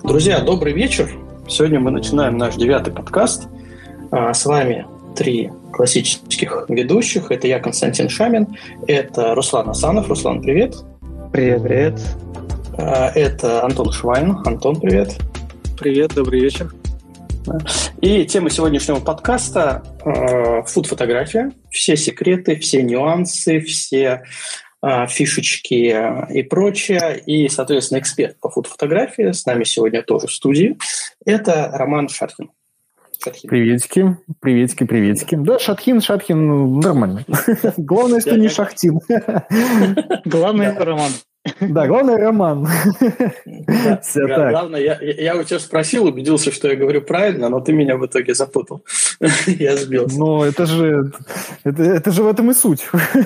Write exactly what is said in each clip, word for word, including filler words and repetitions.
Друзья, добрый вечер. Сегодня мы начинаем наш девятый подкаст. С вами три классических ведущих. Это я, Константин Шамин. Это Руслан Асанов. Руслан, привет. Привет, привет. Это Антон Швайн. Антон, привет. Привет, добрый вечер. И тема сегодняшнего подкаста – фуд-фотография. Все секреты, все нюансы, все фишечки и прочее. И, соответственно, эксперт по фуд-фотографии с нами сегодня тоже в студии. Это Роман Шатхин. Шатхин. Приветики, приветики, приветики. Да, Шатхин, Шатхин, нормально. Главное, что не Шахтин. Главное, Роман. Да, главное, Роман. Да, Все да, так. Главное, я, я у тебя спросил, убедился, что я говорю правильно, но ты меня в итоге запутал. Я сбился. Ну, это же, это, это же в этом и суть.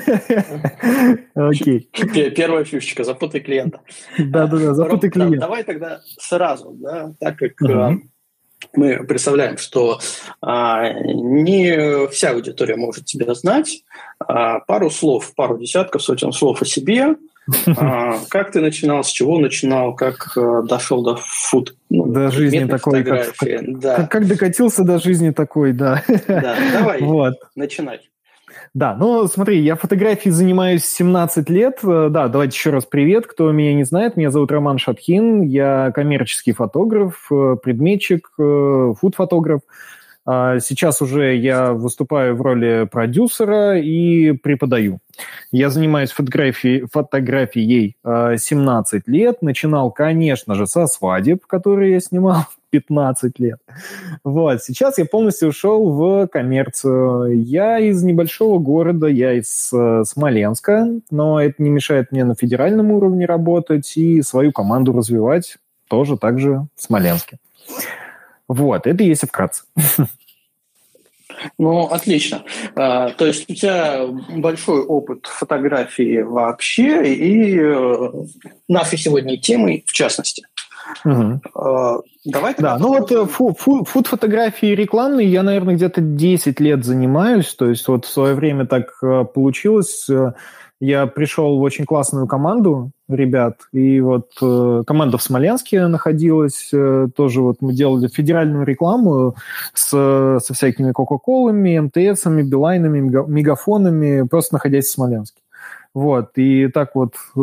Окей. Первая фишечка, запутай клиента. Да-да-да, запутай клиента. Давай тогда сразу, да, так как мы представляем, что не вся аудитория может тебя знать, пару слов, пару десятков, сотен слов о себе. А, как ты начинал, с чего начинал, как э, дошел до фуд, ну, до жизни такой, как, да. как, как докатился до жизни такой, да. Да, давай, вот. Начинай. Да, ну смотри, я фотографией занимаюсь семнадцать лет. Да, давайте еще раз привет, кто меня не знает. Меня зовут Роман Шатхин, я коммерческий фотограф, предметчик, фуд-фотограф. Сейчас уже я выступаю в роли продюсера и преподаю. Я занимаюсь фотографией, фотографией семнадцать лет. Начинал, конечно же, со свадеб, которые я снимал пятнадцать лет. Вот. Сейчас я полностью ушел в коммерцию. Я из небольшого города, я из Смоленска, но это не мешает мне на федеральном уровне работать и свою команду развивать тоже так же в Смоленске. Вот, это если вкратце. Ну, отлично. А, то есть у тебя большой опыт фотографии вообще и э, нашей сегодня темой в частности. Угу. А, давай да, ну вот фу, фу, фуд-фотографии рекламные я, наверное, где-то десять лет занимаюсь. То есть вот в свое время так получилось. Я пришел в очень классную команду ребят, и вот э, команда в Смоленске находилась, э, тоже вот мы делали федеральную рекламу с, со всякими Кока-Колами, эм тэ эсами, Билайнами, мега, мегафонами, просто находясь в Смоленске. Вот, и так вот э,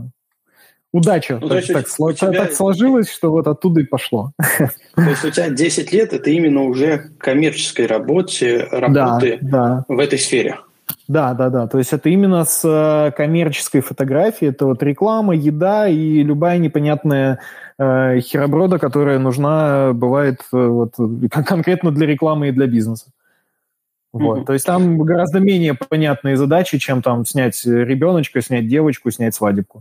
удача ну, так, так, сло, тебя... так сложилась, что вот оттуда и пошло. То есть у тебя десять лет, это именно уже коммерческой работе, работы да, да. в этой сфере. Да, да, да. То есть это именно с коммерческой фотографией. Это вот реклама, еда и любая непонятная э, хероброда, которая нужна, бывает вот, конкретно для рекламы и для бизнеса. Вот. Mm-hmm. То есть там гораздо менее понятные задачи, чем там снять ребеночка, снять девочку, снять свадебку.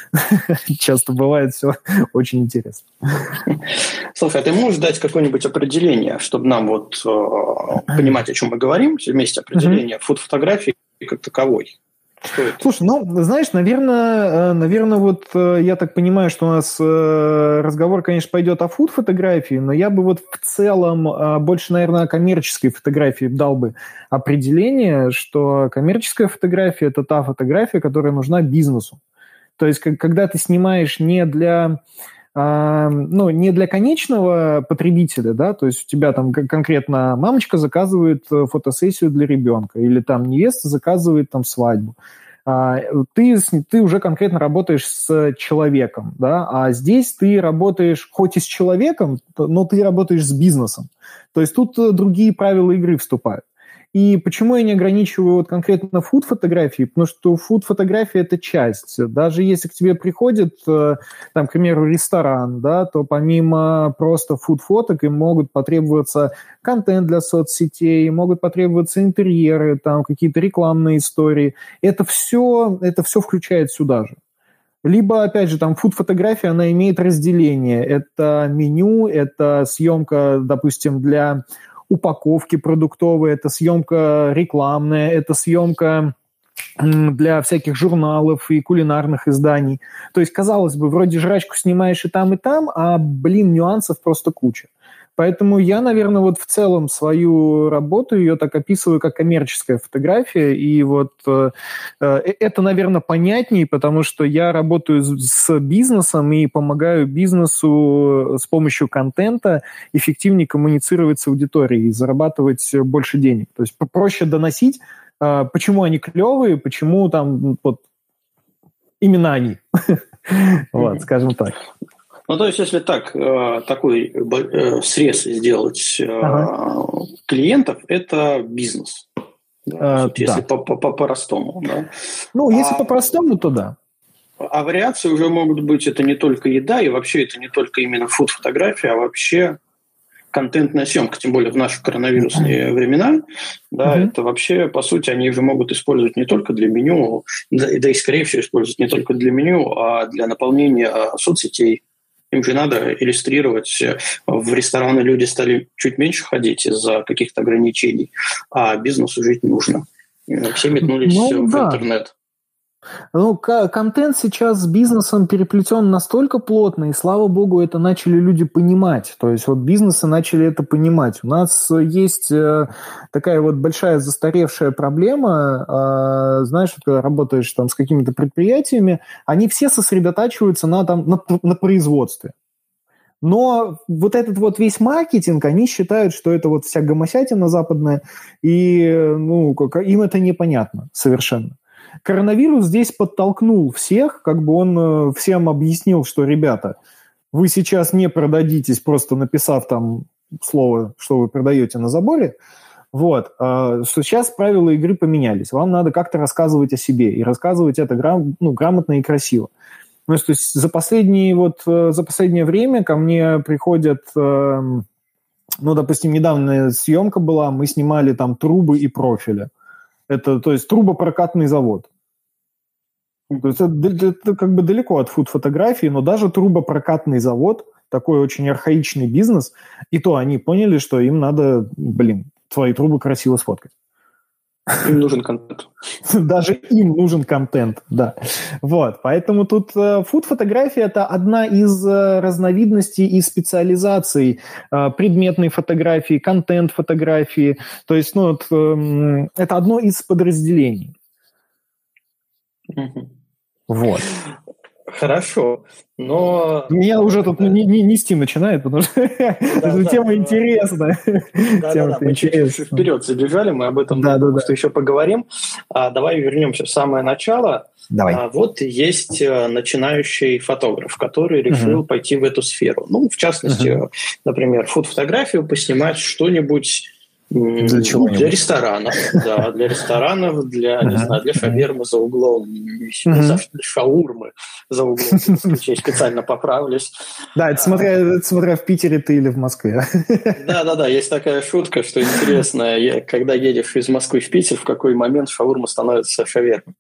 Часто бывает все очень интересно. Слушай, а ты можешь дать какое-нибудь определение, чтобы нам вот э, понимать, о чем мы говорим, вместе определение mm-hmm. фуд-фотографии как таковой? Слушай, ну, знаешь, наверное, наверное, вот я так понимаю, что у нас разговор, конечно, пойдет о фуд-фотографии, но я бы вот в целом больше, наверное, о коммерческой фотографии дал бы определение, что коммерческая фотография – это та фотография, которая нужна бизнесу. То есть, когда ты снимаешь не для... ну, не для конечного потребителя, да, то есть у тебя там конкретно мамочка заказывает фотосессию для ребенка или там невеста заказывает там свадьбу. Ты, ты уже конкретно работаешь с человеком, да, а здесь ты работаешь хоть и с человеком, но ты работаешь с бизнесом. То есть тут другие правила игры вступают. И почему я не ограничиваю вот конкретно фуд-фотографии? Потому что фуд-фотография – это часть. Даже если к тебе приходит, там, к примеру, ресторан, да, то помимо просто фуд-фоток им могут потребоваться контент для соцсетей, могут потребоваться интерьеры, там, какие-то рекламные истории. Это все, это все включает сюда же. Либо, опять же, там фуд-фотография, она имеет разделение. Это меню, это съемка, допустим, для... упаковки продуктовые, это съемка рекламная, это съемка для всяких журналов и кулинарных изданий. То есть, казалось бы, вроде жрачку снимаешь и там, и там, а, блин, нюансов просто куча. Поэтому я, наверное, вот в целом свою работу, ее так описываю, как коммерческая фотография, и вот э, это, наверное, понятнее, потому что я работаю с бизнесом и помогаю бизнесу с помощью контента эффективнее коммуницировать с аудиторией и зарабатывать больше денег. То есть проще доносить, э, почему они клевые, почему там вот именно они. Вот, скажем так. Ну, то есть, если так, такой срез сделать ага. клиентов, это бизнес. Да, а, если да. по-простому. Да. Ну, если а, по-простому, то да. А вариации уже могут быть, это не только еда, и вообще это не только именно фуд-фотография, а вообще контентная съемка, тем более в наши коронавирусные mm-hmm. времена. Да, mm-hmm. это вообще, по сути, они уже могут использовать не только для меню, да, да и, скорее всего, использовать не только для меню, а для наполнения соцсетей. Им же надо иллюстрировать. В рестораны люди стали чуть меньше ходить из-за каких-то ограничений, а бизнесу жить нужно. Все метнулись ну, в да. интернет. Ну, контент сейчас с бизнесом переплетен настолько плотно, и, слава богу, это начали люди понимать. То есть вот бизнесы начали это понимать. У нас есть такая вот большая застаревшая проблема. Знаешь, когда работаешь там с какими-то предприятиями, они все сосредотачиваются на, там, на, на производстве. Но вот этот вот весь маркетинг, они считают, что это вот вся гомосятина западная, и ну, им это непонятно совершенно. Коронавирус здесь подтолкнул всех, как бы он всем объяснил, что, ребята, вы сейчас не продадитесь, просто написав там слово, что вы продаете на заборе, вот, что сейчас правила игры поменялись, вам надо как-то рассказывать о себе, и рассказывать это грам, ну, грамотно и красиво. Ну, то есть за, последние, вот, за последнее время ко мне приходят, ну, допустим, недавняя съемка была, мы снимали там трубы и профили. Это, то есть, трубопрокатный завод. То есть, это, это как бы далеко от фуд-фотографии, но даже трубопрокатный завод, такой очень архаичный бизнес, и то они поняли, что им надо, блин, свои трубы красиво сфоткать. Им нужен контент. Даже им нужен контент, да. Вот, поэтому тут фуд-фотография – это одна из разновидностей и специализаций предметной фотографии, контент-фотографии. То есть, ну, вот, это одно из подразделений. Угу. Вот. Хорошо, но... Меня уже тут не, не, нести начинает, потому что да, тема да, интересная. Да, да, да, мы чуть вперед забежали, мы об этом да, да, что да. еще поговорим. А, давай вернемся в самое начало. Давай. А, вот есть начинающий фотограф, который решил угу. пойти в эту сферу. Ну, в частности, угу. например, фуд-фотографию поснимать, что-нибудь... Для, ну, для ресторанов, да, для ресторанов, для, uh-huh. не знаю, для шавермы за углом, uh-huh. для шаурмы за углом, я специально поправлюсь. Да, это смотря, это смотря в Питере ты или в Москве. Да-да-да, есть такая шутка, что интересно, когда едешь из Москвы в Питер, в какой момент шаурма становится шавермой.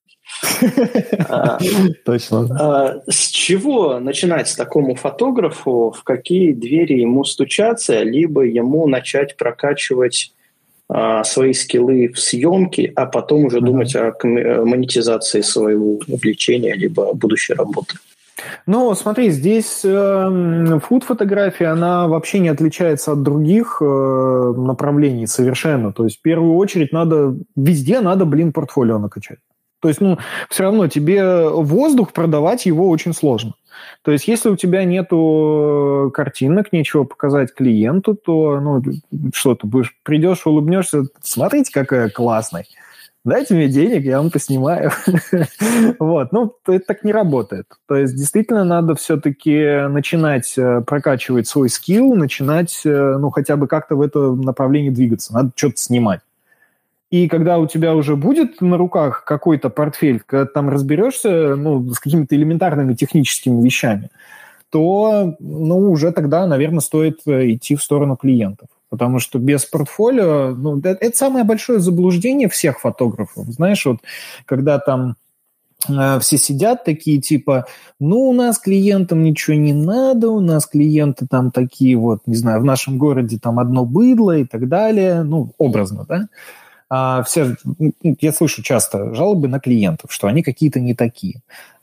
Точно. С чего начинать такому фотографу, в какие двери ему стучаться, либо ему начать прокачивать свои скиллы в съемке, а потом уже uh-huh. думать о монетизации своего увлечения либо будущей работы? Ну, смотри, здесь э, фуд-фотография, она вообще не отличается от других э, направлений совершенно. То есть в первую очередь надо, везде надо, блин, портфолио накачать. То есть, ну, все равно тебе воздух продавать его очень сложно. То есть, если у тебя нету картинок, нечего показать клиенту, то, ну, что ты будешь, придешь, улыбнешься, смотрите, какая классная. Дайте мне денег, я вам поснимаю. Вот, ну, это так не работает. То есть, действительно, надо все-таки начинать прокачивать свой скилл, начинать, ну, хотя бы как-то в это направлении двигаться. Надо что-то снимать. И когда у тебя уже будет на руках какой-то портфель, когда там разберешься, ну, с какими-то элементарными техническими вещами, то, ну, уже тогда, наверное, стоит идти в сторону клиентов. Потому что без портфолио, ну, это, это самое большое заблуждение всех фотографов. Знаешь, вот когда там э, все сидят такие, типа, ну, у нас клиентам ничего не надо, у нас клиенты там такие вот, не знаю, в нашем городе там одно быдло и так далее, ну, образно, да? А все, я слышу часто жалобы на клиентов, что они какие-то не такие.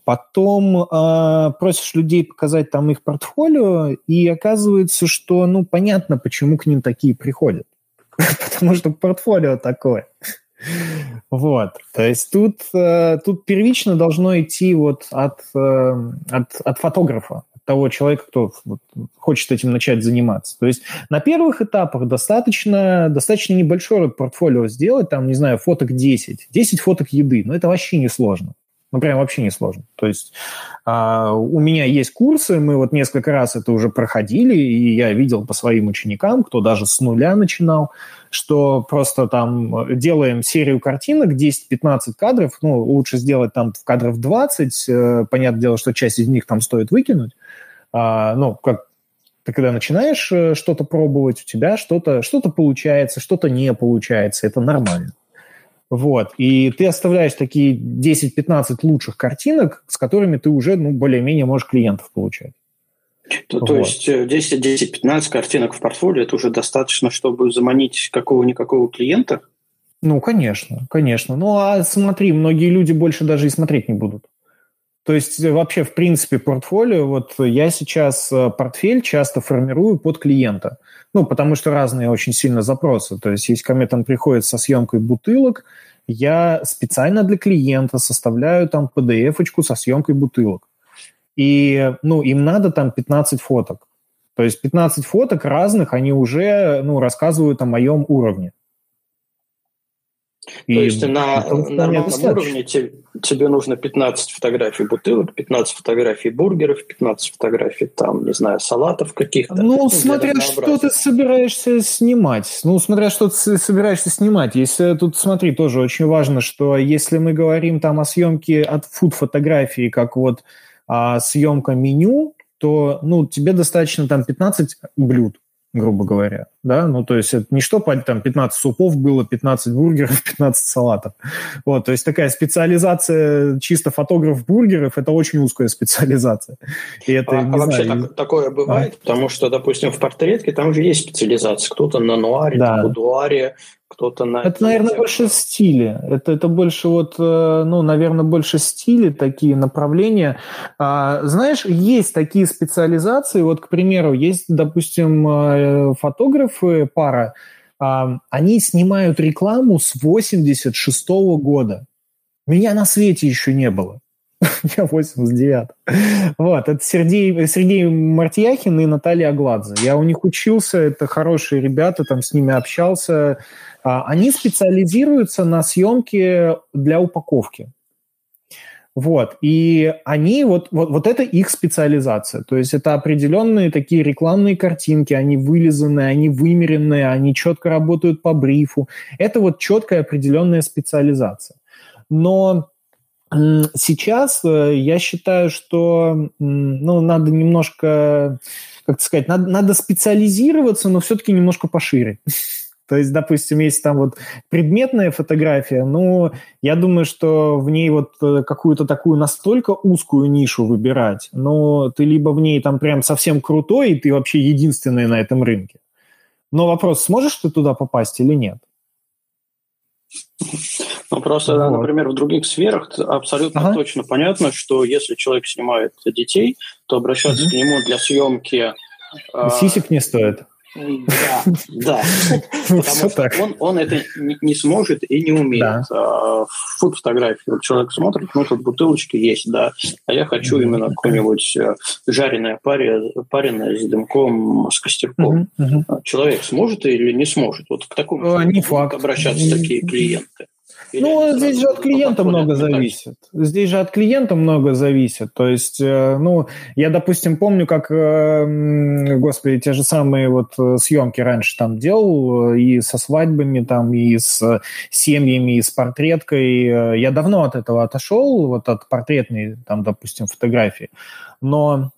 потом э, просишь людей показать там их портфолио, и оказывается, что, ну, понятно, почему к ним такие приходят. Потому что портфолио такое. Вот. То есть тут, э, тут первично должно идти вот от, э, от, от фотографа, от того человека, кто вот, хочет этим начать заниматься. То есть на первых этапах достаточно, достаточно небольшое портфолио сделать, там, не знаю, фоток десять. десять фоток еды, но это вообще не сложно. Ну, прям вообще не сложно. То есть а, у меня есть курсы, мы вот несколько раз это уже проходили, и я видел по своим ученикам, кто даже с нуля начинал, что просто там делаем серию картинок, десять-пятнадцать кадров, ну, лучше сделать там кадров двадцать, э, понятное дело, что часть из них там стоит выкинуть, а, ну, как ты когда начинаешь что-то пробовать, у тебя что-то, что-то получается, что-то не получается, это нормально. Вот, и ты оставляешь такие десять-пятнадцать лучших картинок, с которыми ты уже, ну, более-менее можешь клиентов получать. То, вот. То есть десять-пятнадцать картинок в портфолио – это уже достаточно, чтобы заманить какого-никакого клиента? Ну, конечно, конечно. Ну, а смотри, многие люди больше даже и смотреть не будут. То есть вообще, в принципе, портфолио, вот я сейчас портфель часто формирую под клиента. Ну, потому что разные очень сильно запросы. То есть если ко мне там приходит со съемкой бутылок, я специально для клиента составляю там пи ди эф-очку со съемкой бутылок. И, ну, им надо там пятнадцать фоток. То есть пятнадцать фоток разных, они уже, ну, рассказывают о моем уровне. И то есть на нормальном уровне тебе, тебе нужно пятнадцать фотографий бутылок, пятнадцать фотографий бургеров, пятнадцать фотографий, там, не знаю, салатов каких-то. Ну, ну смотря что ты собираешься снимать. Ну, смотря что ты собираешься снимать. Если тут, смотри, тоже очень важно, что если мы говорим там о съемке от фуд-фотографии, как вот а, съемка меню, то, ну, тебе достаточно там пятнадцать блюд, грубо говоря, да, ну, то есть это не что, там, пятнадцать супов было, пятнадцать бургеров, пятнадцать салатов, вот, то есть такая специализация чисто фотограф-бургеров, это очень узкая специализация. И это, а, не а знаю, вообще так, такое бывает, а? Потому что, допустим, в портретке там же есть специализация, кто-то на нуаре, да. на будуаре, кто-то на... Это, наверное, больше стили. Это, это больше вот, ну, наверное, больше стили, такие направления. А, знаешь, есть такие специализации. Вот, к примеру, есть, допустим, фотографы, пара, а, они снимают рекламу с восемьдесят шестого года. Меня на свете еще не было. Я восемьдесят девятый. Вот, это Сергей, Сергей Мартьяхин и Наталья Агладзе. Я у них учился, это хорошие ребята, там с ними общался. Они специализируются на съемке для упаковки. Вот, и они, вот, вот, вот это их специализация. То есть это определенные такие рекламные картинки, они вылизанные, они вымеренные, они четко работают по брифу. Это вот четкая определенная специализация. Но сейчас я считаю, что, ну, надо немножко, как сказать, надо, надо специализироваться, но все-таки немножко пошире. То есть, допустим, если там вот предметная фотография, ну, я думаю, что в ней вот какую-то такую настолько узкую нишу выбирать, но ты либо в ней там прям совсем крутой, и ты вообще единственный на этом рынке. Но вопрос, сможешь ты туда попасть или нет? Ну, просто, вот. Например, в других сферах абсолютно ага. точно понятно, что если человек снимает детей, то обращаться угу. к нему для съемки... Сисек не стоит. Да, да. Потому что он, он это не, не сможет и не умеет. Да. Фуд-фотографии. Вот человек смотрит, ну, тут бутылочки есть, да, а я хочу mm-hmm. именно какое-нибудь жареное паре, пареное с дымком, с костерком. Mm-hmm. Человек сможет или не сможет? Вот к такому uh, не факт. Обращаться такие клиенты. Или ну, здесь же от клиента много зависит. Здесь же от клиента много зависит. То есть, ну, я, допустим, помню, как, господи, те же самые вот съемки раньше там делал и со свадьбами там, и с семьями, и с портреткой. Я давно от этого отошел, вот от портретной, там, допустим, фотографии. Но...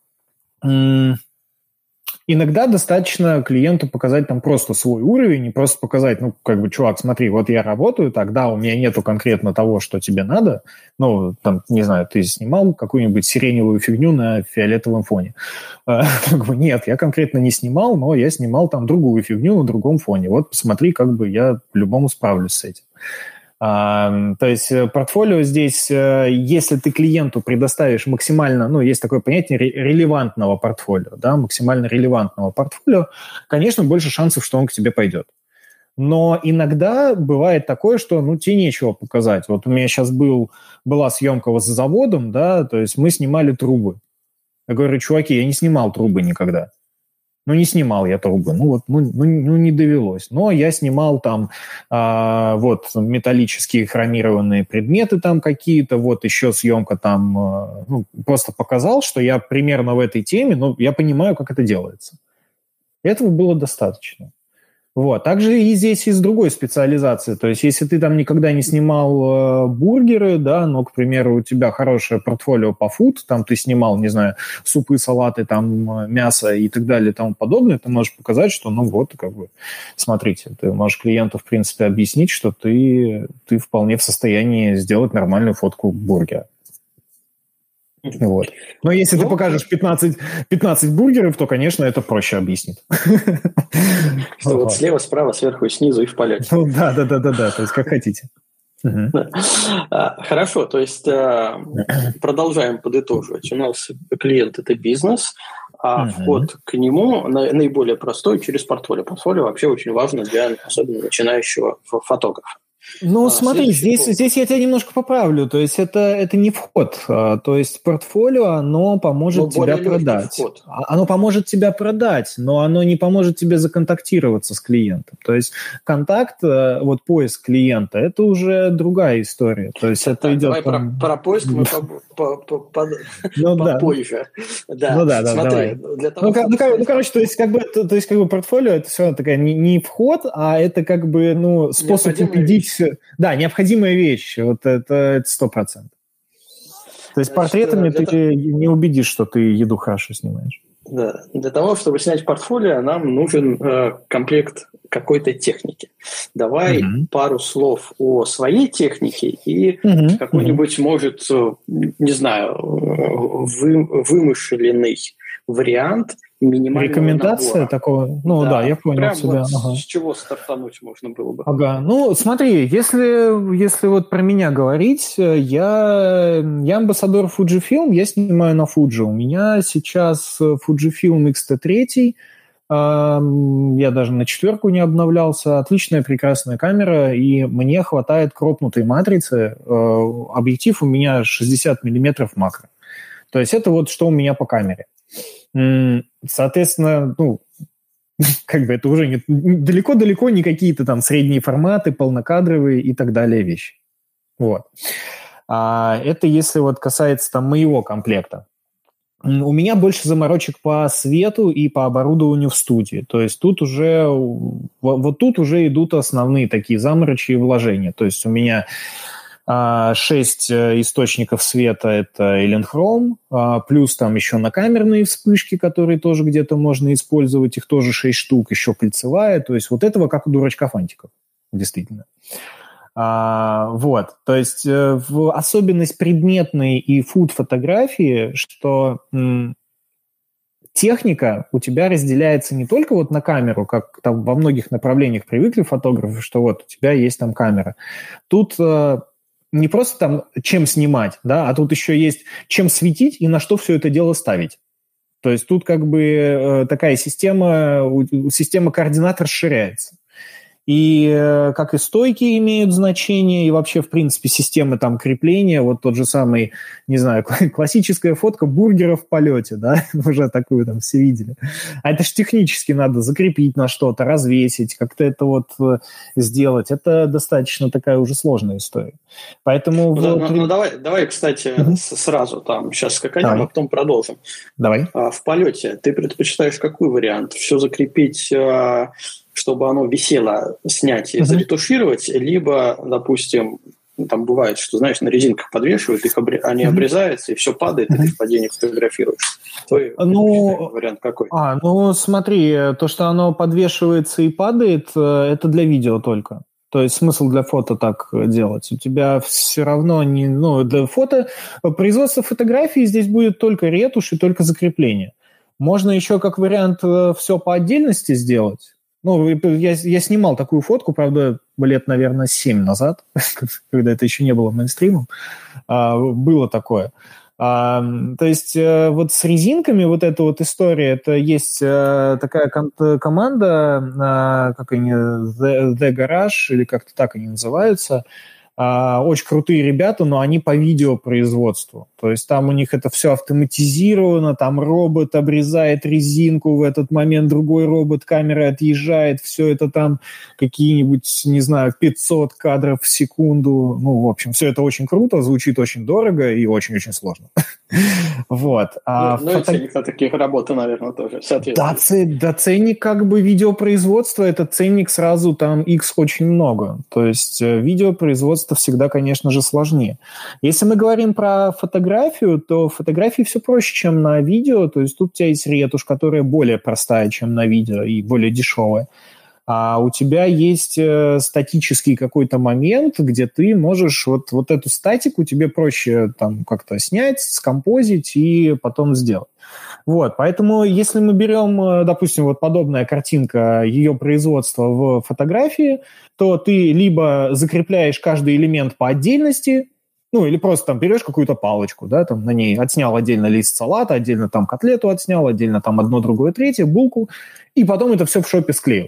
Иногда достаточно клиенту показать там просто свой уровень и просто показать, ну, как бы, чувак, смотри, вот я работаю так, да, у меня нету конкретно того, что тебе надо, ну, там, не знаю, ты снимал какую-нибудь сиреневую фигню на фиолетовом фоне. Как бы, нет, я конкретно не снимал, но я снимал там другую фигню на другом фоне. Вот посмотри, как бы я по-любому справлюсь с этим. А, то есть портфолио здесь, если ты клиенту предоставишь максимально, ну, есть такое понятие релевантного портфолио, да, максимально релевантного портфолио, конечно, больше шансов, что он к тебе пойдет. Но иногда бывает такое, что, ну, тебе нечего показать. Вот у меня сейчас был, была съемка вот за заводом, да, то есть мы снимали трубы. Я говорю, чуваки, я не снимал трубы никогда. Ну, не снимал я трубы, ну, вот, ну, ну, ну не довелось. Но я снимал там а, вот металлические хромированные предметы там какие-то, вот еще съемка там, а, ну, просто показал, что я примерно в этой теме, но я понимаю, как это делается. Этого было достаточно. Вот. Также и здесь из другой специализации. То есть если ты там никогда не снимал э, бургеры, да, но, к примеру, у тебя хорошее портфолио по фуд, там ты снимал, не знаю, супы, салаты, там мясо и так далее и тому подобное, ты можешь показать, что, ну вот, как бы, смотрите, ты можешь клиенту, в принципе, объяснить, что ты, ты вполне в состоянии сделать нормальную фотку бургера. Вот. Но если ну, ты покажешь пятнадцать, пятнадцать бургеров, то, конечно, это проще объяснит. Что вот слева, справа, сверху, снизу и в полете. Ну да, да, да, да, да, то есть как хотите. Хорошо, то есть продолжаем подытоживать. У нас клиент – это бизнес, а вход к нему наиболее простой через портфолио. Портфолио вообще очень важно для особенно начинающего фотографа. Ну, а, смотри, здесь, здесь я тебя немножко поправлю. То есть это, это не вход. А, то есть портфолио, оно поможет но тебя продать. Вход. Оно поможет тебя продать, но оно не поможет тебе законтактироваться с клиентом. То есть контакт, вот поиск клиента, это уже другая история. То есть это так, идет... Давай там... про, про поиск мы попозже. Ну да, да, давай. Ну, короче, то есть как бы то есть как бы портфолио, это все равно такая не вход, а это как бы, ну, способ убедить. Да, необходимая вещь. Вот это сто процентов. То есть Значит, портретами ты того... не убедишь, что ты еду хорошо снимаешь. Да. Для того, чтобы снять портфолио, нам нужен э, комплект какой-то техники. Давай uh-huh. пару слов о своей технике и uh-huh. какой-нибудь, uh-huh. может, не знаю, вы, вымышленный вариант минимального рекомендация набора. Такого? Ну да, да я понял прям тебя. Вот ага. С чего стартануть можно было бы? Ага, ну смотри, если, если вот про меня говорить, я, я амбассадор Fujifilm, я снимаю на Fuji. У меня сейчас Fujifilm икс ти три, я даже на четверку не обновлялся. Отличная, прекрасная камера, и мне хватает кропнутой матрицы. Объектив у меня шестьдесят миллиметров макро. То есть это вот что у меня по камере. Соответственно, ну, как бы это уже не, далеко-далеко не какие-то там средние форматы, полнокадровые и так далее вещи. Вот. А это если вот касается там моего комплекта. У меня больше заморочек по свету и по оборудованию в студии. То есть тут уже, вот тут уже идут основные такие заморочи и вложения. То есть у меня шесть источников света – это Elenchrom, плюс там еще накамерные вспышки, которые тоже где-то можно использовать, их тоже шесть штук, еще кольцевая. То есть вот этого как у дурачка фантиков, действительно. А, вот, то есть в особенность предметной и фуд-фотографии, что м, техника у тебя разделяется не только вот на камеру, как там во многих направлениях привыкли фотографы, что вот у тебя есть там камера. Тут э, не просто там чем снимать, да, а тут еще есть чем светить и на что все это дело ставить. То есть тут как бы э, такая система, система координат расширяется. И э, как и стойки имеют значение, и вообще, в принципе, системы там крепления, вот тот же самый, не знаю, классическая фотка бургера в полете, да, уже такую там все видели. А это же технически надо закрепить на что-то, развесить, как-то это вот сделать. Это достаточно такая уже сложная история. Поэтому... Ну, вот... ну, ну давай, давай, кстати, mm-hmm. сразу там сейчас скаканем, давай. А потом продолжим. Давай. А, в полете ты предпочитаешь какой вариант? Все закрепить... чтобы оно висело, снять и uh-huh. заретушировать, либо, допустим, там бывает, что, знаешь, на резинках подвешивают, их обре... они uh-huh. обрезаются, и все падает, uh-huh. и ты в падении фотографируешь. Твой ну, вариант какой? А, ну, смотри, то, что оно подвешивается и падает, это для видео только. То есть смысл для фото так делать. У тебя все равно не... Ну, для фото... Производство фотографии здесь будет только ретушь и только закрепление. Можно еще как вариант все по отдельности сделать. Ну, я, я снимал такую фотку, правда, лет, наверное, семь назад, когда это еще не было мейнстримом. А, было такое. А, то есть вот с резинками вот эта вот история, это есть такая ком- команда, как они, The, The Garage, или как-то так они называются. Очень крутые ребята, но они по видеопроизводству. То есть там у них это все автоматизировано, там робот обрезает резинку, в этот момент другой робот камерой отъезжает, все это там какие-нибудь, не знаю, пятьсот кадров в секунду. Ну, в общем, все это очень круто, звучит очень дорого и очень-очень сложно. Вот. Ну, ну и ценник на такие работы, наверное, тоже соответствует. Да, ценник как бы видеопроизводства, это ценник сразу там X очень много. То есть видеопроизводство всегда, конечно же, сложнее. Если мы говорим про фотографию, то в фотографии все проще, чем на видео. То есть тут у тебя есть ретушь, которая более простая, чем на видео, и более дешевая. А у тебя есть э, статический какой-то момент, где ты можешь вот, вот эту статику тебе проще там как-то снять, скомпозить и потом сделать. Вот, поэтому если мы берем, допустим, вот подобная картинка, ее производства в фотографии, то ты либо закрепляешь каждый элемент по отдельности, ну, или просто там берешь какую-то палочку, да, там на ней отснял отдельно лист салата, отдельно там котлету отснял, отдельно там одно, другое, третье, булку, и потом это все в шопе склеил.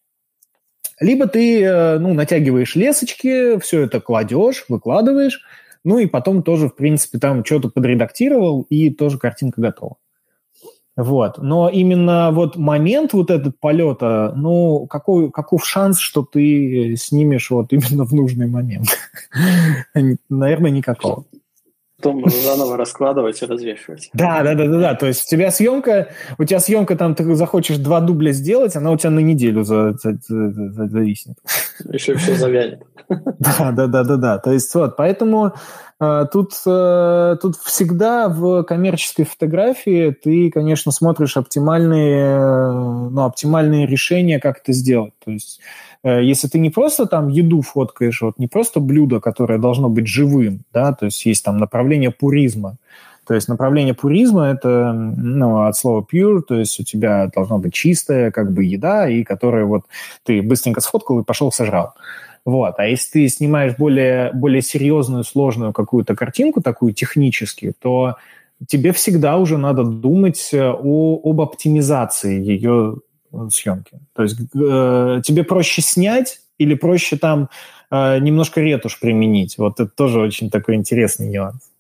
Либо ты, ну, натягиваешь лесочки, все это кладешь, выкладываешь, ну, и потом тоже, в принципе, там что-то подредактировал, и тоже картинка готова. Вот. Но именно вот момент вот этот полета, ну, какой, каков шанс, что ты снимешь вот именно в нужный момент? Наверное, никакого. Потом заново раскладывать и развешивать. Да, да, да, да, да. То есть у тебя съемка, у тебя съемка там, ты захочешь два дубля сделать, она у тебя на неделю за, за, за, за, зависнет. Еще все завянет. Да, да, да, да, да. То есть вот, поэтому э, тут, э, тут всегда в коммерческой фотографии ты, конечно, смотришь оптимальные, э, ну, оптимальные решения, как это сделать. То есть если ты не просто там еду фоткаешь, вот не просто блюдо, которое должно быть живым, да, то есть есть там направление пуризма. То есть направление пуризма – это, ну, от слова pure, то есть у тебя должна быть чистая как бы еда, и которая вот ты быстренько сфоткал и пошел сожрал. Вот. А если ты снимаешь более, более серьезную, сложную какую-то картинку, такую технически, то тебе всегда уже надо думать о, об оптимизации ее съемки. То есть э, тебе проще снять или проще там э, немножко ретушь применить. Вот это тоже очень такой интересный нюанс.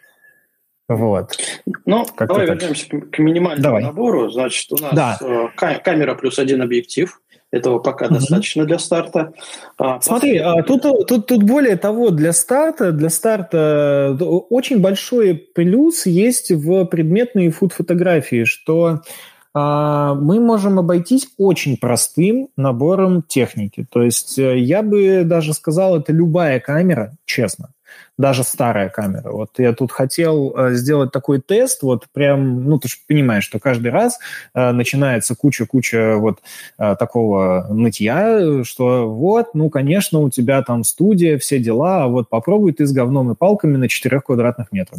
Вот. Ну, как давай вернемся к, к минимальному давай. набору. Значит, у нас да. э, камера плюс один объектив. Этого пока uh-huh. достаточно для старта. А, Смотри, а, тут, тут, тут более того, для старта, для старта очень большой плюс есть в предметной фуд-фотографии, что мы можем обойтись очень простым набором техники. То есть я бы даже сказал, это любая камера, честно, даже старая камера. Вот я тут хотел сделать такой тест, вот прям, ну ты же понимаешь, что каждый раз начинается куча-куча вот такого нытья, что вот, ну, конечно, у тебя там студия, все дела, а вот попробуй ты с говном и палками на четырех квадратных метрах.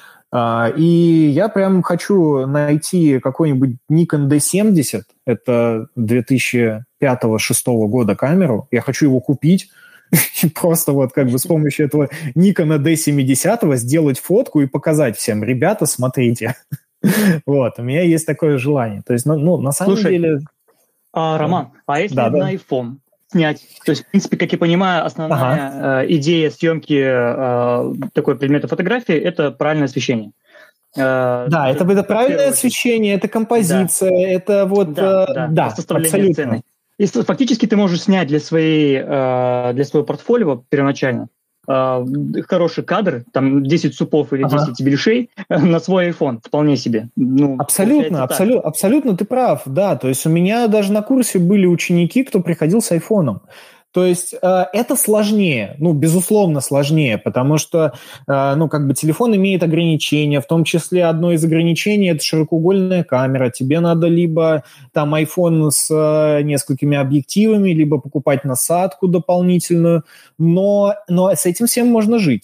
И я прям хочу найти какой-нибудь Nikon ди семьдесят, это две тысячи пятого-две тысячи шестого года камеру, я хочу его купить, и просто вот как бы с помощью этого Nikon ди семьдесят сделать фотку и показать всем, ребята, смотрите. Вот, у меня есть такое желание. То есть, ну, ну на самом Слушай, деле... А, Роман, а если да, на да. iPhone снять? То есть, в принципе, как я понимаю, основная ага. э, идея съемки э, такой предмета фотографии – это правильное освещение. Э, да, это, это правильное освещение, это композиция, да. это вот… Да, да, да составление абсолютно. сцены. И фактически ты можешь снять для, своей, э, для своего портфолио первоначально э, хороший кадр, там десять супов или десять ага. бельшей на свой iPhone, вполне себе. Ну, абсолютно, абсолютно, абсолютно ты прав, да. То есть у меня даже на курсе были ученики, кто приходил с айфоном. То есть э, это сложнее, ну, безусловно, сложнее, потому что, э, ну, как бы телефон имеет ограничения, в том числе одно из ограничений – это широкоугольная камера. Тебе надо либо там iPhone с э, несколькими объективами, либо покупать насадку дополнительную, но, но с этим всем можно жить.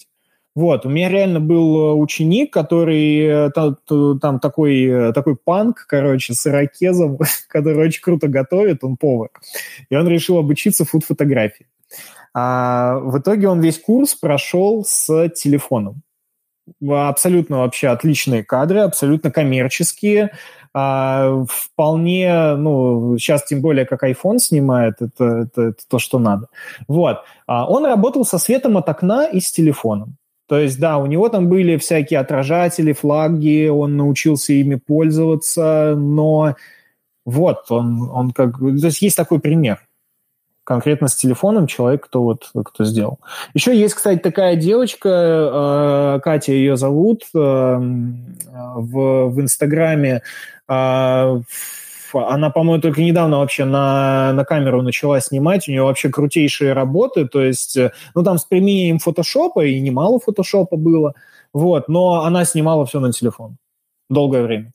Вот, у меня реально был ученик, который там, там такой, такой панк, короче, с ирокезом, который очень круто готовит, он повар. И он решил обучиться фуд-фотографии. А в итоге он весь курс прошел с телефоном. Абсолютно вообще отличные кадры, абсолютно коммерческие. А, вполне, ну, сейчас тем более, как iPhone снимает, это, это, это то, что надо. Вот. А он работал со светом от окна и с телефоном. То есть, да, у него там были всякие отражатели, флаги, он научился ими пользоваться, но вот, он, он как... То есть, есть такой пример. Конкретно с телефоном человек, кто вот кто сделал. Еще есть, кстати, такая девочка, Катя ее зовут, в, в Инстаграме. Она, по-моему, только недавно вообще на, на камеру начала снимать. У нее вообще крутейшие работы. То есть, ну, там с применением фотошопа, и немало фотошопа было. Вот, но она снимала все на телефон. Долгое время.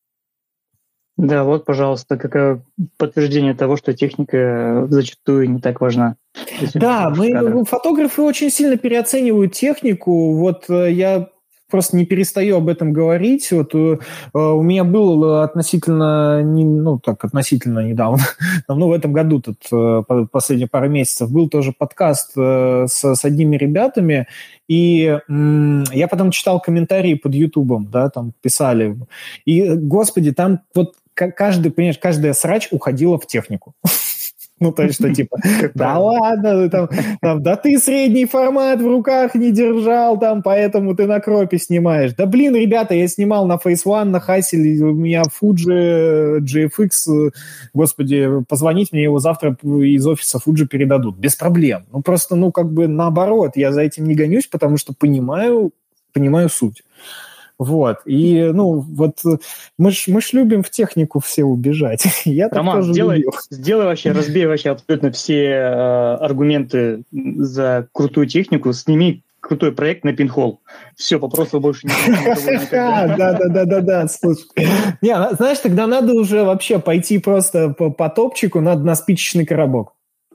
Да, вот, пожалуйста, какое подтверждение того, что техника зачастую не так важна. Да, мы, фотографы очень сильно переоценивают технику. Вот я просто не перестаю об этом говорить. Вот у, у меня был относительно, ну так, относительно недавно, ну в этом году, тут последние пару месяцев, был тоже подкаст с, с одними ребятами, и м, я потом читал комментарии под Ютубом, да, там писали. И, господи, там вот каждый, понимаешь, каждая срач уходила в технику. Ну, то есть, что типа, да ладно, там, там, да ты средний формат в руках не держал, там, поэтому ты на кропе снимаешь. Да блин, ребята, я снимал на Face One, на Hassel, у меня Fuji, джи эф икс, господи, позвонить мне его завтра из офиса Fuji передадут, без проблем. Ну, просто, ну, как бы наоборот, я за этим не гонюсь, потому что понимаю, понимаю суть. Вот, и, ну, вот мы ж, мы ж любим в технику все убежать. Я Роман, тоже сделай, сделай вообще, разбей вообще абсолютно все э, аргументы за крутую технику, сними крутой проект на Pinhole. Все, попросту больше не Да-да-да-да-да, слушай. Не, знаешь, тогда надо уже вообще пойти просто по топчику, надо на спичечный коробок.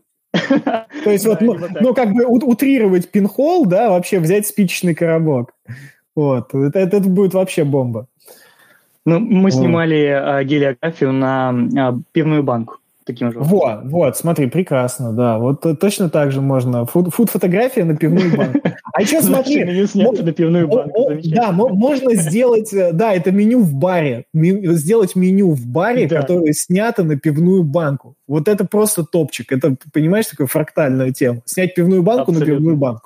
То есть вот, ну, как бы утрировать Pinhole, да, вообще взять спичечный коробок. Вот, это, это будет вообще бомба. Ну, мы снимали а, гелиографию на а, пивную банку. Таким же. Вот, вот, смотри, прекрасно, да. Вот точно так же можно. Фуд-фотография на пивную банку. А еще смотри. Меню снято на пивную банку. Да, можно сделать, да, это меню в баре. Сделать меню в баре, которое снято на пивную банку. Вот это просто топчик. Это, понимаешь, такая фрактальная тема. Снять пивную банку на пивную банку.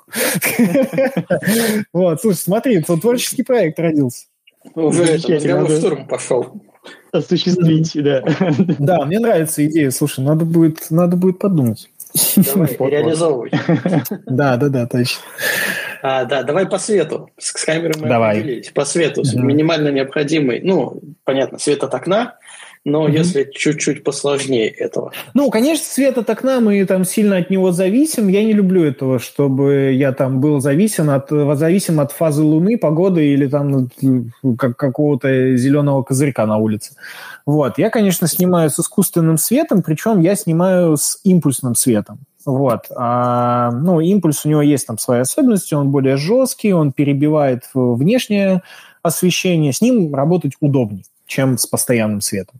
Вот, слушай, смотри, творческий проект родился. Уже разговор в сторону пошел. Осуществить, да. Да, мне нравится идея. Слушай, надо будет, надо будет подумать. Давай, реализовывай. Да, да, да, точно. А, да, давай по свету. С, с камерой мы давай. определились. По свету. Mm-hmm. Минимально необходимый, ну, понятно, свет от окна, но mm-hmm. если чуть-чуть посложнее этого. Ну, конечно, свет от окна, мы там сильно от него зависим. Я не люблю этого, чтобы я там был зависим от, зависим от фазы Луны, погоды или там как, какого-то зеленого козырька на улице. Вот. Я, конечно, снимаю с искусственным светом, причем я снимаю с импульсным светом. Вот. А, ну, импульс у него есть там свои особенности, он более жесткий, он перебивает внешнее освещение, с ним работать удобнее, чем с постоянным светом.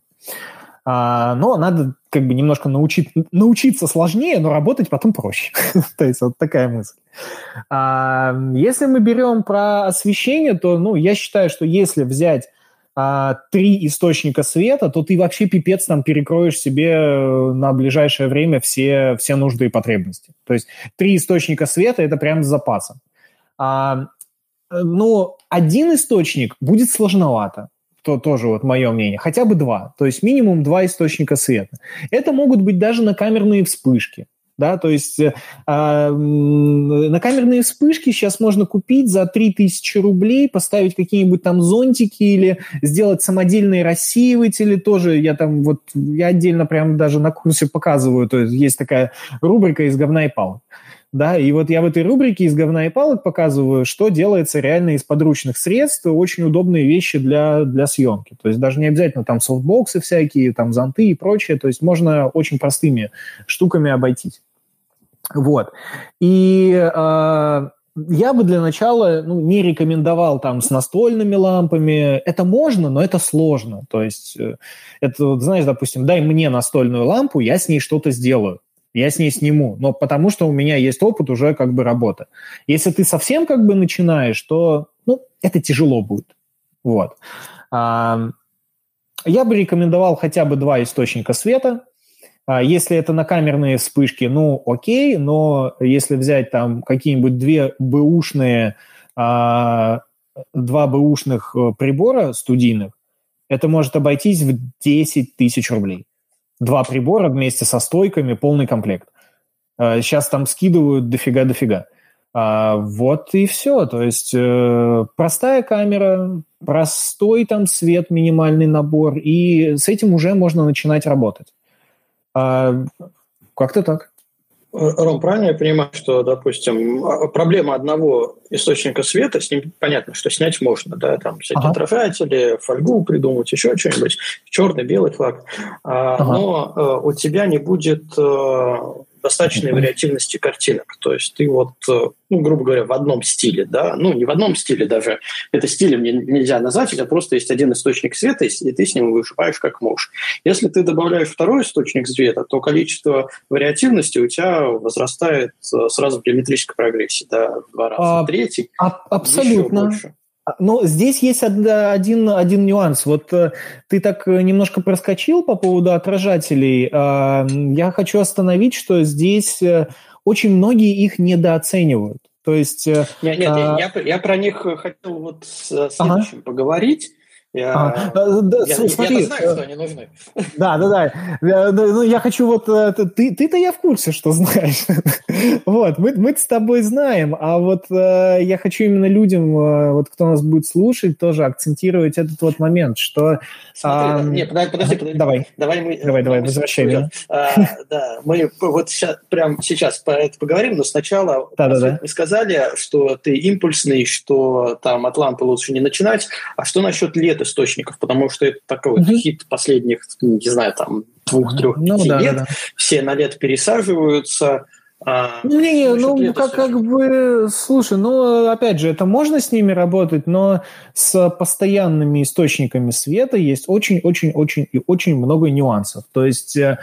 А, но надо как бы немножко научить, научиться сложнее, но работать потом проще. То есть вот такая мысль. А, если мы берем про освещение, то ну, я считаю, что если взять а, три источника света, то ты вообще пипец там перекроешь себе на ближайшее время все, все нужды и потребности. То есть три источника света – это прям с запасом. А, ну, один источник будет сложновато. То тоже вот мое мнение, хотя бы два, то есть минимум два источника света. Это могут быть даже накамерные вспышки, да, то есть э, э, накамерные вспышки сейчас можно купить за три тысячи рублей, поставить какие-нибудь там зонтики или сделать самодельные рассеиватели, тоже я там вот, я отдельно прям даже на курсе показываю, то есть есть такая рубрика «Из говна и палок». Да, и вот я в этой рубрике «Из говна и палок» показываю, что делается реально из подручных средств, очень удобные вещи для, для съемки. То есть даже не обязательно там софтбоксы всякие, там зонты и прочее, то есть можно очень простыми штуками обойтись. Вот. И э, я бы для начала ну, не рекомендовал там с настольными лампами. Это можно, но это сложно. То есть это, знаешь, допустим, дай мне настольную лампу, я с ней что-то сделаю. Я с ней сниму, но потому что у меня есть опыт уже как бы работы. Если ты совсем как бы начинаешь, то ну, это тяжело будет. Вот. А, я бы рекомендовал хотя бы два источника света. Если это на камерные вспышки, ну, окей, но если взять там какие-нибудь две бэушные, а, два бэушных прибора студийных, это может обойтись в десять тысяч рублей. Два прибора вместе со стойками, полный комплект. Сейчас там скидывают дофига-дофига. Вот и все. То есть простая камера, простой там свет, минимальный набор, и с этим уже можно начинать работать. А, как-то так. Ром, правильно я понимаю, что, допустим, проблема одного источника света, с ним понятно, что снять можно, да, там всякие ага. отражатели, фольгу придумать, еще что-нибудь, черный, белый флаг, ага. но у тебя не будет достаточной вариативности картинок. То есть ты вот, ну, грубо говоря, в одном стиле, да, ну, не в одном стиле даже, это стилем нельзя назвать, это просто есть один источник света, и ты с ним выживаешь как можешь. Если ты добавляешь второй источник света, то количество вариативности у тебя возрастает сразу в геометрической прогрессии, да, в два раза. А, Третий а, абсолютно. Но здесь есть один, один нюанс. Вот ты так немножко проскочил по поводу отражателей. Я хочу остановить, что здесь очень многие их недооценивают. То есть... Нет, нет, а... я, я про них хотел вот с следующим ага. поговорить. Я, а, да, я, смотри, я знаю, что они нужны. Да, да, да. Ну, я хочу вот... Ты, ты-то я в курсе, что знаешь. Вот, мы, мы с тобой знаем, а вот я хочу именно людям, вот кто нас будет слушать, тоже акцентировать этот вот момент, что... Смотри, а, да, не, подожди, подожди, подожди. Давай, давай, мы, давай, давай возвращай меня. А, да, мы вот сейчас, прямо сейчас про это поговорим, но сначала да, да, да. мы сказали, что ты импульсный, что там от лампы лучше не начинать, а что насчет лет источников, потому что это такой mm-hmm. хит последних, не знаю, там, двух-трех ну, да, лет, да, да. все на лет пересаживаются. А, не, не, ну, как, как бы, слушай, ну, опять же, это можно с ними работать, но с постоянными источниками света есть очень-очень-очень и очень много нюансов. То есть э,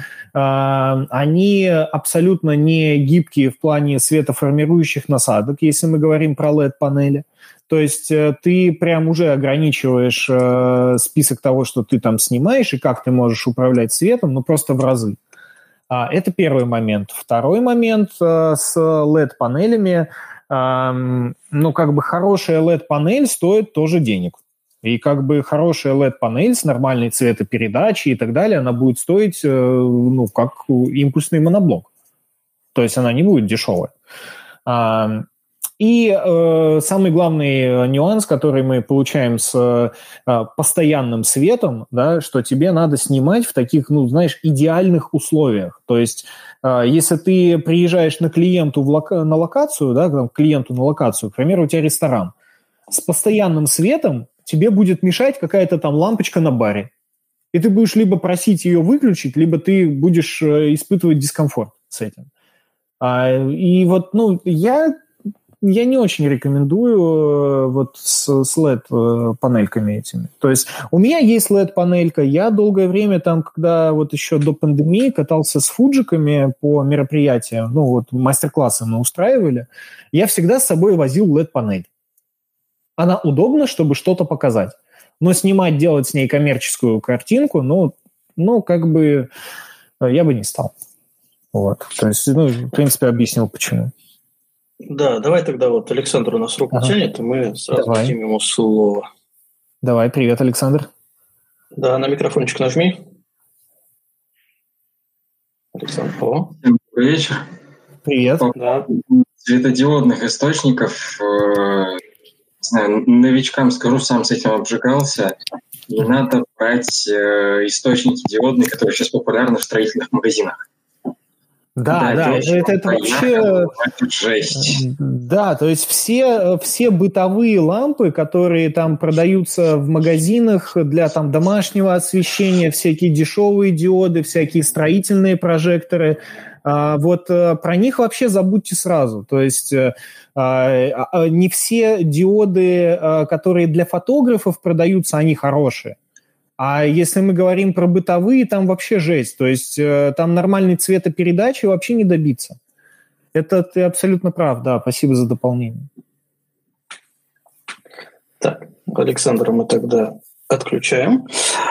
они абсолютно не гибкие в плане светоформирующих насадок, если мы говорим про эл и ди-панели. То есть ты прям уже ограничиваешь э, список того, что ты там снимаешь и как ты можешь управлять светом, ну, просто в разы. А, это первый момент. Второй момент э, с эл и ди-панелями. Э, ну, как бы хорошая эл и ди-панель стоит тоже денег. И как бы хорошая эл и ди-панель с нормальной цветопередачей и так далее, она будет стоить, э, ну, как импульсный моноблок. То есть она не будет дешевая. А, И э, самый главный нюанс, который мы получаем с э, постоянным светом, да, что тебе надо снимать в таких, ну, знаешь, идеальных условиях. То есть, э, если ты приезжаешь на клиенту в лока- на локацию, да, к клиенту на локацию, к примеру, у тебя ресторан, с постоянным светом тебе будет мешать какая-то там лампочка на баре. И ты будешь либо просить ее выключить, либо ты будешь э, испытывать дискомфорт с этим. А, и вот, ну, я... Я не очень рекомендую вот с, с эл и ди-панельками этими. То есть у меня есть эл и ди-панелька. Я долгое время там, когда вот еще до пандемии катался с фуджиками по мероприятиям, ну вот мастер-классы мы устраивали, я всегда с собой возил эл и ди-панель. Она удобна, чтобы что-то показать. Но снимать, делать с ней коммерческую картинку, ну, ну как бы я бы не стал. Вот. То есть, ну, в принципе, объяснил, почему. Да, давай тогда вот Александр у нас руку ага. тянет, и мы сразу давай. Дадим ему слово. Давай, привет, Александр. Да, на микрофончик нажми. Александр, о. Всем добрый вечер. Привет. По да. Светодиодных источников, э, не знаю, новичкам скажу, сам с этим обжигался. Не надо брать э, источники диодные, которые сейчас популярны в строительных магазинах. Да, да, да, это, это, это вообще... Жесть. Да, то есть все, все бытовые лампы, которые там продаются в магазинах для там домашнего освещения, всякие дешевые диоды, всякие строительные прожекторы, Вот про них вообще забудьте сразу. То есть не все диоды, которые для фотографов продаются, они хорошие. А если мы говорим про бытовые, там вообще жесть. То есть там нормальной цветопередачи вообще не добиться. Это ты абсолютно прав, да. Спасибо за дополнение. Так, Александра мы тогда отключаем.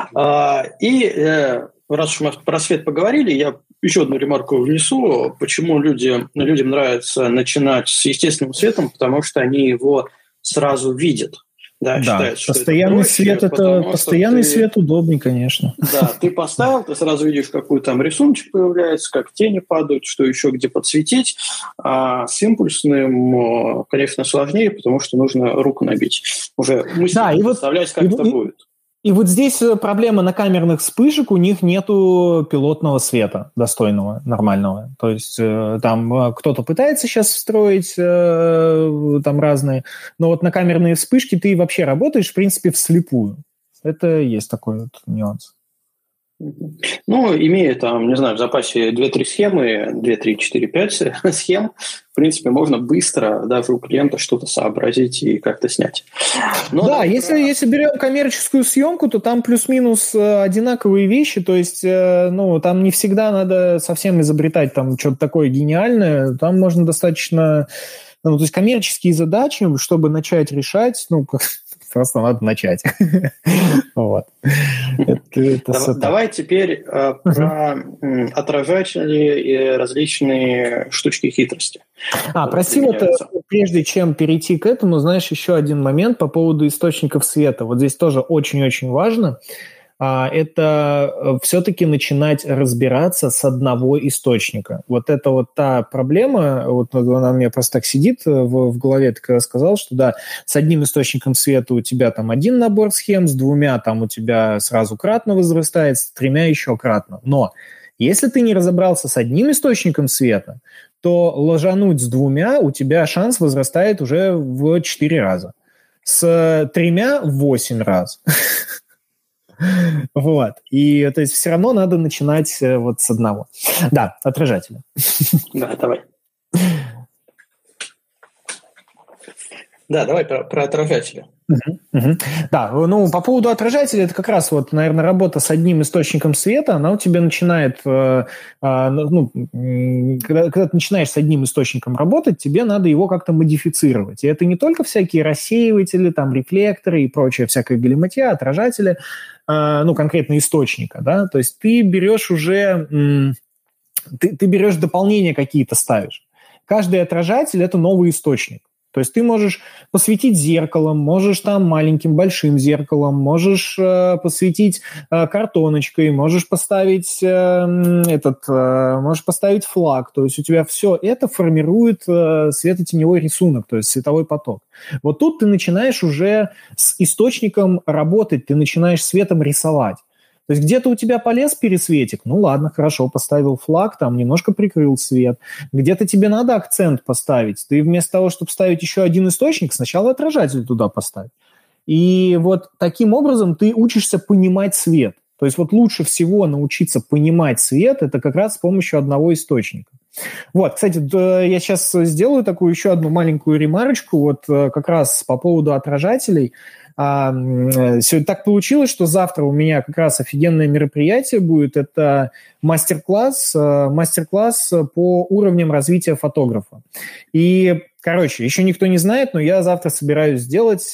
И раз уж мы про свет поговорили, я еще одну ремарку внесу. Почему люди, людям нравится начинать с естественным светом? Потому что они его сразу видят. Да, да, считают, постоянный это проще, свет, это постоянный ты, свет удобней, конечно. Да, ты поставил, ты сразу видишь, какой там рисуночек появляется, как тени падают, что еще где подсветить. А с импульсным, конечно, сложнее, потому что нужно руку набить. Уже мысленно да, представлять, вот, как и, это и, будет. И вот здесь проблема накамерных вспышек, у них нету пилотного света достойного, нормального. То есть там кто-то пытается сейчас встроить там разные, но вот накамерные вспышки ты вообще работаешь, в принципе, вслепую. Это есть такой вот нюанс. Ну, имея там, не знаю, в запасе две-три схемы, два, три, четыре, пять схем, в принципе, можно быстро даже у клиента что-то сообразить и как-то снять. Но да, если, про... если берем коммерческую съемку, то там плюс-минус одинаковые вещи, то есть, ну, там не всегда надо совсем изобретать там что-то такое гениальное, там можно достаточно... Ну, то есть коммерческие задачи, чтобы начать решать, ну, просто надо начать. Вот. Давай теперь про отражатели и различные штучки и хитрости. А, прости, вот прежде чем перейти к этому, знаешь, еще один момент по поводу источников света. Вот здесь тоже очень-очень важно. Это все-таки начинать разбираться с одного источника. Вот это вот та проблема, вот она у меня просто так сидит в, в голове, ты когда сказал, что да, с одним источником света у тебя там один набор схем, с двумя там у тебя сразу кратно возрастает, с тремя еще кратно. Но если ты не разобрался с одним источником света, то ложануть с двумя у тебя шанс возрастает уже в четыре раза. С тремя в восемь раз. Вот. И то есть все равно надо начинать вот с одного. Да, отражателя. Да, давай. Да, давай про, про отражателя. Uh-huh, uh-huh. Да, ну, по поводу отражателя, это как раз вот, наверное, работа с одним источником света, она у тебя начинает, э, э, ну, когда, когда ты начинаешь с одним источником работать, тебе надо его как-то модифицировать. И это не только всякие рассеиватели, там, рефлекторы и прочее, всякая галиматья, отражатели, э, ну, конкретно источника, да, то есть ты берешь уже, м, ты, ты берешь дополнения какие-то ставишь. Каждый отражатель – это новый источник. То есть ты можешь посветить зеркалом, можешь там маленьким, большим зеркалом, можешь э, посветить э, картоночкой, можешь поставить э, этот, э, можешь поставить флаг. То есть у тебя все это формирует э, светотеневой рисунок, то есть световой поток. Вот тут ты начинаешь уже с источником работать, ты начинаешь светом рисовать. То есть где-то у тебя полез пересветик, ну ладно, хорошо, поставил флаг, там немножко прикрыл свет. Где-то тебе надо акцент поставить. Ты вместо того, чтобы ставить еще один источник, сначала отражатель туда поставь. И вот таким образом ты учишься понимать свет. То есть вот лучше всего научиться понимать свет, это как раз с помощью одного источника. Вот, кстати, я сейчас сделаю такую еще одну маленькую ремарочку, вот как раз по поводу отражателей. Сегодня так получилось, что завтра у меня как раз офигенное мероприятие будет. Это мастер-класс, мастер-класс по уровням развития фотографа. И, короче, еще никто не знает, но я завтра собираюсь сделать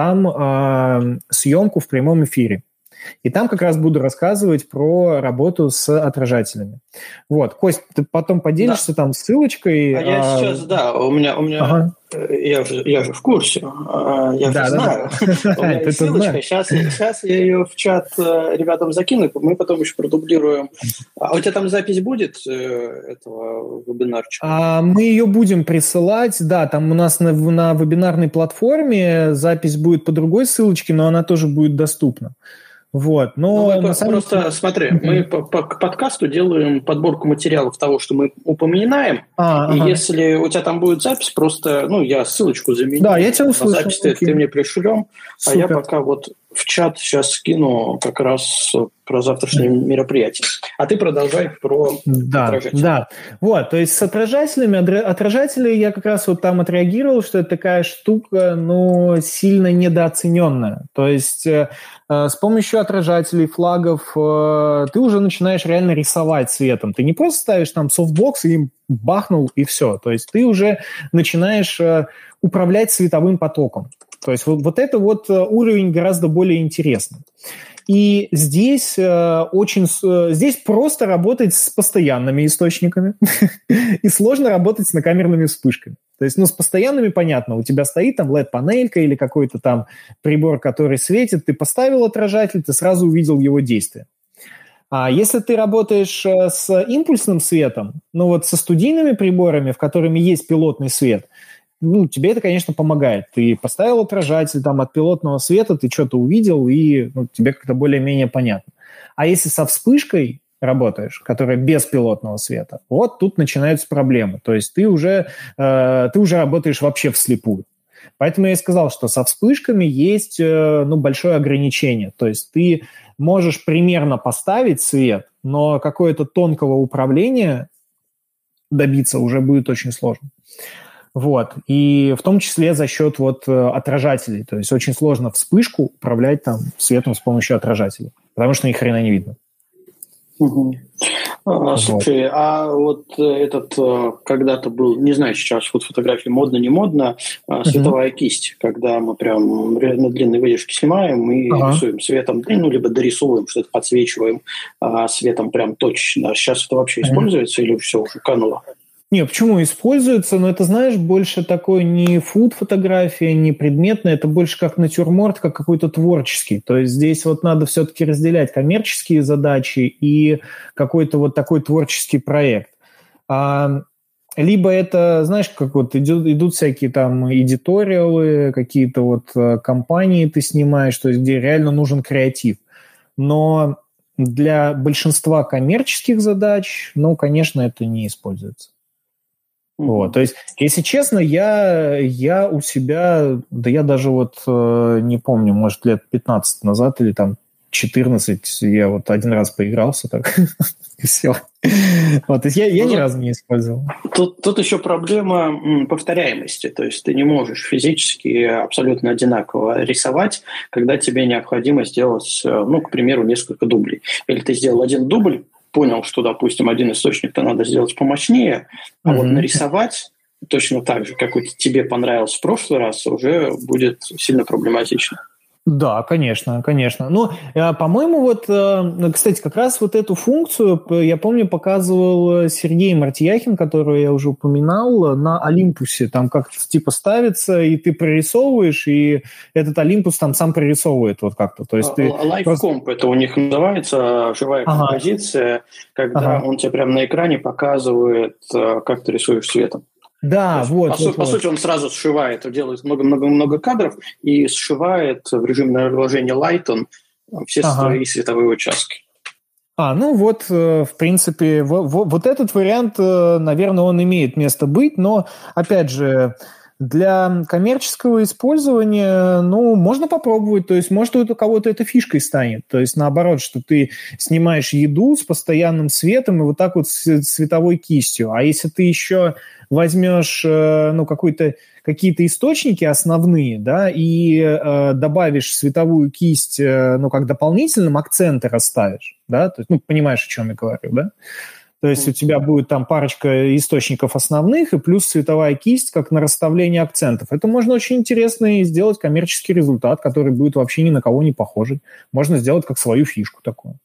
там съемку в прямом эфире. И там как раз буду рассказывать про работу с отражателями. Вот, Кость, ты потом поделишься да. там ссылочкой. А я а... сейчас, да, у меня, у меня ага. я, же, я же в курсе, я да, же да, знаю. Да. У меня есть ссылочка, сейчас, сейчас я ее в чат ребятам закину, мы потом еще продублируем. А у тебя там запись будет этого вебинарчика? А, мы ее будем присылать, да, там у нас на, на вебинарной платформе запись будет по другой ссылочке, но она тоже будет доступна. Вот, но ну, на самом просто деле... смотри, mm-hmm. мы по, по, к подкасту делаем подборку материалов того, что мы упоминаем, а, и ага. если у тебя там будет запись, просто, ну, я ссылочку заменю. Да, я тебя услышал. Запись ты, ты мне пришлем, Супер. А я пока вот в чат сейчас скину как раз про завтрашнее мероприятие. А ты продолжай про да, отражатели. Да, вот, то есть с отражателями, отражатели я как раз вот там отреагировал, что это такая штука, ну, сильно недооцененная. То есть э, с помощью отражателей, флагов э, ты уже начинаешь реально рисовать цветом. Ты не просто ставишь там софтбокс и им бахнул, и все. То есть ты уже начинаешь э, управлять цветовым потоком. То есть вот, вот это вот уровень гораздо более интересный. И здесь э, очень э, здесь просто работать с постоянными источниками и сложно работать с накамерными вспышками. То есть, ну, с постоянными понятно, у тебя стоит там эл и ди-панелька или какой-то там прибор, который светит, ты поставил отражатель, ты сразу увидел его действие. А если ты работаешь с импульсным светом, ну вот со студийными приборами, в которыми есть пилотный свет, ну, тебе это, конечно, помогает. Ты поставил отражатель там от пилотного света, ты что-то увидел, и ну, тебе как-то более-менее понятно. А если со вспышкой работаешь, которая без пилотного света, вот тут начинаются проблемы. То есть ты уже, э, ты уже работаешь вообще вслепую. Поэтому я и сказал, что со вспышками есть э, ну, большое ограничение. То есть ты можешь примерно поставить свет, но какое-то тонкого управления добиться уже будет очень сложно. Вот, и в том числе за счет вот отражателей. То есть очень сложно вспышку управлять там светом с помощью отражателей, потому что ни хрена не видно. Угу. А, слушай, вот. а вот этот когда-то был, не знаю, сейчас вот фотографии модно, не модно, световая угу. кисть, когда мы прям на длинной выдержке снимаем и ага. рисуем светом, ну, либо дорисовываем, что-то подсвечиваем а, светом прям точно. Сейчас это вообще угу. используется или все уже кануло? Не, почему используется? Но это, знаешь, больше такое не фуд-фотография, не предметная, это больше как натюрморт, как какой-то творческий. То есть здесь вот надо все-таки разделять коммерческие задачи и какой-то вот такой творческий проект. А, либо это, знаешь, как вот идут, идут всякие там эдиториалы, какие-то вот компании ты снимаешь, то есть где реально нужен креатив. Но для большинства коммерческих задач, ну, конечно, это не используется. Mm-hmm. Вот, то есть, если честно, я, я у себя, да я даже вот э, не помню, может, лет пятнадцать назад или там четырнадцать, я вот один раз поигрался так, и все. Вот, то есть я, я ни разу не использовал. Тут, тут еще проблема повторяемости, то есть ты не можешь физически абсолютно одинаково рисовать, когда тебе необходимо сделать, ну, к примеру, несколько дублей. Или ты сделал один дубль, понял, что, допустим, один источник-то надо сделать помощнее, а mm-hmm. вот нарисовать точно так же, как тебе понравилось в прошлый раз, уже будет сильно проблематично. Да, конечно, конечно. Ну, по-моему, вот, кстати, как раз вот эту функцию, я помню, показывал Сергей Мартьяхин, которую я уже упоминал, на Олимпусе. Там как-то типа ставится, и ты прорисовываешь, и этот Олимпус там сам прорисовывает вот как-то. То есть ты Лайфкомп просто... это у них называется, живая ага. композиция, когда ага. он тебе прямо на экране показывает, как ты рисуешь цветом. Да, есть, вот. По, вот, по вот. сути, он сразу сшивает, делает много-много-много кадров и сшивает в режиме наложения Lighton все ага. свои световые участки. А, ну вот, в принципе, вот, вот этот вариант, наверное, он имеет место быть, но, опять же, для коммерческого использования, ну, можно попробовать, то есть, может, у кого-то это фишкой станет, то есть, наоборот, что ты снимаешь еду с постоянным светом и вот так вот с цветовой кистью, а если ты еще возьмешь, ну, какой-то, какие-то источники основные, да, и э, добавишь световую кисть, э, ну, как дополнительным акценты расставишь, да, то есть, ну, понимаешь, о чем я говорю, да? То есть у тебя будет там парочка источников основных и плюс цветовая кисть, как на расставление акцентов. Это можно очень интересно сделать коммерческий результат, который будет вообще ни на кого не похожий. Можно сделать как свою фишку такую.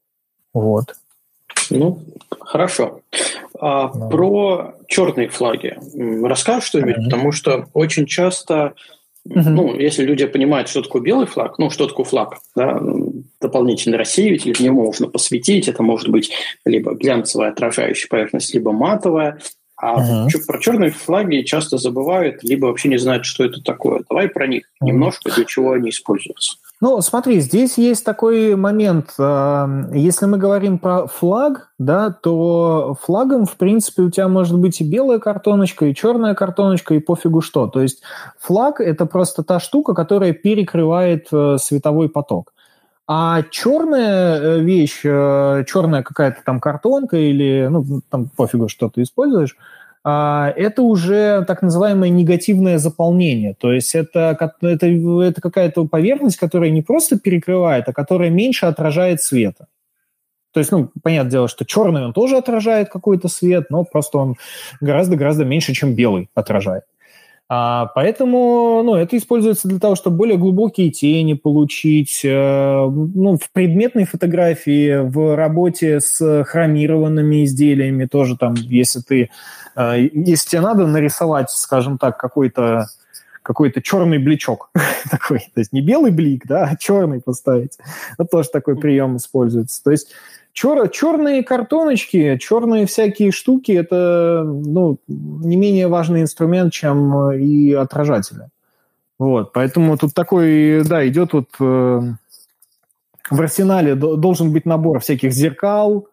Вот. Ну, хорошо. А, да. Про черные флаги расскажешь что-нибудь? Mm-hmm. Потому что очень часто, mm-hmm. ну, если люди понимают, что такое белый флаг, ну, что такое флаг, да, дополнительный рассеиватель, в него можно посветить, это может быть либо глянцевая отражающая поверхность, либо матовая. А uh-huh. про черные флаги часто забывают, либо вообще не знают, что это такое. Давай про них uh-huh. немножко, для чего они используются. Ну, смотри, здесь есть такой момент. Если мы говорим про флаг, да, то флагом, в принципе, у тебя может быть и белая картоночка, и черная картоночка, и пофигу что. То есть флаг – это просто та штука, которая перекрывает световой поток. А черная вещь, черная какая-то там картонка или, ну, там пофигу, что ты используешь, это уже так называемое негативное заполнение. То есть это, это, это какая-то поверхность, которая не просто перекрывает, а которая меньше отражает света. То есть, ну, понятное дело, что черный он тоже отражает какой-то свет, но просто он гораздо-гораздо меньше, чем белый отражает. А, поэтому, ну, это используется для того, чтобы более глубокие тени получить. Э, ну, в предметной фотографии, в работе с хромированными изделиями тоже там, если ты, э, если тебе надо нарисовать, скажем так, какой-то какой-то черный бличок такой, то есть не белый блик, да, а черный поставить. Это тоже такой прием используется. То есть Чер, черные картоночки, черные всякие штуки – это, ну, не менее важный инструмент, чем и отражатели. Вот, поэтому тут такой, да, идет вот э, в арсенале должен быть набор всяких зеркал.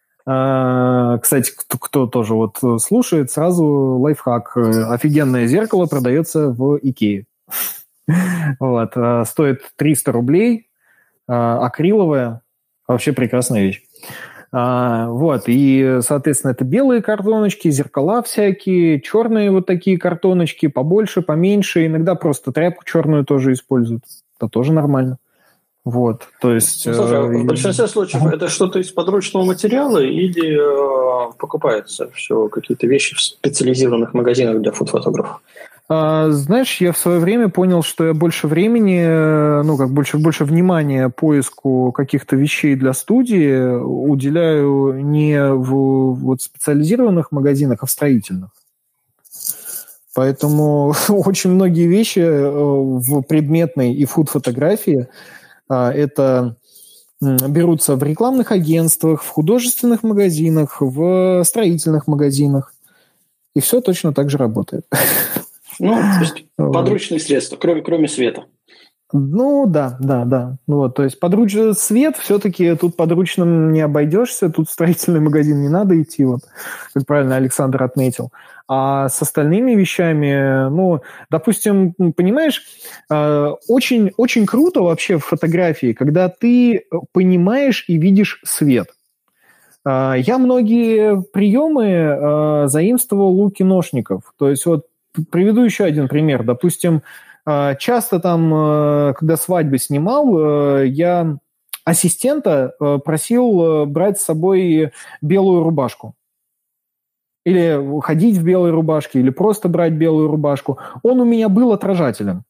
Э, кстати, кто, кто тоже вот слушает, сразу лайфхак. Офигенное зеркало продается в Икее. Вот, стоит триста рублей, акриловое, вообще прекрасная вещь. А, вот, и, соответственно, это белые картоночки, зеркала всякие, черные вот такие картоночки, побольше, поменьше, иногда просто тряпку черную тоже используют. Это тоже нормально. Вот, то есть... Ну, слушай, э, в большинстве случаев uh-huh. это что-то из подручного материала или э, покупается все, какие-то вещи в специализированных магазинах для фуд-фотографов? А, знаешь, я в свое время понял, что я больше времени, ну, как больше, больше внимания поиску каких-то вещей для студии уделяю не в вот, специализированных магазинах, а в строительных. Поэтому очень многие вещи в предметной и фуд-фотографии это берутся в рекламных агентствах, в художественных магазинах, в строительных магазинах. И все точно так же работает. Ну, то есть подручные средства, кроме, кроме света. Ну, да, да, да. Вот, то есть подручный свет, все-таки тут подручным не обойдешься, тут в строительный магазин не надо идти, вот, как правильно Александр отметил. А с остальными вещами, ну, допустим, понимаешь, очень, очень круто вообще в фотографии, когда ты понимаешь и видишь свет. Я многие приемы заимствовал у киношников. То есть вот приведу еще один пример. Допустим, часто там, когда свадьбы снимал, я ассистента просил брать с собой белую рубашку. Или ходить в белой рубашке, или просто брать белую рубашку. Он у меня был отражателем.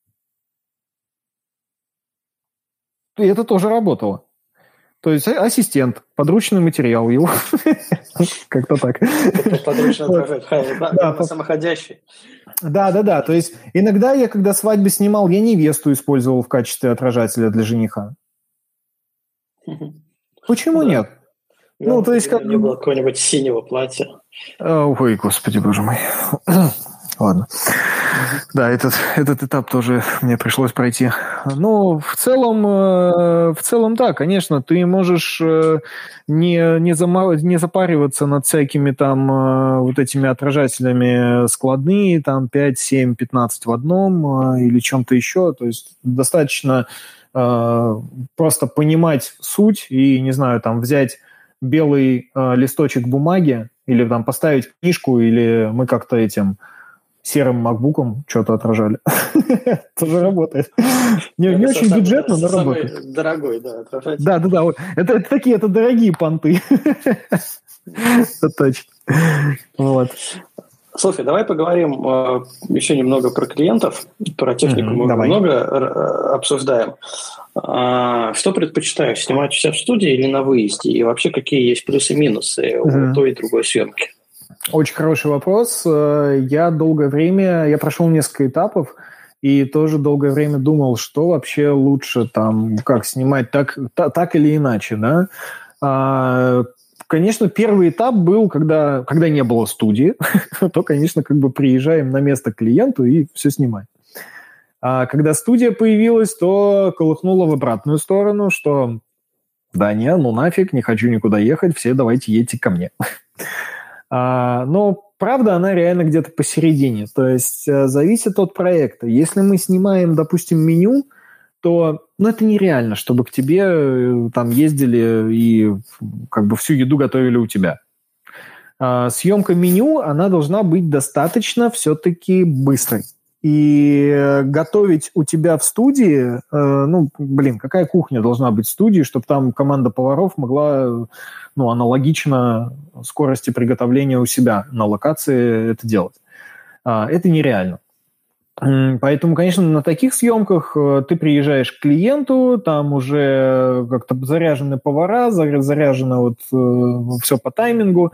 И это тоже работало. То есть ассистент, подручный материал его. Как-то так. Подручный отражатель, самоходящий. Да, да, да. То есть иногда я, когда свадьбы снимал, я невесту использовал в качестве отражателя для жениха. Почему нет? Ну, то есть как не было какого-нибудь синего платья. Ой, господи, боже мой. Ладно. Да, этот, этот этап тоже мне пришлось пройти. Но в целом, в целом, да, конечно, ты можешь не, не, зама, не запариваться над всякими там вот этими отражателями складные, там пять, семь, пятнадцать в одном или чем-то еще. То есть достаточно просто понимать суть и, не знаю, там взять белый листочек бумаги или там поставить книжку, или мы как-то этим... серым макбуком что-то отражали. Тоже работает. Не, не очень бюджетно, но работает. Дорогой, да, отражатель. Да, да, да. Это, это такие, это дорогие понты. Это точно. Вот. Слушай, давай поговорим э, еще немного про клиентов. Про технику mm-hmm, мы давай. много р- обсуждаем. А, что предпочитаешь, снимать у себя в студии или на выезде? И вообще, какие есть плюсы и минусы mm-hmm. у той и другой съемки? Очень хороший вопрос. Я долгое время, я прошел несколько этапов и тоже долгое время думал, что вообще лучше там, как снимать так, так, так или иначе, да. А, конечно, первый этап был, когда, когда не было студии, то, конечно, как бы приезжаем на место к клиенту и все снимаем. А когда студия появилась, то колыхнуло в обратную сторону, что да не, ну нафиг, не хочу никуда ехать, все давайте едьте ко мне. а, но правда, она реально где-то посередине, то есть зависит от проекта. Если мы снимаем, допустим, меню, то ну, это нереально, чтобы к тебе там ездили и как бы всю еду готовили у тебя. А, съемка меню, она должна быть достаточно все-таки быстрой. И готовить у тебя в студии, э, ну, блин, какая кухня должна быть в студии, чтобы там команда поваров могла, ну, аналогично скорости приготовления у себя на локации это делать. А, это нереально. Поэтому, конечно, на таких съемках ты приезжаешь к клиенту, там уже как-то заряжены повара, заряжено вот все по таймингу,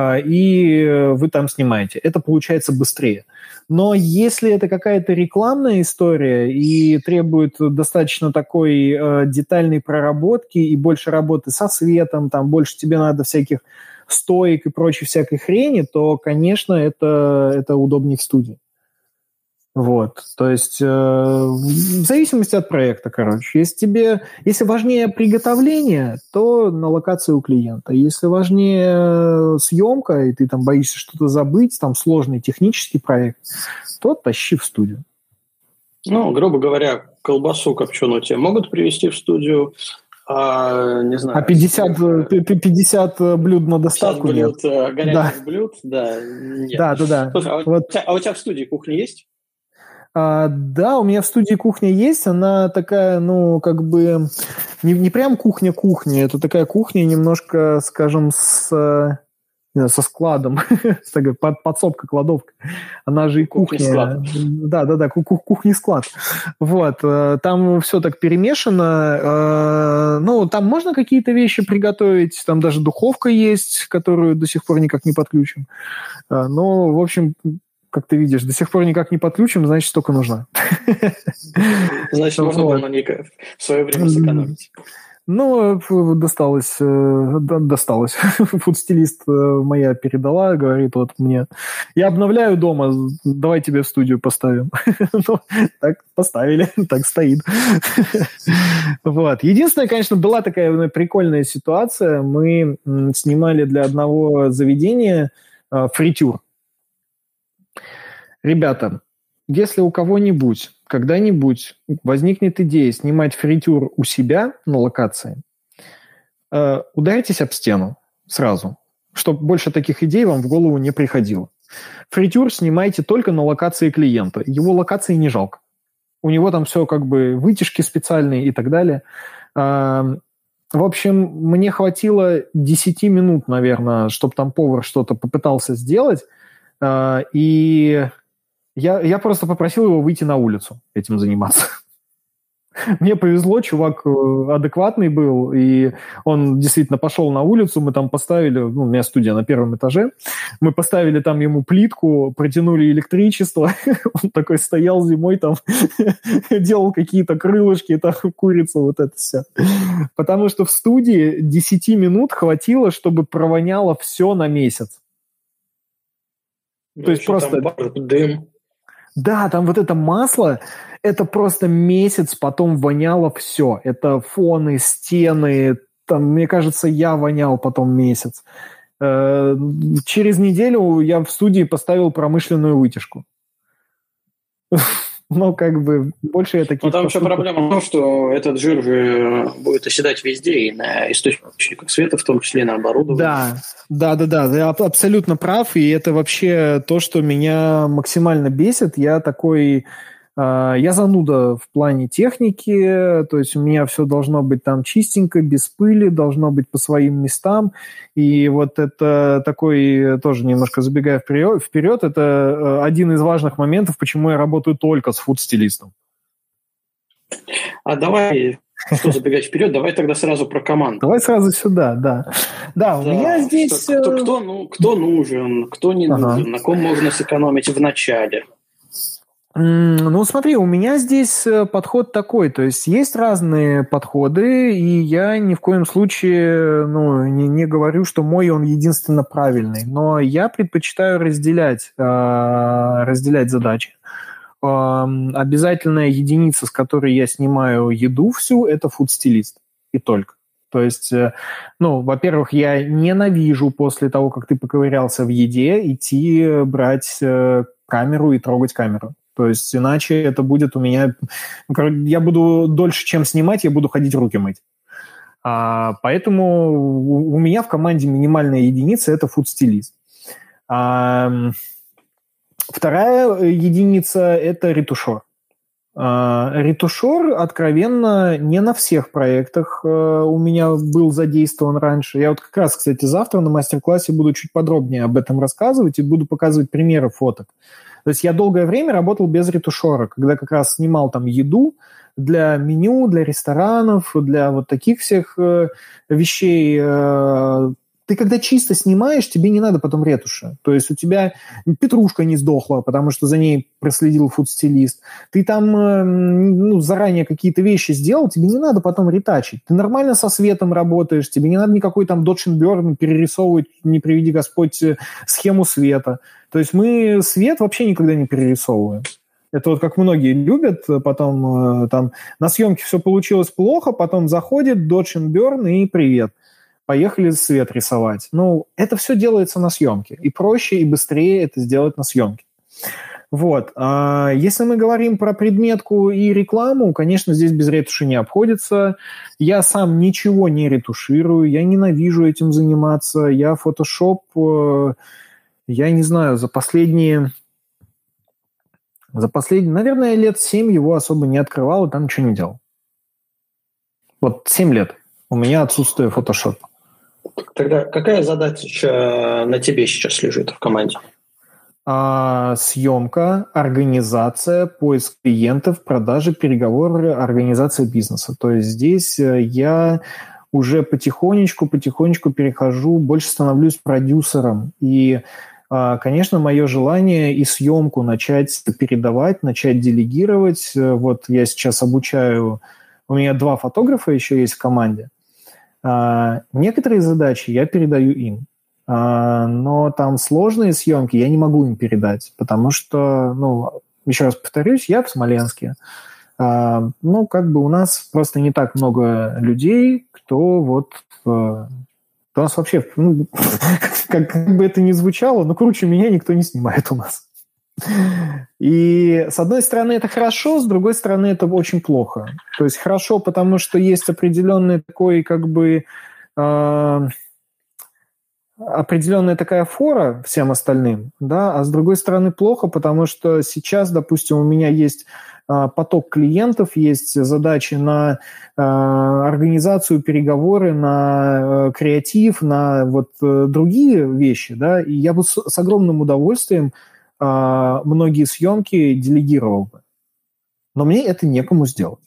и вы там снимаете. Это получается быстрее. Но если это какая-то рекламная история и требует достаточно такой детальной проработки и больше работы со светом, там больше тебе надо всяких стоек и прочей всякой хрени, то, конечно, это, это удобнее в студии. Вот, то есть э, в зависимости от проекта, короче. Если тебе, если важнее приготовление, то на локации у клиента. Если важнее съемка, и ты там боишься что-то забыть, там сложный технический проект, то тащи в студию. Ну, грубо говоря, колбасу копченую тебе могут привезти в студию, а, не знаю... А пятьдесят, пятьдесят блюд на доставку пятьдесят блюд, нет? горячих Да. блюд, да, нет. Да, да, да. Слушай, а, вот. у тебя, а у тебя в студии кухня есть? А, да, у меня в студии кухня есть, она такая, ну, как бы, не, не прям кухня-кухня, это такая кухня немножко, скажем, с, не знаю, со складом, под, подсобка, кладовка, она же и кухня. Да-да-да, кухня-склад. Вот, там все так перемешано, ну, там можно какие-то вещи приготовить, там даже духовка есть, которую до сих пор никак не подключим, но, в общем... Как ты видишь, до сих пор никак не подключим, значит, столько нужна. Значит, можно было на ней в свое время сэкономить. Ну, досталось, досталось. Фудстилист моя передала, говорит, вот мне, я обновляю дома, давай тебе в студию поставим. Ну, так поставили, так стоит. Вот. Единственное, конечно, была такая прикольная ситуация. Мы снимали для одного заведения фритюр. Ребята, если у кого-нибудь когда-нибудь возникнет идея снимать фритюр у себя на локации, э, ударьтесь об стену сразу, чтобы больше таких идей вам в голову не приходило. Фритюр снимайте только на локации клиента. Его локации не жалко. У него там все как бы вытяжки специальные и так далее. Э, в общем, мне хватило десять минут, наверное, чтобы там повар что-то попытался сделать, э, и... Я, я просто попросил его выйти на улицу этим заниматься. Мне повезло, чувак адекватный был, и он действительно пошел на улицу, мы там поставили, ну, у меня студия на первом этаже, мы поставили там ему плитку, протянули электричество, он такой стоял зимой там, делал какие-то крылышки, там, курица, вот это все. Потому что в студии десять минут хватило, чтобы провоняло все на месяц. Ну, то есть просто... дым. Да, там вот это масло, это просто месяц потом воняло все. Это фоны, стены, там, мне кажется, я вонял потом месяц. Через неделю я в студии поставил промышленную вытяжку. Но как бы больше я таких... Но там еще проблема в том, что этот жир же будет оседать везде, и на источниках света, в том числе на оборудовании. Да, да, да, да, ты абсолютно прав, и это вообще то, что меня максимально бесит. Я такой... Я зануда в плане техники, то есть у меня все должно быть там чистенько, без пыли, должно быть по своим местам. И вот это такой, тоже немножко забегая вперед, вперед, это один из важных моментов, почему я работаю только с фуд-стилистом. А давай, что забегать вперед, давай тогда сразу про команду. Давай сразу сюда, да. Да, у да, меня здесь... Что, кто, кто, ну, кто нужен, кто не ага. нужен, на ком можно сэкономить в начале. Ну, смотри, у меня здесь подход такой, то есть есть разные подходы, и я ни в коем случае ну, не, не говорю, что мой он единственно правильный, но я предпочитаю разделять, разделять задачи. обязательная единица, с которой я снимаю еду всю, это фуд-стилист. И только. То есть, ну, во-первых, я ненавижу после того, как ты поковырялся в еде, идти брать камеру и трогать камеру. То есть, иначе это будет у меня... Я буду дольше, чем снимать, я буду ходить руки мыть. А, поэтому у меня в команде минимальная единица – это фуд-стилист. А, вторая единица – это ретушер. А, ретушер, откровенно, не на всех проектах а, у меня был задействован раньше. Я вот как раз, кстати, завтра на мастер-классе буду чуть подробнее об этом рассказывать и буду показывать примеры фоток. То есть я долгое время работал без ретушера, когда как раз снимал там еду для меню, для ресторанов, для вот таких всех э, вещей. Э, ты когда чисто снимаешь, тебе не надо потом ретуша. То есть у тебя петрушка не сдохла, потому что за ней проследил фуд-стилист. Ты там э, ну, заранее какие-то вещи сделал, тебе не надо потом ретачить. Ты нормально со светом работаешь, тебе не надо никакой там Dodge and Burn перерисовывать, не приведи Господь, схему света. То есть мы свет вообще никогда не перерисовываем. Это вот как многие любят, потом там на съемке все получилось плохо, потом заходит Dodge and Burn и привет. Поехали свет рисовать. Ну, это все делается на съемке. И проще, и быстрее это сделать на съемке. Вот. А если мы говорим про предметку и рекламу, конечно, здесь без ретуши не обходится. Я сам ничего не ретуширую, я ненавижу этим заниматься. Я Photoshop, я не знаю, за последние... За последние, наверное, лет семь его особо не открывал и там ничего не делал. Вот семь лет у меня отсутствие Photoshop. Тогда какая задача на тебе сейчас лежит в команде? А, съемка, организация, поиск клиентов, продажи, переговоры, организация бизнеса. То есть здесь я уже потихонечку-потихонечку перехожу, больше становлюсь продюсером. И, конечно, мое желание и съемку начать передавать, начать делегировать. Вот я сейчас обучаю... У меня два фотографа еще есть в команде. Некоторые задачи я передаю им. Но там сложные съемки я не могу им передать, потому что, ну, еще раз повторюсь, я в Смоленске. Ну, как бы у нас просто не так много людей, кто вот... У нас вообще, ну, как, как бы это ни звучало, но круче меня никто не снимает у нас. И с одной стороны это хорошо, с другой стороны это очень плохо. То есть хорошо, потому что есть определенный такой, как бы, э, определенная такая фора всем остальным, да, а с другой стороны плохо, потому что сейчас, допустим, у меня есть э, поток клиентов, есть задачи на э, организацию, переговоры, на э, креатив, на вот э, другие вещи, да, и я бы с, с огромным удовольствием многие съемки делегировал бы. Но мне это некому сделать.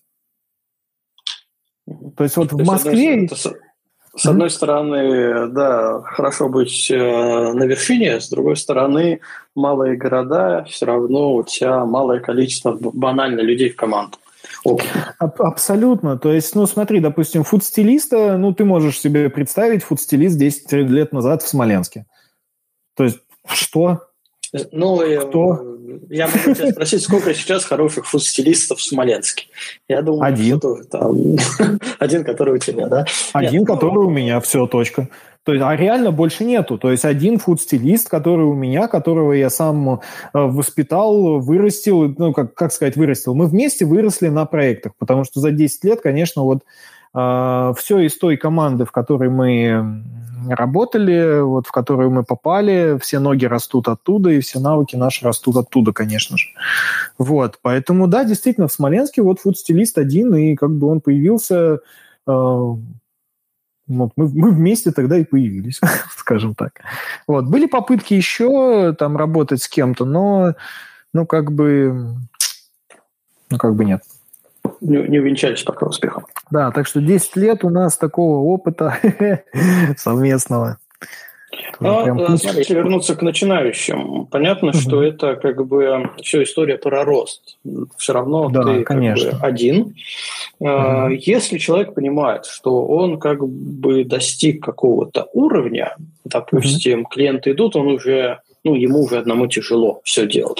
То есть вот То в Москве... С одной, с одной mm-hmm. стороны, да, хорошо быть на вершине, с другой стороны, малые города, все равно у тебя малое количество банально людей в команду. Аб- абсолютно. То есть, ну смотри, допустим, фуд-стилиста, ну ты можешь себе представить фуд-стилист десять лет назад в Смоленске. То есть что... Ну, Кто? Я могу тебя спросить, сколько сейчас хороших фуд-стилистов в Смоленске? Я думаю, один. Что там... один, который у тебя, да? Один, Нет, который ну... у меня, все, точка. То есть, а реально больше нету. То есть один фуд-стилист, который у меня, которого я сам воспитал, вырастил, ну, как, как сказать, вырастил. Мы вместе выросли на проектах, потому что за десять лет, конечно, вот э, все из той команды, в которой мы... работали, вот в которую мы попали, все ноги растут оттуда, и все навыки наши растут оттуда, конечно же. Вот, поэтому, да, действительно, в Смоленске вот фуд-стилист один, и как бы он появился, э, вот, мы, мы вместе тогда и появились, скажем так. Вот, были попытки еще там работать с кем-то, но, ну, как бы, ну, как бы нет. Не, не увенчались пока успехом. Да, так что десять лет у нас такого опыта совместного. Но, прям... Если вернуться к начинающим, понятно, угу. что это как бы все история про рост. Все равно да, ты конечно. Как бы один. Угу. Если человек понимает, что он как бы достиг какого-то уровня, допустим, угу. клиенты идут, он уже, ну, ему уже одному тяжело все делать.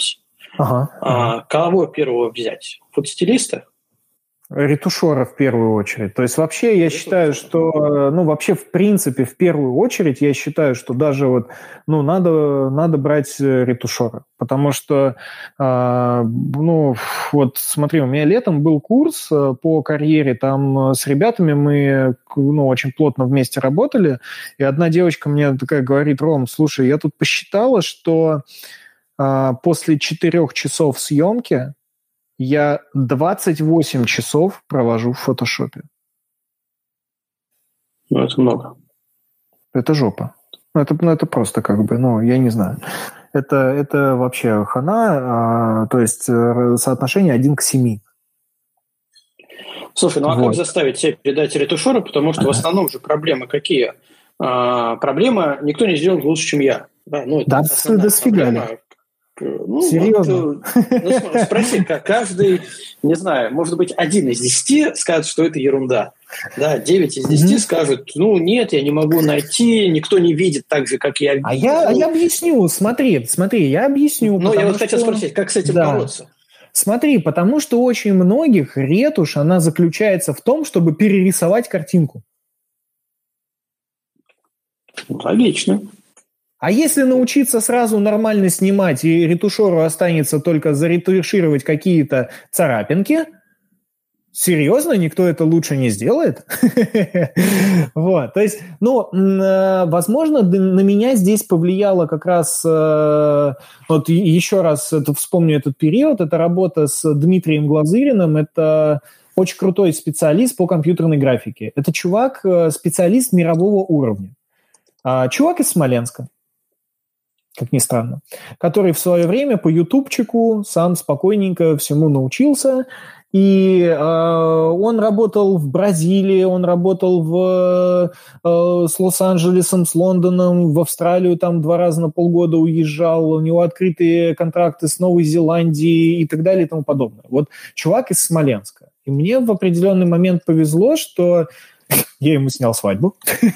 Ага, а, ага. Кого первого взять? Фотостилиста? Ретушера в первую очередь. То есть вообще я Ретушера. считаю, что, ну вообще в принципе в первую очередь я считаю, что даже вот, ну надо, надо брать ретушера. Потому что, э, ну вот смотри, у меня летом был курс по карьере, там с ребятами мы, ну, очень плотно вместе работали, и одна девочка мне такая говорит: Ром, слушай, я тут посчитала, что э, после четырех часов съемки я двадцать восемь часов провожу в фотошопе. Ну, это много. Это жопа. Ну, это, ну, это просто как бы, ну, я не знаю. Это, это вообще хана, а, то есть соотношение один к семи. Слушай, ну а вот. как заставить себя передать ретушеру? Потому что в основном же проблемы какие? А, проблема – никто не сделал лучше, чем я. Да, ну, это да, да сфигали. Ну, серьезно? Вот, ну, спроси, как каждый, не знаю, может быть, один из десяти скажет, что это ерунда. Да, девять из десяти mm-hmm. скажут: ну, нет, я не могу найти, никто не видит так же, как я вижу. А я, а я объясню, смотри, смотри, я объясню. Ну, я вот что... хотел спросить, как с этим да. бороться? Смотри, потому что у очень многих ретушь, она заключается в том, чтобы перерисовать картинку. Логично. А если научиться сразу нормально снимать, и ретушеру останется только заретушировать какие-то царапинки, серьезно, никто это лучше не сделает? Вот, то есть, ну, возможно, на меня здесь повлияло как раз, вот еще раз вспомню этот период, это работа с Дмитрием Глазыриным, это очень крутой специалист по компьютерной графике. Это чувак, специалист мирового уровня. Чувак из Смоленска, как ни странно, который в свое время по ютубчику сам спокойненько всему научился. И э, он работал в Бразилии, он работал в, э, с Лос-Анджелесом, с Лондоном, в Австралию там два раза на полгода уезжал, у него открытые контракты с Новой Зеландией и так далее и тому подобное. Вот чувак из Смоленска. И мне в определенный момент повезло, что я ему снял свадьбу.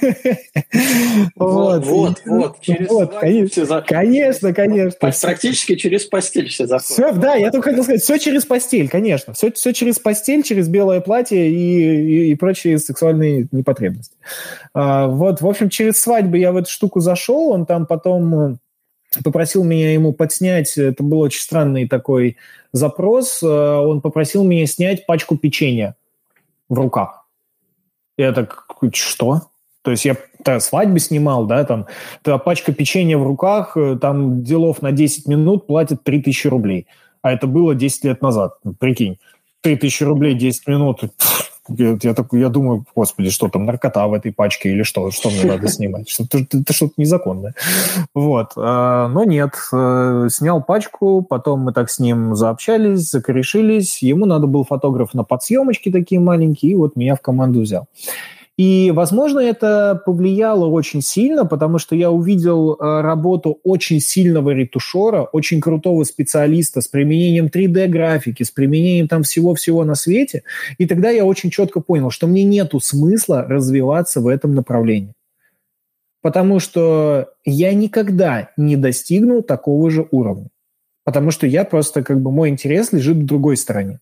Вот, вот, вот. Через свадьбу. Конечно, конечно. Практически через постель все заходят. Да, я только хотел сказать, все через постель, конечно. Все через постель, через белое платье и прочие сексуальные непотребности. Вот, в общем, через свадьбу я в эту штуку зашел, он там потом попросил меня ему подснять, это был очень странный такой запрос, он попросил меня снять пачку печенья в руках. Я так, что? То есть я да, свадьбы снимал, да, там, та пачка печенья в руках, там делов на десять минут платят три тысячи рублей. А это было десять лет назад, прикинь. три тысячи рублей десять минут. Я, я, так, я думаю, господи, что там, наркота в этой пачке или что? Что мне надо снимать? Что-то, это что-то незаконное. Вот. Но нет, снял пачку, потом мы так с ним заобщались, закорешились. Ему надо был фотограф на подсъемочки такие маленькие, и вот меня в команду взял. И, возможно, это повлияло очень сильно, потому что я увидел работу очень сильного ретушера, очень крутого специалиста с применением три дэ-графики, с применением там всего-всего на свете. И тогда я очень четко понял, что мне нету смысла развиваться в этом направлении. Потому что я никогда не достигну такого же уровня. Потому что я просто, как бы, мой интерес лежит в другой стороне.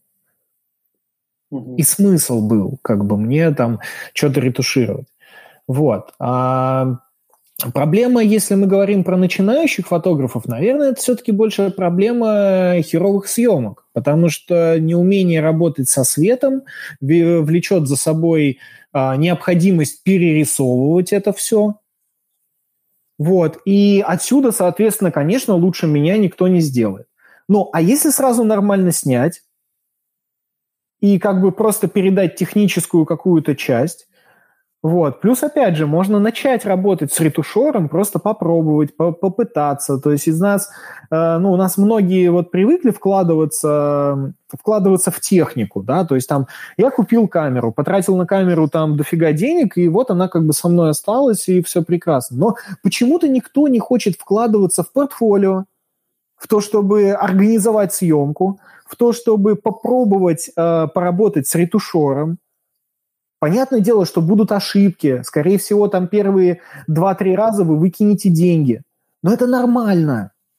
И смысл был, как бы, мне там что-то ретушировать. Вот. А проблема, если мы говорим про начинающих фотографов, наверное, это все-таки больше проблема херовых съемок, потому что неумение работать со светом влечет за собой а, необходимость перерисовывать это все. Вот. И отсюда, соответственно, конечно, лучше меня никто не сделает. Ну, а если сразу нормально снять, и как бы просто передать техническую какую-то часть. Вот. Плюс, опять же, можно начать работать с ретушером, просто попробовать, попытаться. То есть из нас, э, ну, у нас многие вот привыкли вкладываться, вкладываться в технику, да, то есть там я купил камеру, потратил на камеру там дофига денег, и вот она как бы со мной осталась, и все прекрасно. Но почему-то никто не хочет вкладываться в портфолио, в то, чтобы организовать съемку, в то, чтобы попробовать э, поработать с ретушером. Понятное дело, что будут ошибки. Скорее всего, там первые два-три раза вы выкинете деньги. Но это нормально.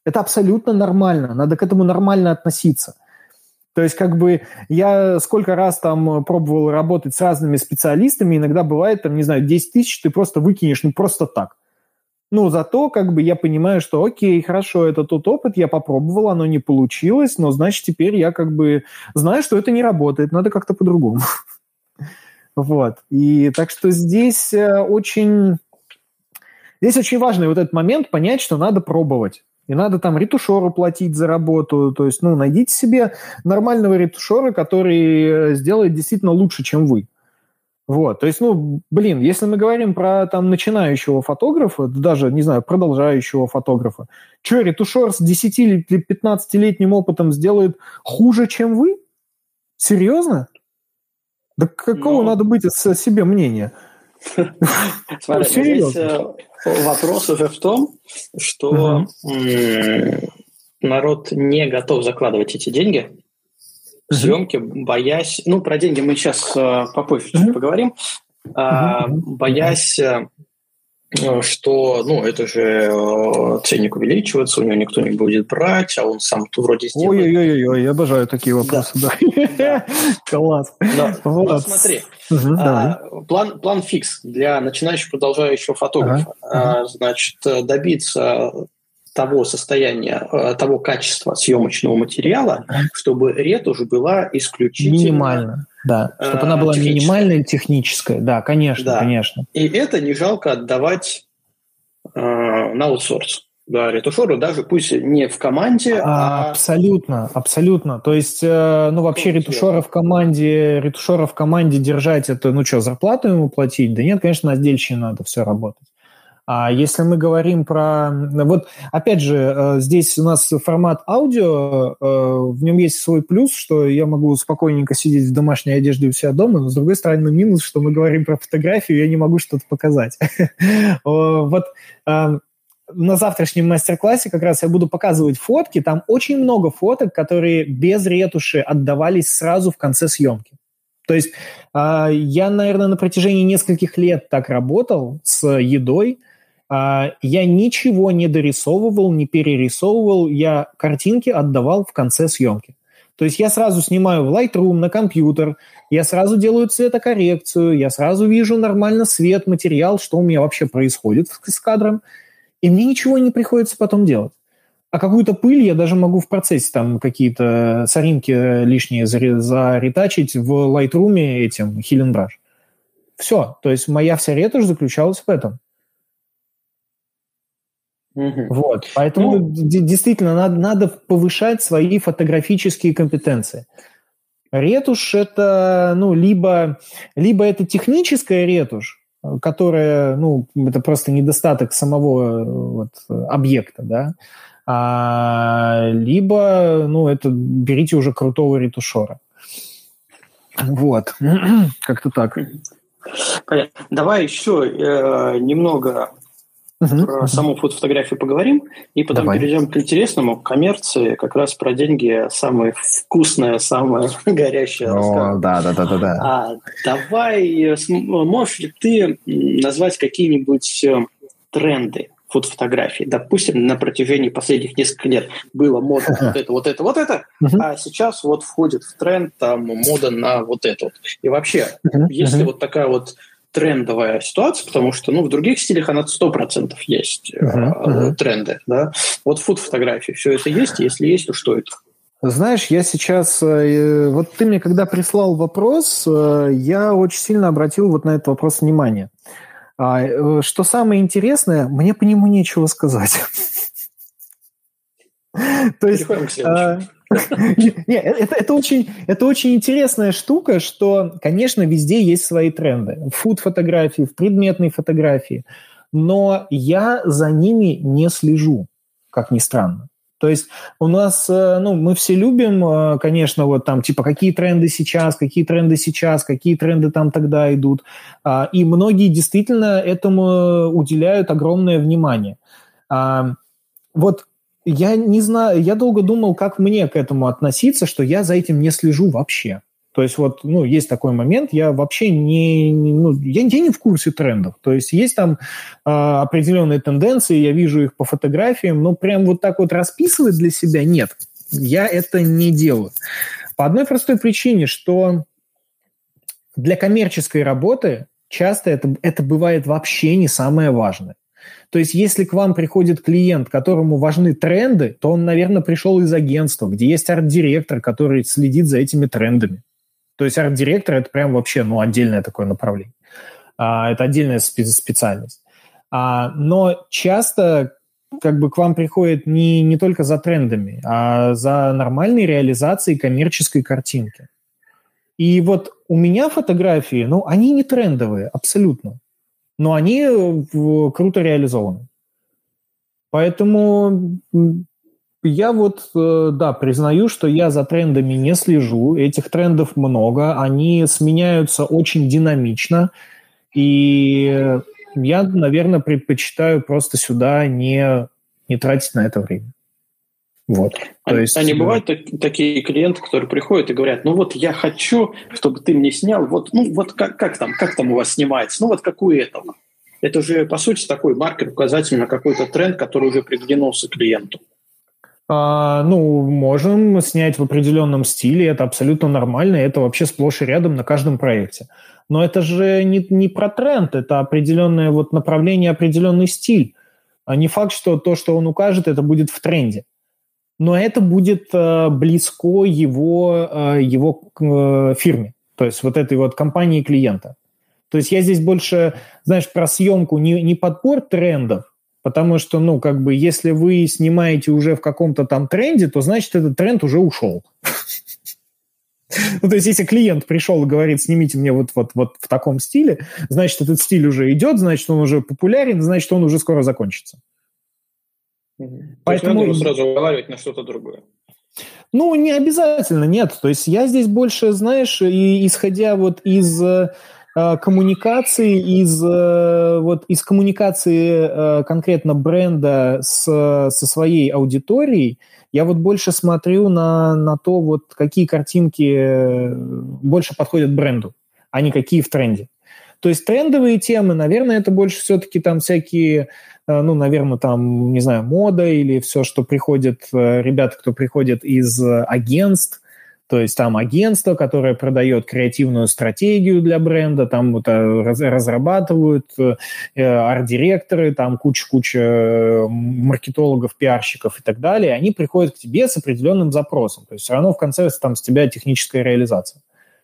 Это абсолютно нормально. Надо к этому нормально относиться. То есть, как бы, я сколько раз там пробовал работать с разными специалистами, иногда бывает, там, не знаю, десять тысяч ты просто выкинешь, ну, просто так. Ну, зато, как бы, я понимаю, что, окей, хорошо, это тот опыт, я попробовал, оно не получилось, но, значит, теперь я, как бы, знаю, что это не работает, надо как-то по-другому. Вот. И так что здесь очень... Здесь очень важный вот этот момент понять, что надо пробовать. И надо там ретушеру платить за работу. То есть, ну, найдите себе нормального ретушера, который сделает действительно лучше, чем вы. Вот. То есть, ну, блин, если мы говорим про там начинающего фотографа, даже, не знаю, продолжающего фотографа, что, ретушер с десяти- или пятнадцатилетним опытом сделает хуже, чем вы? Серьезно? Да какого ну... надо быть о себе мнения? Смотри, здесь вопрос уже в том, что uh-huh. народ не готов закладывать эти деньги в uh-huh. съемки, боясь... Ну, про деньги мы сейчас попозже uh-huh. чуть поговорим. Uh-huh. Боясь, что, ну, это же ценник увеличивается, у него никто не будет брать, а он сам-то вроде сделает. Ой-ой-ой, я обожаю такие вопросы. Да. Класс. Вот смотри. Угу, а, план, план фикс для начинающего, продолжающего фотографа. Ага, а, значит, добиться того состояния, того качества съемочного материала, чтобы ретушь была исключительно... Минимально, да. Чтобы а, она была минимальная и техническая. Да, конечно, да. конечно. И это не жалко отдавать а, на аутсорс. Да, ретушеру даже пусть не в команде, а... Абсолютно, абсолютно. То есть, ну, вообще ретушера в команде, ретушера в команде держать, это, ну что, зарплату ему платить? Да нет, конечно, на отдельщине надо все работать. А если мы говорим про... Вот, опять же, здесь у нас формат аудио, в нем есть свой плюс, что я могу спокойненько сидеть в домашней одежде у себя дома, но, с другой стороны, минус, что мы говорим про фотографию, я не могу что-то показать. Вот... На завтрашнем мастер-классе как раз я буду показывать фотки. Там очень много фоток, которые без ретуши отдавались сразу в конце съемки. То есть э, я, наверное, на протяжении нескольких лет так работал с едой. Э, я ничего не дорисовывал, не перерисовывал. Я картинки отдавал в конце съемки. То есть я сразу снимаю в Lightroom на компьютер, я сразу делаю цветокоррекцию, я сразу вижу нормально свет, материал, что у меня вообще происходит с кадром. И мне ничего не приходится потом делать. А какую-то пыль я даже могу в процессе там какие-то соринки лишние заретачить в Lightroom этим Healing Brush. Все. То есть моя вся ретушь заключалась в этом. Mm-hmm. Вот. Поэтому ну, действительно надо, надо повышать свои фотографические компетенции. Ретушь это, ну, либо, либо это техническая ретушь, которая, ну, это просто недостаток самого вот, объекта, да, а, либо, ну, это берите уже крутого ретушера. Вот, как-то так. Понятно. Давай еще э, немного uh-huh. про саму фотофотографию поговорим, и потом Давай. перейдем к интересному, к коммерции, как раз про деньги, самое вкусное, самое горящее. О, да, да, да, да, да. А, давай, можешь ли ты назвать какие-нибудь тренды фотофотографии? Допустим, на протяжении последних нескольких лет было мода вот это, вот это, вот это, uh-huh. а сейчас вот входит в тренд там мода на вот это вот. И вообще, uh-huh. если uh-huh. вот такая вот трендовая ситуация, потому что, ну, в других стилях она сто процентов есть uh-huh, uh-huh. тренды, да. Вот фотофотографии, все это есть? Если есть, то что это? Знаешь, я сейчас... Вот ты мне когда прислал вопрос, я очень сильно обратил вот на этот вопрос внимание. Что самое интересное, мне по нему нечего сказать. То есть... Не, это, это, очень, это очень интересная штука, что, конечно, везде есть свои тренды. В фуд-фотографии, в предметной фотографии. Но я за ними не слежу, как ни странно. То есть у нас, ну, мы все любим, конечно, вот там, типа, какие тренды сейчас, какие тренды сейчас, какие тренды там тогда идут. И многие действительно этому уделяют огромное внимание. Вот я не знаю, я долго думал, как мне к этому относиться, что я за этим не слежу вообще. То есть вот, ну, есть такой момент, я вообще не, ну, я, я не в курсе трендов. То есть есть там а, определенные тенденции, я вижу их по фотографиям, но прям вот так вот расписывать для себя нет. Я это не делаю. По одной простой причине, что для коммерческой работы часто это, это бывает вообще не самое важное. То есть если к вам приходит клиент, которому важны тренды, то он, наверное, пришел из агентства, где есть арт-директор, который следит за этими трендами. То есть арт-директор – это прям вообще ну, отдельное такое направление. А, это отдельная спе- специальность. А, но часто как бы к вам приходит не, не только за трендами, а за нормальной реализацией коммерческой картинки. И вот у меня фотографии, ну, они не трендовые абсолютно, но они в, круто реализованы. Поэтому я вот, да, признаю, что я за трендами не слежу. Этих трендов много, они сменяются очень динамично, и я, наверное, предпочитаю просто сюда не, не тратить на это время. Вот. А, То есть, а не бывают так, такие клиенты, которые приходят и говорят, ну вот я хочу, чтобы ты мне снял, вот, ну вот как, как, там, как там у вас снимается, ну вот как у этого. Это же, по сути, такой маркер, указатель на какой-то тренд, который уже приглянулся клиенту. А, ну, можем снять в определенном стиле, это абсолютно нормально, это вообще сплошь и рядом на каждом проекте. Но это же не, не про тренд, это определенное вот направление, определенный стиль. А не факт, что то, что он укажет, это будет в тренде. Но это будет э, близко его, э, его э, фирме, то есть вот этой вот компании клиента. То есть я здесь больше, знаешь, про съемку не, не подбор трендов, потому что, ну, как бы, если вы снимаете уже в каком-то там тренде, то, значит, этот тренд уже ушел. Ну, то есть если клиент пришел и говорит, снимите мне вот, вот, вот в таком стиле, значит, этот стиль уже идет, значит, он уже популярен, значит, он уже скоро закончится. Поэтому надо сразу уговаривать на что-то другое. Ну, не обязательно, нет. То есть я здесь больше, знаешь, и, исходя вот из э, коммуникации, из, э, вот, из коммуникации э, конкретно бренда с, со своей аудиторией, я вот больше смотрю на, на то, вот, какие картинки больше подходят бренду, а не какие в тренде. То есть трендовые темы, наверное, это больше все-таки там всякие, ну, наверное, там, не знаю, мода или все, что приходит, ребята, кто приходит из агентств, то есть там агентство, которое продает креативную стратегию для бренда, там вот разрабатывают арт-директоры, там куча-куча маркетологов, пиарщиков и так далее, они приходят к тебе с определенным запросом, то есть все равно в конце там с тебя техническая реализация.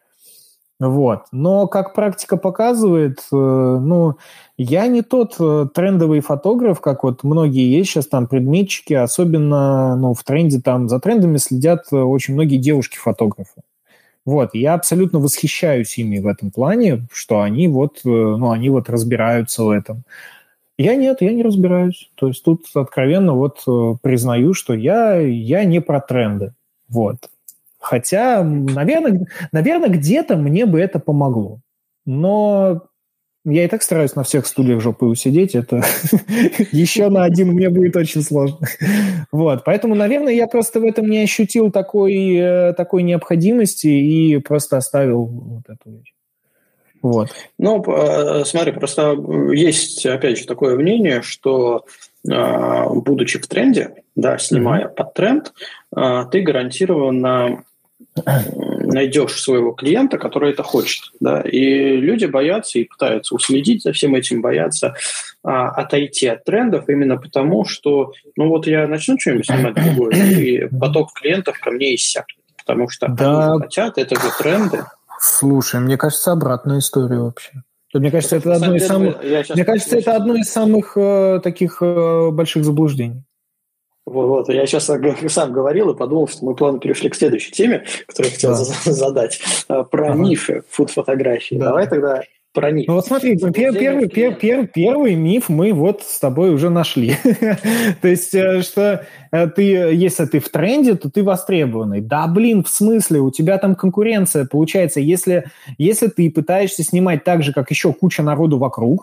Вот. Но, как практика показывает, ну, я не тот трендовый фотограф, как вот многие есть сейчас там предметчики, особенно, ну, в тренде там, за трендами следят очень многие девушки-фотографы. Вот, я абсолютно восхищаюсь ими в этом плане, что они вот, ну, они вот разбираются в этом. Я нет, я не разбираюсь. То есть тут откровенно вот признаю, что я, я не про тренды. Вот. Хотя, наверное, наверное, где-то мне бы это помогло. Но я и так стараюсь на всех стульях жопой усидеть. Это еще на один мне будет очень сложно. Вот. Поэтому, наверное, я просто в этом не ощутил такой, такой необходимости и просто оставил вот эту вещь. Вот. Ну, смотри, просто есть, опять же, такое мнение, что, будучи в тренде, да, снимая mm-hmm. под тренд, ты гарантированно найдешь своего клиента, который это хочет. Да? И люди боятся и пытаются уследить за всем этим, боятся а, отойти от трендов именно потому, что ну вот я начну что-нибудь снимать другое, и поток клиентов ко мне иссякнет. Потому что да. они хотят, это же тренды. Слушай, мне кажется, обратная история вообще. Мне кажется, это, это одно из самых, мне кажется, это одно из самых э, таких э, больших заблуждений. Вот, вот, я сейчас сам говорил и подумал, что мы плавно перешли к следующей теме, которую я хотел да. задать, про ага. мифы фуд-фотографии. Да. Давай тогда про миф. Ну вот смотри, пер, первый, пер, пер, первый миф мы вот с тобой уже нашли. То есть, что ты, если ты в тренде, то ты востребованный. Да, блин, в смысле? У тебя там конкуренция получается. Если, если ты пытаешься снимать так же, как еще куча народу вокруг,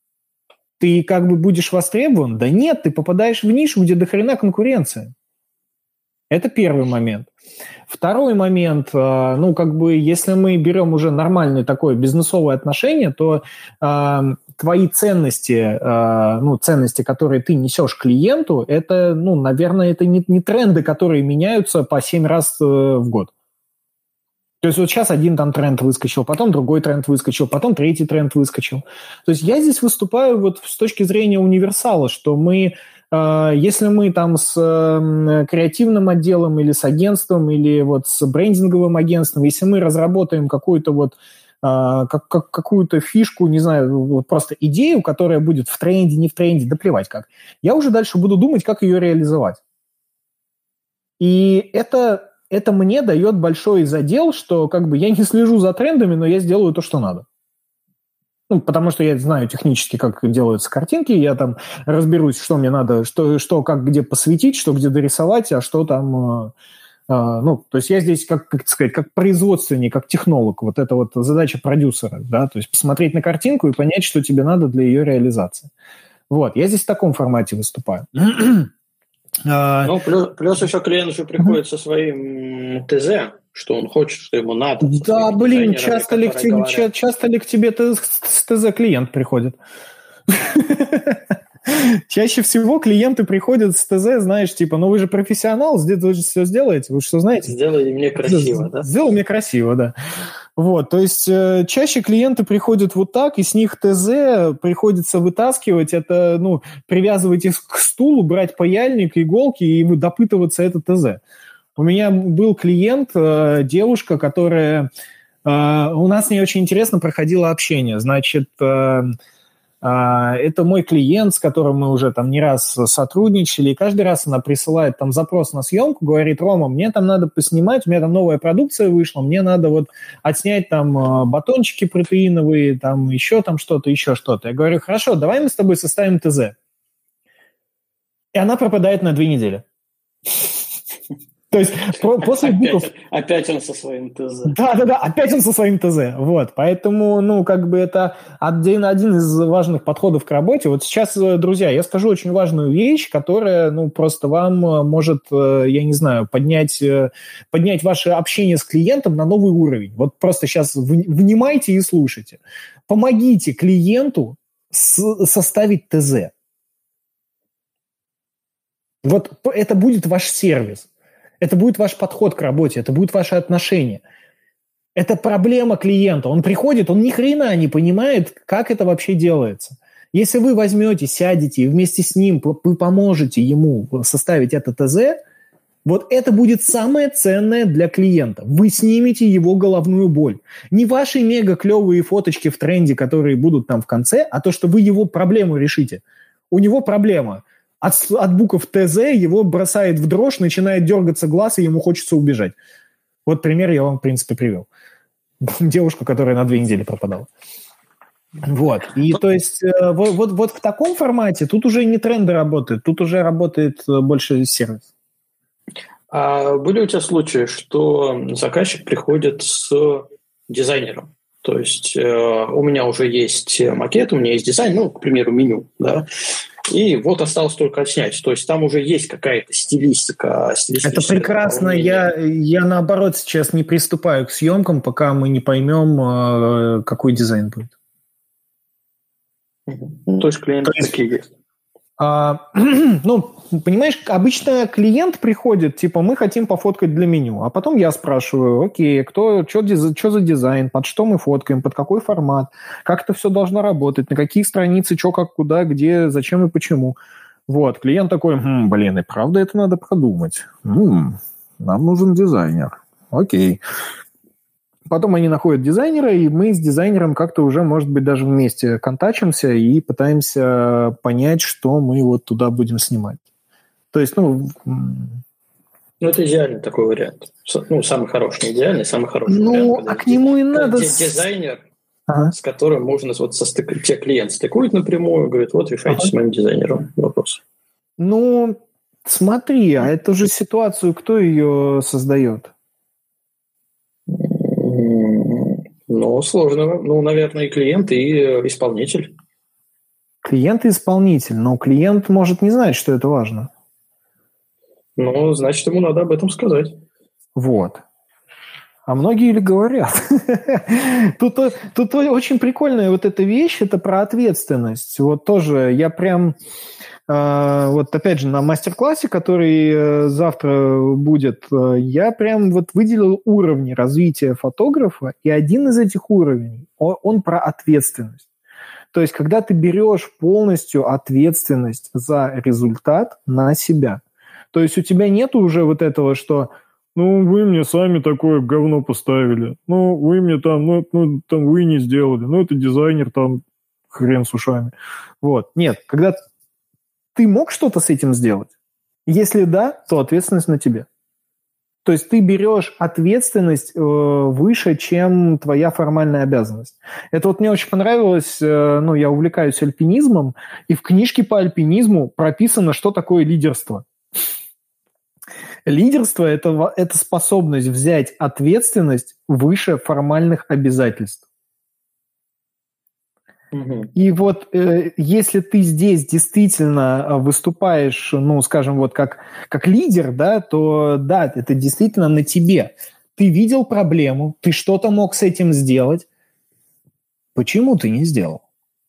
ты как бы будешь востребован? Да нет, ты попадаешь в нишу, где дохрена конкуренция. Это первый момент. Второй момент, ну, как бы, если мы берем уже нормальное такое бизнесовое отношение, то э, твои ценности, э, ну, ценности, которые ты несешь клиенту, это, ну, наверное, это не, не тренды, которые меняются по семь раз э, в год. То есть вот сейчас один там тренд выскочил, потом другой тренд выскочил, потом третий тренд выскочил. То есть я здесь выступаю вот с точки зрения универсала, что мы... Если мы там с креативным отделом или с агентством, или вот с брендинговым агентством, если мы разработаем какую-то вот как, как, какую-то фишку, не знаю, вот просто идею, которая будет в тренде, не в тренде, да плевать как, я уже дальше буду думать, как ее реализовать. И это, это мне дает большой задел, что как бы я не слежу за трендами, но я сделаю то, что надо. Ну, потому что я знаю технически, как делаются картинки, я там разберусь, что мне надо, что, что как где посветить, что где дорисовать, а что там... Э, э, ну, то есть я здесь, как, как сказать, как производственник, как технолог, вот это вот задача продюсера, да, то есть посмотреть на картинку и понять, что тебе надо для ее реализации. Вот, я здесь в таком формате выступаю. Ну, плюс, плюс еще клиент же приходит со своим ТЗ, что он хочет, что ему надо. Да, блин, часто ли, к, часто ли к тебе с ТЗ клиент приходит? Чаще всего клиенты приходят с ТЗ, знаешь, типа, ну вы же профессионал, вы же все сделаете, вы что знаете? Сделай мне красиво, да? Сделай мне красиво, да. Вот, то есть э, чаще клиенты приходят вот так, и с них ТЗ приходится вытаскивать, это, ну, привязывать их к стулу, брать паяльник, иголки и допытываться это ТЗ. У меня был клиент, э, девушка, которая... Э, у нас с ней очень интересно проходило общение. Значит, э, э, это мой клиент, с которым мы уже там не раз сотрудничали, и каждый раз она присылает там запрос на съемку, говорит: Рома, мне там надо поснимать, у меня там новая продукция вышла, мне надо вот отснять там э, батончики протеиновые, там еще там что-то, еще что-то. Я говорю: хорошо, давай мы с тобой составим ТЗ. И она пропадает на две недели. То есть после опять, букв... Опять он со своим ТЗ. Да-да-да, опять он со своим ТЗ. Вот, поэтому, ну, как бы это один, один из важных подходов к работе. Вот сейчас, друзья, я скажу очень важную вещь, которая, ну, просто вам может, я не знаю, поднять, поднять ваше общение с клиентом на новый уровень. Вот просто сейчас внимайте и слушайте. Помогите клиенту с- составить ТЗ. Вот это будет ваш сервис. Это будет ваш подход к работе, это будет ваше отношение. Это проблема клиента. Он приходит, он ни хрена не понимает, как это вообще делается. Если вы возьмете, сядете и вместе с ним вы поможете ему составить это ТЗ, вот это будет самое ценное для клиента. Вы снимете его головную боль. Не ваши мега-клевые фоточки в тренде, которые будут там в конце, а то, что вы его проблему решите. У него проблема. От, от букв ТЗ его бросает в дрожь, начинает дергаться глаз, и ему хочется убежать. Вот пример я вам, в принципе, привел. Девушку, которая на две недели пропадала. Вот. И то есть вот, вот, вот в таком формате тут уже не тренды работают, тут уже работает больше сервис. А были у тебя случаи, что заказчик приходит с дизайнером? То есть э, у меня уже есть макет, у меня есть дизайн, ну, к примеру, меню, да, и вот осталось только отснять. То есть там уже есть какая-то стилистика. Это прекрасно. Я, я, наоборот, сейчас не приступаю к съемкам, пока мы не поймем, какой дизайн будет. Ну, то есть клиенты то есть, такие есть. А, ну, понимаешь, обычно клиент приходит, типа, мы хотим пофоткать для меню, а потом я спрашиваю: окей, кто, что, что за дизайн, под что мы фоткаем, под какой формат, как это все должно работать, на какие страницы, что, как, куда, где, зачем и почему. Вот, клиент такой: хм, блин, и правда это надо продумать. М-м, нам нужен дизайнер. Окей. Потом они находят дизайнера, и мы с дизайнером как-то уже, может быть, даже вместе контачимся и пытаемся понять, что мы вот туда будем снимать. То есть, ну... Ну, это идеальный такой вариант. Ну, самый хороший, не идеальный, самый хороший ну, вариант. Ну, а к нему и надо... Дизайнер, ага. с которым можно вот состык... те клиент стыкует напрямую, говорит: вот, решайте ага. с моим дизайнером вопрос. Ну, смотри, а эту же ситуацию кто ее создает? Ну, сложно. Ну, наверное, и клиент, и исполнитель. Клиент и исполнитель. Но клиент может не знать, что это важно. Ну, значит, ему надо об этом сказать. Вот. А многие ли говорят? тут, тут очень прикольная вот эта вещь, это про ответственность. Вот тоже я прям, э, вот опять же, на мастер-классе, который э, завтра будет, э, я прям вот выделил уровни развития фотографа, и один из этих уровней, он, он про ответственность. То есть, когда ты берешь полностью ответственность за результат на себя. То есть, у тебя нет уже вот этого, что ну, вы мне сами такое говно поставили. Ну, вы мне там, ну, ну, там вы не сделали. Ну, это дизайнер, там, хрен с ушами. Вот. Нет, когда ты мог что-то с этим сделать, если да, то ответственность на тебе. То есть ты берешь ответственность э, выше, чем твоя формальная обязанность. Это вот мне очень понравилось, э, ну, я увлекаюсь альпинизмом, и в книжке по альпинизму прописано, что такое лидерство. Лидерство это, – это способность взять ответственность выше формальных обязательств. Угу. И вот э, если ты здесь действительно выступаешь, ну, скажем, вот как, как лидер, да, то да, это действительно на тебе. Ты видел проблему, ты что-то мог с этим сделать. Почему ты не сделал?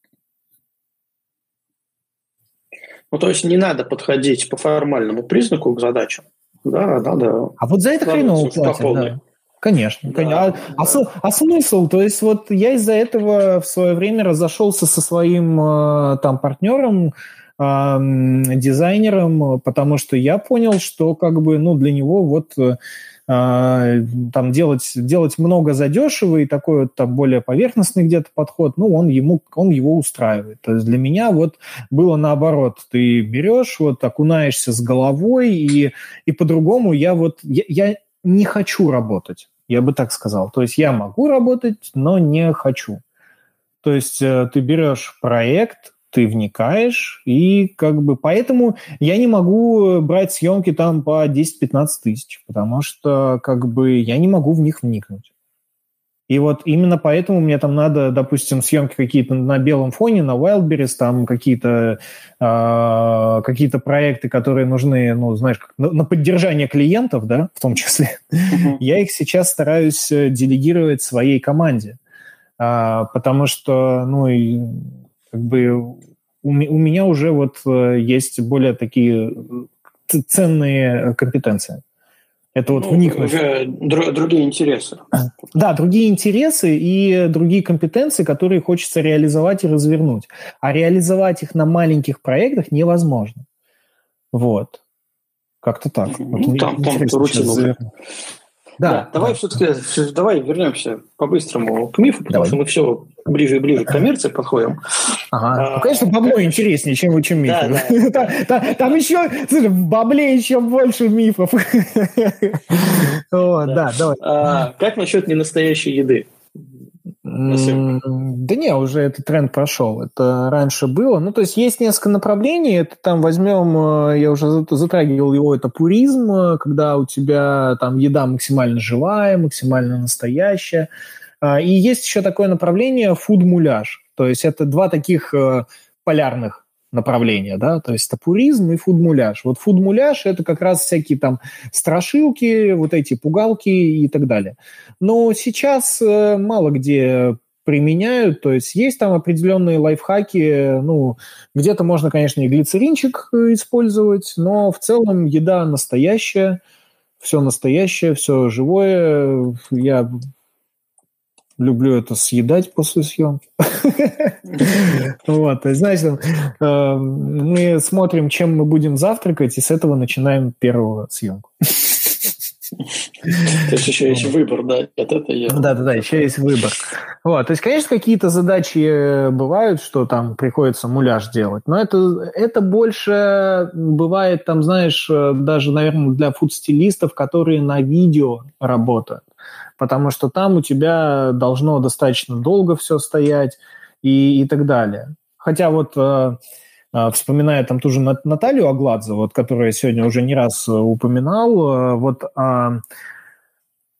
Ну, то есть не надо подходить по формальному признаку к задачам. Да, надо. А вот за это хреново платят, да. Конечно, да, конечно. А, да. а, а смысл? То есть вот я из-за этого в свое время разошелся со своим там партнером, дизайнером, потому что я понял, что как бы, ну, для него вот там делать, делать много задешево и такой вот там более поверхностный где-то подход, ну, он, ему, он его устраивает. То есть для меня вот было наоборот. Ты берешь, вот окунаешься с головой, и, и по-другому я вот... Я, я не хочу работать, я бы так сказал. То есть я могу работать, но не хочу. То есть ты берешь проект, ты вникаешь, и как бы поэтому я не могу брать съемки там по десять-пятнадцать тысяч, потому что как бы я не могу в них вникнуть. И вот именно поэтому мне там надо, допустим, съемки какие-то на белом фоне, на Wildberries, там какие-то, э, какие-то проекты, которые нужны, ну, знаешь, на, на поддержание клиентов, да, в том числе. Uh-huh. Я их сейчас стараюсь делегировать своей команде, э, потому что, ну, и как бы у, у меня уже вот есть более такие ценные компетенции. Это вот ну, вникнуть. Уже другие интересы. Да, другие интересы и другие компетенции, которые хочется реализовать и развернуть. А реализовать их на маленьких проектах невозможно. Вот. Как-то так. Ну, вот там, там рутину. Да, да, давай да. все-таки давай вернемся по-быстрому к мифу, потому давай. Что мы все ближе и ближе к коммерции подходим. Ага. А, ну, конечно, бабло как... интереснее, чем, чем мифы. Да, да, там, да. Там, там еще, слушай, в бабле еще больше мифов. Да, давай. Как насчет ненастоящей еды? Да не, уже этот тренд прошел. Это раньше было. Ну, то есть есть несколько направлений. Это там возьмем, я уже затрагивал его, это пуризм, когда у тебя там еда максимально живая, максимально настоящая. И есть еще такое направление фуд-муляж. То есть это два таких полярных направления, да, то есть это пуризм и фуд-муляж. Вот фуд-муляж – это как раз всякие там страшилки, вот эти пугалки и так далее. Но сейчас мало где применяют, то есть есть там определенные лайфхаки, ну, где-то можно, конечно, и глицеринчик использовать, но в целом еда настоящая, все настоящее, все живое. Я люблю это съедать после съемки. Вот, знаете, мы смотрим, чем мы будем завтракать, и с этого начинаем первую съемку. То есть еще есть выбор, да? Да-да-да, еще есть выбор. Вот, то есть, конечно, какие-то задачи бывают, что там приходится муляж делать, но это, это больше бывает, там, знаешь, даже, наверное, для фуд-стилистов, которые на видео работают. Потому что там у тебя должно достаточно долго все стоять и, и так далее. Хотя вот, э, э, вспоминая там ту же Наталью Агладзе, вот, которую я сегодня уже не раз упоминал, э, вот э,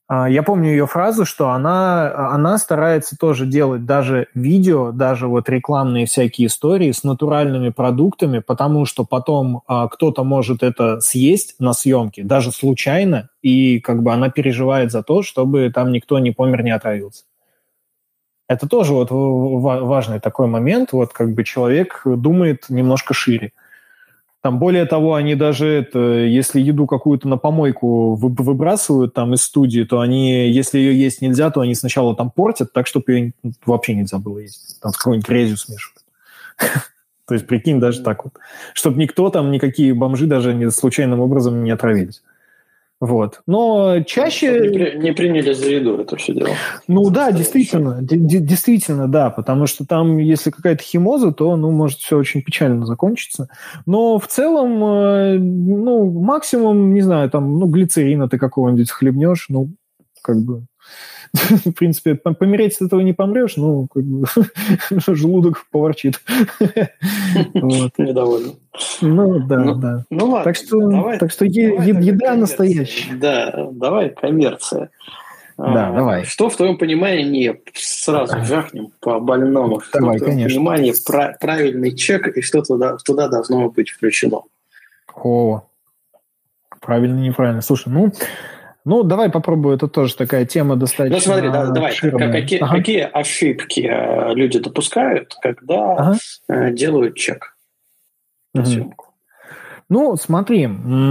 Я помню ее фразу, что она, она старается тоже делать даже видео, даже вот рекламные всякие истории с натуральными продуктами, потому что потом а, кто-то может это съесть на съемке, даже случайно, и как бы она переживает за то, чтобы там никто не помер, не отравился. Это тоже вот важный такой момент, вот как бы человек думает немножко шире. Там, более того, они даже, это, если еду какую-то на помойку выбрасывают там из студии, то они, если ее есть нельзя, то они сначала там портят, так, чтобы ее вообще нельзя было есть. Там с какой-нибудь грязью смешивают. То есть, прикинь, даже так вот. Чтобы никто там, никакие бомжи даже случайным образом не отравились. Вот. Но чаще... Не, при, не приняли за еду это все дело. Ну да, действительно, д- действительно, да, потому что там, если какая-то химоза, то, ну, может все очень печально закончиться. Но в целом, э, ну, максимум, не знаю, там, ну, глицерина ты какого-нибудь хлебнешь, ну, как бы... В принципе, помереть с этого не помрешь, ну, как бы, желудок поворчит. Недовольно. Ну, да, ну, да. Ну, ладно. Так что, давай, так что давай е- еда коммерция. настоящая. Да, давай коммерция. Да, а, давай. Что в твоем понимании, сразу жахнем по больному, что давай, в твоем конечно. понимании про- правильный чек и что туда, туда должно быть включено? О, правильно, неправильно. Слушай, ну... Ну, давай попробую, это тоже такая тема достаточно... Ну, смотри, да, давай, какие, ага. какие ошибки люди допускают, когда ага. делают чек на угу. съемку? Ну, смотри,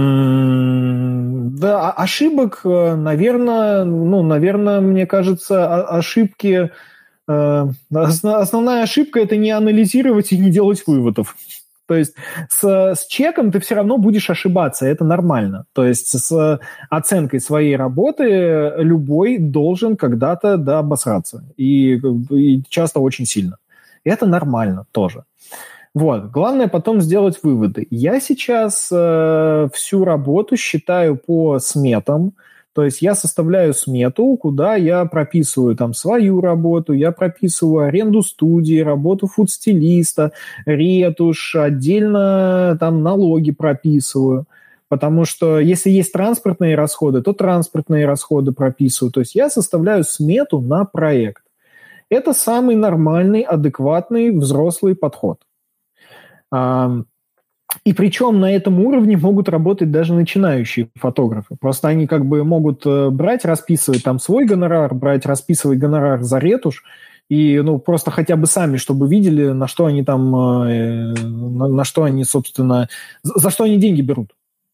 м- да, ошибок, наверное, ну, наверное, мне кажется, ошибки... Э- основная ошибка – это не анализировать и не делать выводов. То есть с, с чеком ты все равно будешь ошибаться, это нормально. То есть с оценкой своей работы любой должен когда-то да, обосраться. И, и часто очень сильно. И это нормально тоже. Вот. Главное потом сделать выводы. Я сейчас э, всю работу считаю по сметам. То есть я составляю смету, куда я прописываю там свою работу, я прописываю аренду студии, работу фудстилиста, ретушь, отдельно там налоги прописываю. Потому что если есть транспортные расходы, то транспортные расходы прописываю. То есть я составляю смету на проект. Это самый нормальный, адекватный, взрослый подход. И причем на этом уровне могут работать даже начинающие фотографы. Просто они как бы могут брать, расписывать там свой гонорар, брать, расписывать гонорар за ретушь, и ну, просто хотя бы сами, чтобы видели, на что они там, на, на что они, собственно, за что они деньги берут.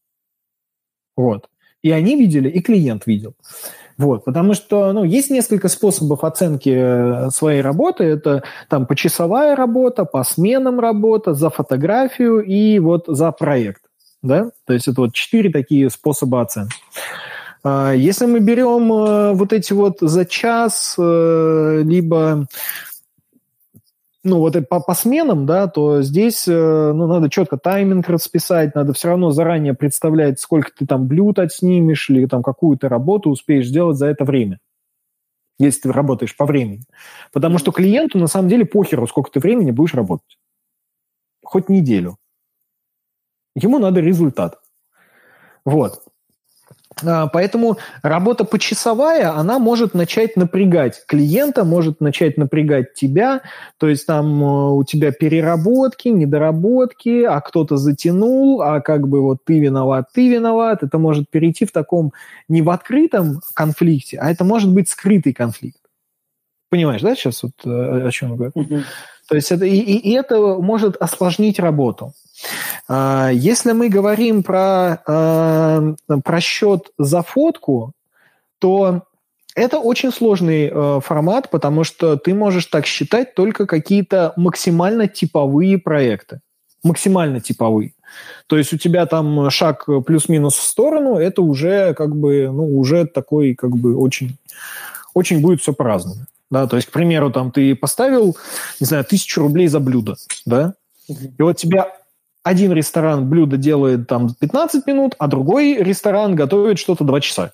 Вот. И они видели, и клиент видел. Вот, потому что, ну, есть несколько способов оценки своей работы. Это там почасовая работа, по сменам работа, за фотографию и вот за проект. Да? То есть это вот четыре такие способа оценки. Если мы берем вот эти вот за час, либо... Ну, вот по, по сменам, да, то здесь, ну, надо четко тайминг расписать, надо все равно заранее представлять, сколько ты там блюд отснимешь или там какую ты работу успеешь сделать за это время, если ты работаешь по времени. Потому что клиенту на самом деле похеру, сколько ты времени будешь работать. Хоть неделю. Ему надо результат. Вот. Поэтому работа почасовая, она может начать напрягать клиента, может начать напрягать тебя, то есть там у тебя переработки, недоработки, а кто-то затянул, а как бы вот ты виноват, ты виноват. Это может перейти в таком не в открытом конфликте, а это может быть скрытый конфликт. Понимаешь, да, сейчас вот о чем я говорю? Mm-hmm. То есть это, и, и это может осложнить работу. Если мы говорим про, про счет за фотку, то это очень сложный формат, потому что ты можешь так считать только какие-то максимально типовые проекты. Максимально типовые. То есть у тебя там шаг плюс-минус в сторону, это уже как бы, ну, уже такой как бы очень, очень будет все по-разному. Да? То есть, к примеру, там ты поставил, не знаю, тысячу рублей за блюдо, да? И вот тебя... Один ресторан блюдо делает там пятнадцать минут, а другой ресторан готовит что-то два часа.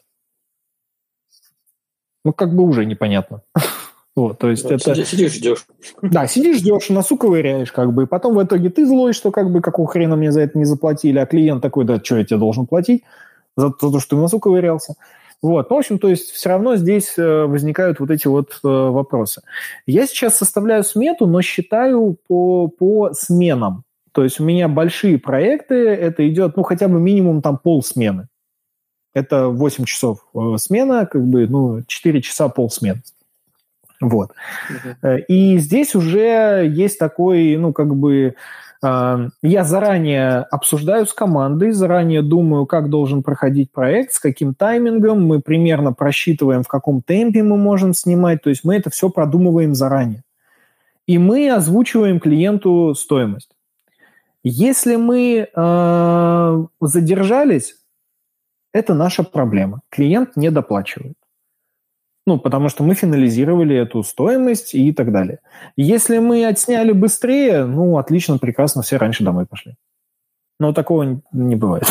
Ну, как бы уже непонятно. Вот, то есть да, это... Сидишь, ждешь. Да, сидишь, ждешь, носу ковыряешь, как бы, и потом в итоге ты злой, что как бы какого хрена мне за это не заплатили, а клиент такой, да, что я тебе должен платить за то, что ты в носу ковырялся. Вот. Ну, в общем, то есть все равно здесь возникают вот эти вот вопросы. Я сейчас составляю смету, но считаю по, по сменам. То есть у меня большие проекты, это идет, ну, хотя бы минимум там полсмены. Это восемь часов смена, как бы, ну, четыре часа полсмены. Вот. Uh-huh. И здесь уже есть такой, ну, как бы, э, я заранее обсуждаю с командой, заранее думаю, как должен проходить проект, с каким таймингом, мы примерно просчитываем, в каком темпе мы можем снимать, то есть мы это все продумываем заранее. И мы озвучиваем клиенту стоимость. Если мы э, задержались, это наша проблема. Клиент не доплачивает. Ну, потому что мы финализировали эту стоимость и так далее. Если мы отсняли быстрее, ну, отлично, прекрасно, все раньше домой пошли. Но такого не бывает.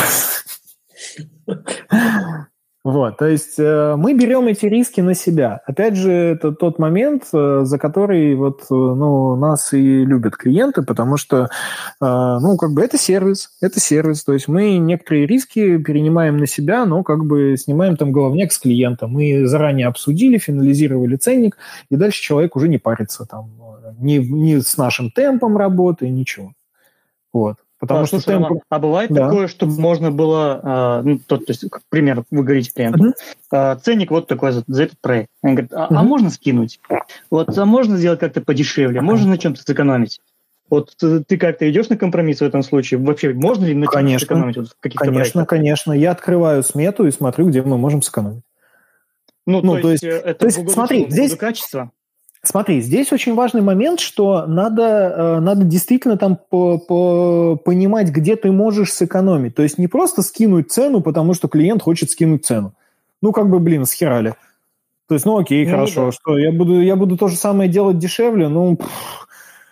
Вот, то есть э, мы берем эти риски на себя. Опять же, это тот момент, э, за который вот, э, ну, нас и любят клиенты, потому что, э, ну, как бы это сервис, это сервис. То есть мы некоторые риски перенимаем на себя, но как бы снимаем там головняк с клиента. Мы заранее обсудили, финализировали ценник, и дальше человек уже не парится там ни, ни с нашим темпом работы, ничего. Вот. Потому а, что слушай, темп... Роман, а бывает да. такое, чтобы можно было, а, ну, то, то есть, к примеру, вы говорите клиенту, uh-huh. а, ценник вот такой за, за этот проект. Он говорит, а, uh-huh. а можно скинуть? Вот, а можно сделать как-то подешевле? Uh-huh. Можно на чем-то сэкономить? Вот ты как-то идешь на компромисс в этом случае? Вообще, можно ли на чем-то сэкономить? Вот, в каких-то конечно, проектах? Конечно. Я открываю смету и смотрю, где мы можем сэкономить. Ну, ну то, то есть, есть это то есть, смотри, здесь... качество? Смотри, здесь очень важный момент, что надо, надо действительно там по, по, понимать, где ты можешь сэкономить. То есть не просто скинуть цену, потому что клиент хочет скинуть цену. Ну, как бы, блин, схерали. То есть, ну, окей, ну, хорошо, да. Что я буду, я буду то же самое делать дешевле, ну, пфф,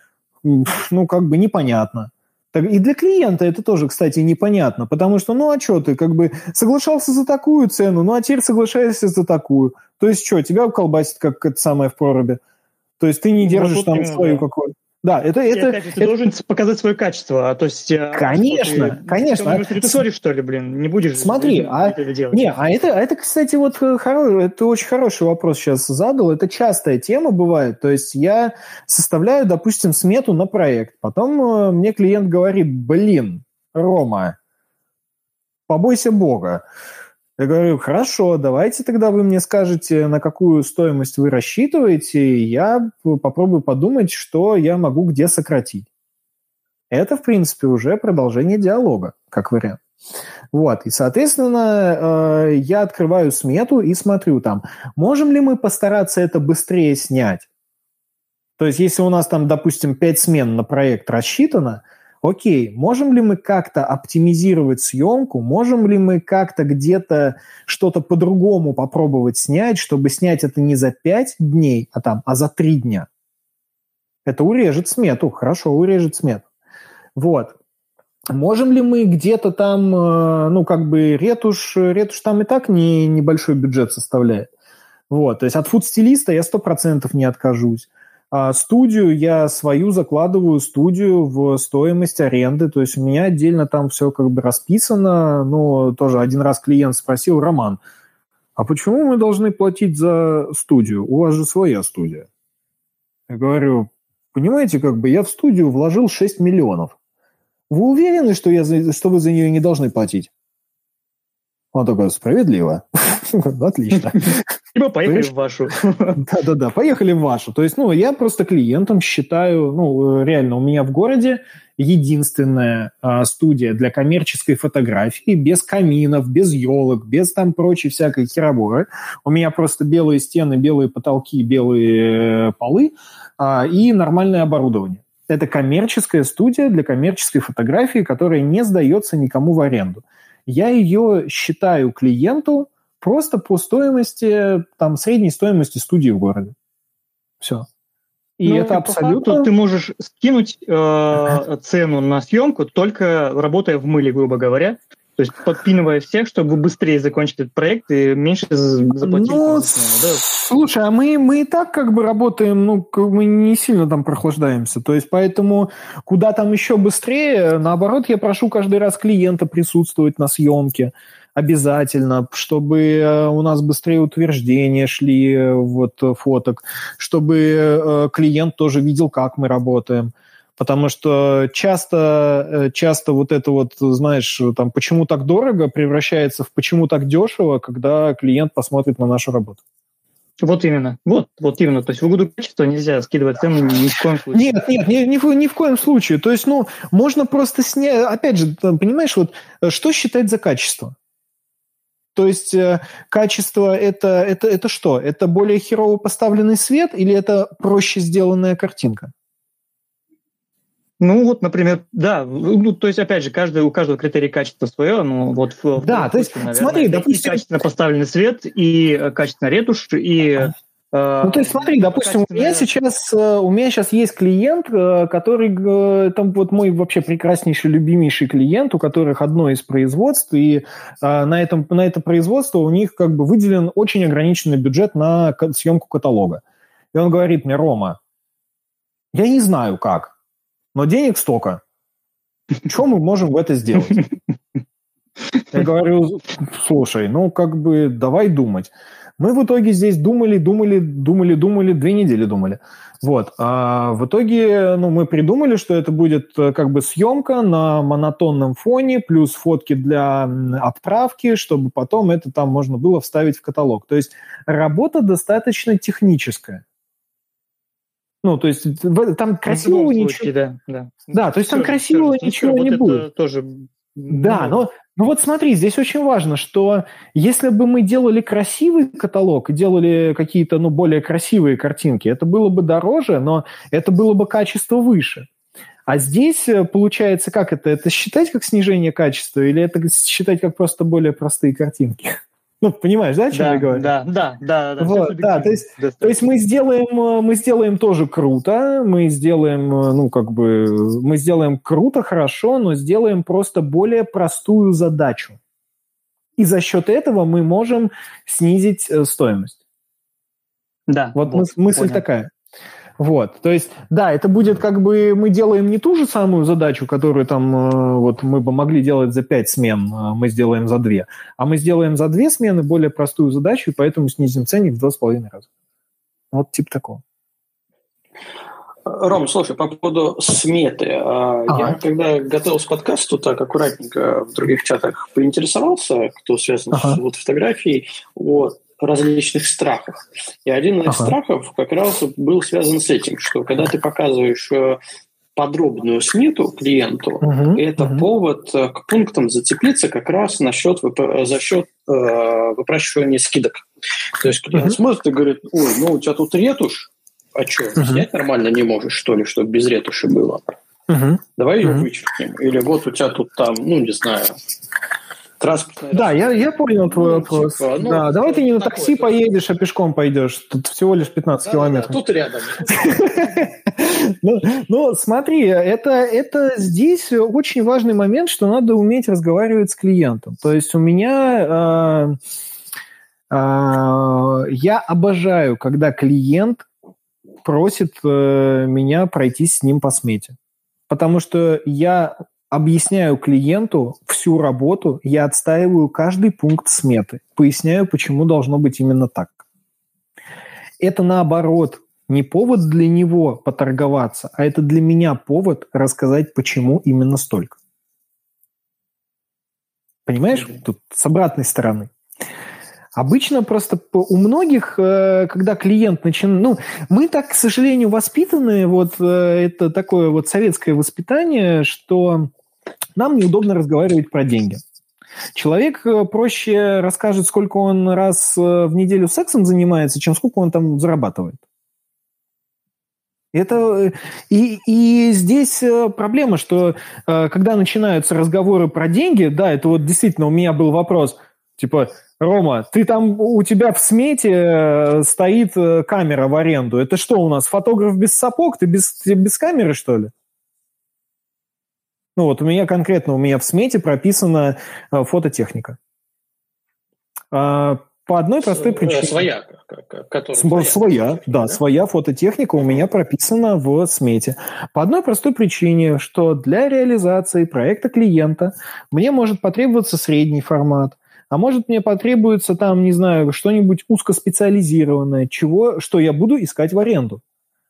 ну, как бы непонятно. Так, и для клиента это тоже, кстати, непонятно, потому что, ну, а что ты, как бы соглашался за такую цену, ну, а теперь соглашаешься за такую. То есть что, тебя колбасит, как это самое в проруби? То есть ты не держишь ну, там именно, свою да. какую-то... Да, это... И это, опять же, ты это... должен показать свое качество, а то есть... Конечно, ты, конечно. Ты ретусоришь, что ли, блин, не будешь... Смотри, а... это делать. Не, а это, а это, кстати, вот хоро... это очень хороший вопрос сейчас задал, это частая тема бывает, то есть я составляю, допустим, смету на проект, потом мне клиент говорит, блин, Рома, побойся Бога. Я говорю, хорошо, давайте тогда вы мне скажете, на какую стоимость вы рассчитываете, и я попробую подумать, что я могу где сократить. Это, в принципе, уже продолжение диалога, как вариант. Вот, и, соответственно, я открываю смету и смотрю там, можем ли мы постараться это быстрее снять. То есть, если у нас там, допустим, пять смен на проект рассчитано, окей, можем ли мы как-то оптимизировать съемку, можем ли мы как-то где-то что-то по-другому попробовать снять, чтобы снять это не за пять дней, а там, а за три дня. Это урежет смету, хорошо, урежет смету. Вот. Можем ли мы где-то там, ну, как бы ретушь, ретушь там и так не, небольшой бюджет составляет. Вот, то есть от фуд-стилиста я сто процентов не откажусь. А студию я свою закладываю, студию в стоимость аренды, то есть у меня отдельно там все как бы расписано, но тоже один раз клиент спросил, Роман, а почему мы должны платить за студию? У вас же своя студия. Я говорю, понимаете, как бы я в студию вложил шесть миллионов. Вы уверены, что, я, что вы за нее не должны платить? Он такой, справедливо. Отлично. Либо поехали в вашу. Да-да-да, поехали в вашу. То есть, ну, я просто клиентам считаю, ну, реально, у меня в городе единственная а, студия для коммерческой фотографии, без каминов, без елок, без там прочей всякой хероборы. У меня просто белые стены, белые потолки, белые полы а, и нормальное оборудование. Это коммерческая студия для коммерческой фотографии, которая не сдается никому в аренду. Я ее считаю клиенту просто по стоимости, там, средней стоимости студии в городе. Все. И ну, это абсолютно... Факту, ты можешь скинуть э, цену на съемку, только работая в мыле, грубо говоря. То есть подпинывая всех, чтобы быстрее закончить этот проект и меньше заплатить. Ну, да? Слушай, а мы, мы и так как бы работаем, ну, мы не сильно там прохлаждаемся. То есть поэтому куда там еще быстрее, наоборот, я прошу каждый раз клиента присутствовать на съемке. обязательно, чтобы у нас быстрее утверждения шли вот, фоток, чтобы клиент тоже видел, как мы работаем. Потому что часто, часто вот это вот, знаешь, там, почему так дорого превращается в почему так дешево, когда клиент посмотрит на нашу работу. Вот именно. Вот, вот именно. То есть в угоду качества нельзя скидывать цену ни в коем случае. Нет, нет, ни, ни, в, ни в коем случае. То есть, ну, можно просто снять... Опять же, понимаешь, вот что считать за качество? То есть качество это, это, это что? Это более херово поставленный свет или это проще сделанная картинка? Ну, вот, например, да, ну, то есть, опять же, каждый, у каждого критерий качества свое, ну, вот в, да, в то есть, наверное, смотри, и допустим... качественно поставленный свет, и качественно ретушь, и... Э, ну, то есть, смотри, допустим, качественно... у меня сейчас, у меня сейчас есть клиент, который, там вот мой вообще прекраснейший, любимейший клиент, у которых одно из производств, и на, этом, на это производство у них как бы выделен очень ограниченный бюджет на съемку каталога. И он говорит мне: Рома, я не знаю как, но денег столько. Что мы можем в это сделать? Я говорю: слушай, ну как бы давай думать. Мы в итоге здесь думали, думали, думали, думали, две недели думали. Вот. А в итоге ну, мы придумали, что это будет как бы съемка на монотонном фоне, плюс фотки для отправки, чтобы потом это там можно было вставить в каталог. То есть работа достаточно техническая. Ну, то есть там красивого ничего... Случае, да, да. да, то есть все, там красивого все, ничего все, не вот будет. Тоже... Да, но ну вот смотри, здесь очень важно, что если бы мы делали красивый каталог, делали какие-то ну, более красивые картинки, это было бы дороже, но это было бы качество выше. А здесь получается, как это? Это считать как снижение качества или это считать как просто более простые картинки? Ну, понимаешь, да, о чем да, я говорю? Да, да, да. да, вот, да то, есть, то есть мы сделаем, мы сделаем тоже круто, мы сделаем, ну, как бы, мы сделаем круто, хорошо, но сделаем просто более простую задачу. И за счет этого мы можем снизить стоимость. Да. Вот, вот мысль понял. Такая. Вот, то есть, да, это будет как бы мы делаем не ту же самую задачу, которую там вот мы бы могли делать за пять смен, мы сделаем за две, а мы сделаем за две смены более простую задачу, и поэтому снизим ценник в два с половиной раза. Вот типа такого. Ром, слушай, по поводу сметы. Ага. Я когда готовился к подкасту, так аккуратненько в других чатах поинтересовался, кто связан ага. с вот, фотографией, вот. различных страхах. И один из ага. страхов как раз был связан с этим, что когда ты показываешь подробную смету клиенту, угу, это угу. повод к пунктам зацепиться как раз насчет, за счет э, выпрашивания скидок. То есть клиент угу. смотрит и говорит: ой, ну у тебя тут ретушь, а что, угу. снять нормально не можешь, что ли, чтобы без ретуши было? Угу. Давай ее угу. вычеркнем. Или вот у тебя тут там, ну не знаю... Да, я, я понял твой ну, вопрос. Типа, ну, да, давай ты не на такси такой, поедешь, да. а пешком пойдешь. Тут всего лишь пятнадцать да, километров. Да, тут рядом. ну, ну, смотри, это, это здесь очень важный момент, что надо уметь разговаривать с клиентом. То есть у меня... Э, э, я обожаю, когда клиент просит э, меня пройтись с ним по смете. Потому что я... объясняю клиенту всю работу, я отстаиваю каждый пункт сметы, поясняю, почему должно быть именно так. Это, наоборот, не повод для него поторговаться, а это для меня повод рассказать, почему именно столько. Понимаешь? Тут с обратной стороны. Обычно просто у многих, когда клиент начинает... Ну, мы так, к сожалению, воспитаны, вот это такое вот советское воспитание, что нам неудобно разговаривать про деньги. Человек проще расскажет, сколько он раз в неделю сексом занимается, чем сколько он там зарабатывает. Это, и, и здесь проблема, что когда начинаются разговоры про деньги, да, это вот действительно у меня был вопрос, типа... Рома, ты там, у тебя в смете стоит камера в аренду. Это что у нас, фотограф без сапог? Ты без, ты без камеры, что ли? Ну вот у меня конкретно, у меня в смете прописана фототехника. По одной простой причине. Своя, которая... Своя, своя да, да, своя фототехника у меня прописана в смете. По одной простой причине, что для реализации проекта клиента мне может потребоваться средний формат, А может, мне потребуется там, не знаю, что-нибудь узкоспециализированное, чего, что я буду искать в аренду.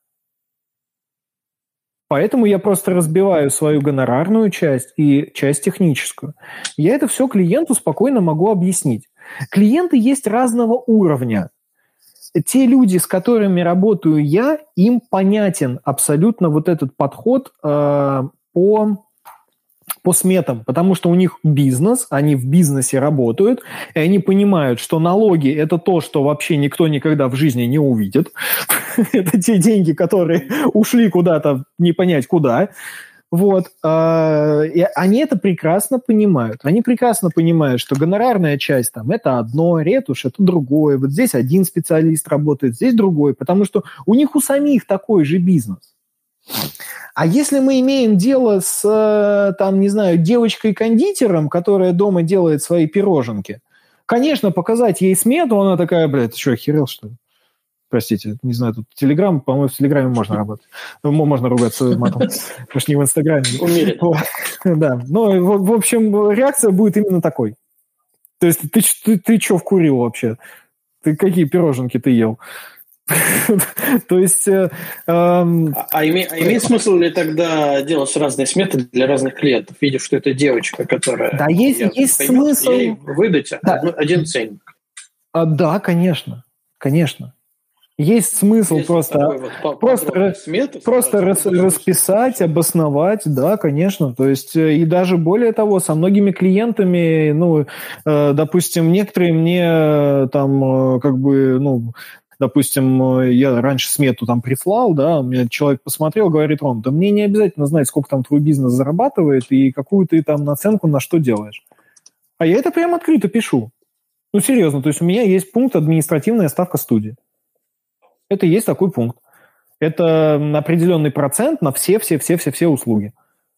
Поэтому я просто разбиваю свою гонорарную часть и часть техническую. Я это все клиенту спокойно могу объяснить. Клиенты есть разного уровня. Те люди, с которыми работаю я, им понятен абсолютно вот этот подход э, по... по сметам, потому что у них бизнес, они в бизнесе работают, и они понимают, что налоги – это то, что вообще никто никогда в жизни не увидит. Это те деньги, которые ушли куда-то, не понять куда. Вот. И они это прекрасно понимают. Они прекрасно понимают, что гонорарная часть там – это одно, ретушь – это другое. Вот здесь один специалист работает, здесь другой, потому что у них у самих такой же бизнес. А если мы имеем дело с, там, не знаю, девочкой-кондитером, которая дома делает свои пироженки, конечно, показать ей смету, она такая, блядь, ты что, охерел, что ли? Простите, не знаю, тут Телеграм, по-моему, в Телеграме можно работать. Можно ругаться матом, потому что не в Инстаграме. Да, ну, в общем, реакция будет именно такой. То есть ты, ты, ты что вкурил вообще? Ты какие пироженки ты ел? То есть... Э, э, а, а, име, а имеет смысл ли тогда делать разные сметы для разных клиентов, видя, что это девочка, которая... Да, есть, есть поймет, смысл... Ей выдать да. один ценник. А, да, конечно, конечно. Есть смысл есть просто, вот просто, сметы, просто рас, расписать, обосновать, да, конечно. То есть, и даже более того, со многими клиентами, ну, э, допустим, некоторые мне там, как бы, ну... Допустим, я раньше смету там прислал, да, у меня человек посмотрел, говорит, Ром, да мне не обязательно знать, сколько там твой бизнес зарабатывает и какую ты там наценку на что делаешь. А я это прям открыто пишу. Ну, серьезно, то есть у меня есть пункт «Административная ставка студии». Это есть такой пункт. Это определенный процент на все-все-все-все-все услуги.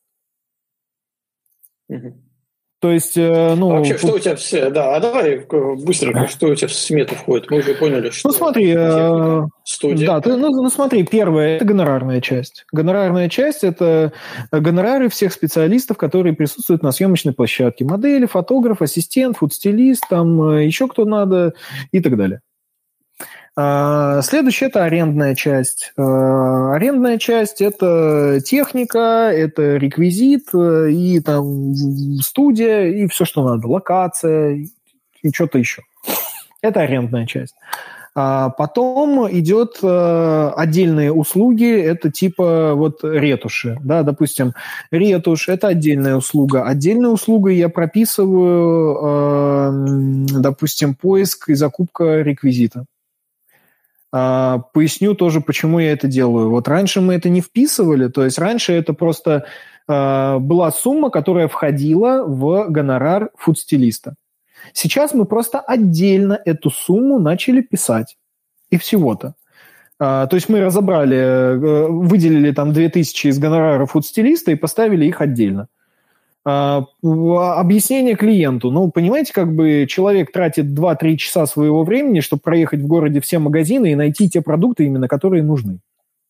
Угу. То есть, ну... А вообще, что у тебя все... Да, а давай быстренько, что у тебя в смету входит? Мы уже поняли, что... Ну, смотри, студия. Да, ты, ну, ну, смотри, первое – это гонорарная часть. Гонорарная часть – это гонорары всех специалистов, которые присутствуют на съемочной площадке. Модели, фотограф, ассистент, фудстилист, там еще кто надо и так далее. Следующее – это арендная часть. Арендная часть – это техника, это реквизит, и там студия, и все, что надо, локация, и что-то еще. Это арендная часть. Потом идет отдельные услуги, это типа вот ретуши. Да, допустим, ретушь – это отдельная услуга. Отдельной услугой я прописываю, допустим, поиск и закупка реквизита. Uh, поясню тоже, почему я это делаю. Вот раньше мы это не вписывали, то есть раньше это просто uh, была сумма, которая входила в гонорар фудстилиста. Сейчас мы просто отдельно эту сумму начали писать. И всего-то. Uh, то есть мы разобрали, uh, выделили там две тысячи из гонорара фудстилиста и поставили их отдельно. Uh, объяснение клиенту. Ну, понимаете, как бы человек тратит два-три часа своего времени, чтобы проехать в городе все магазины и найти те продукты, именно которые нужны.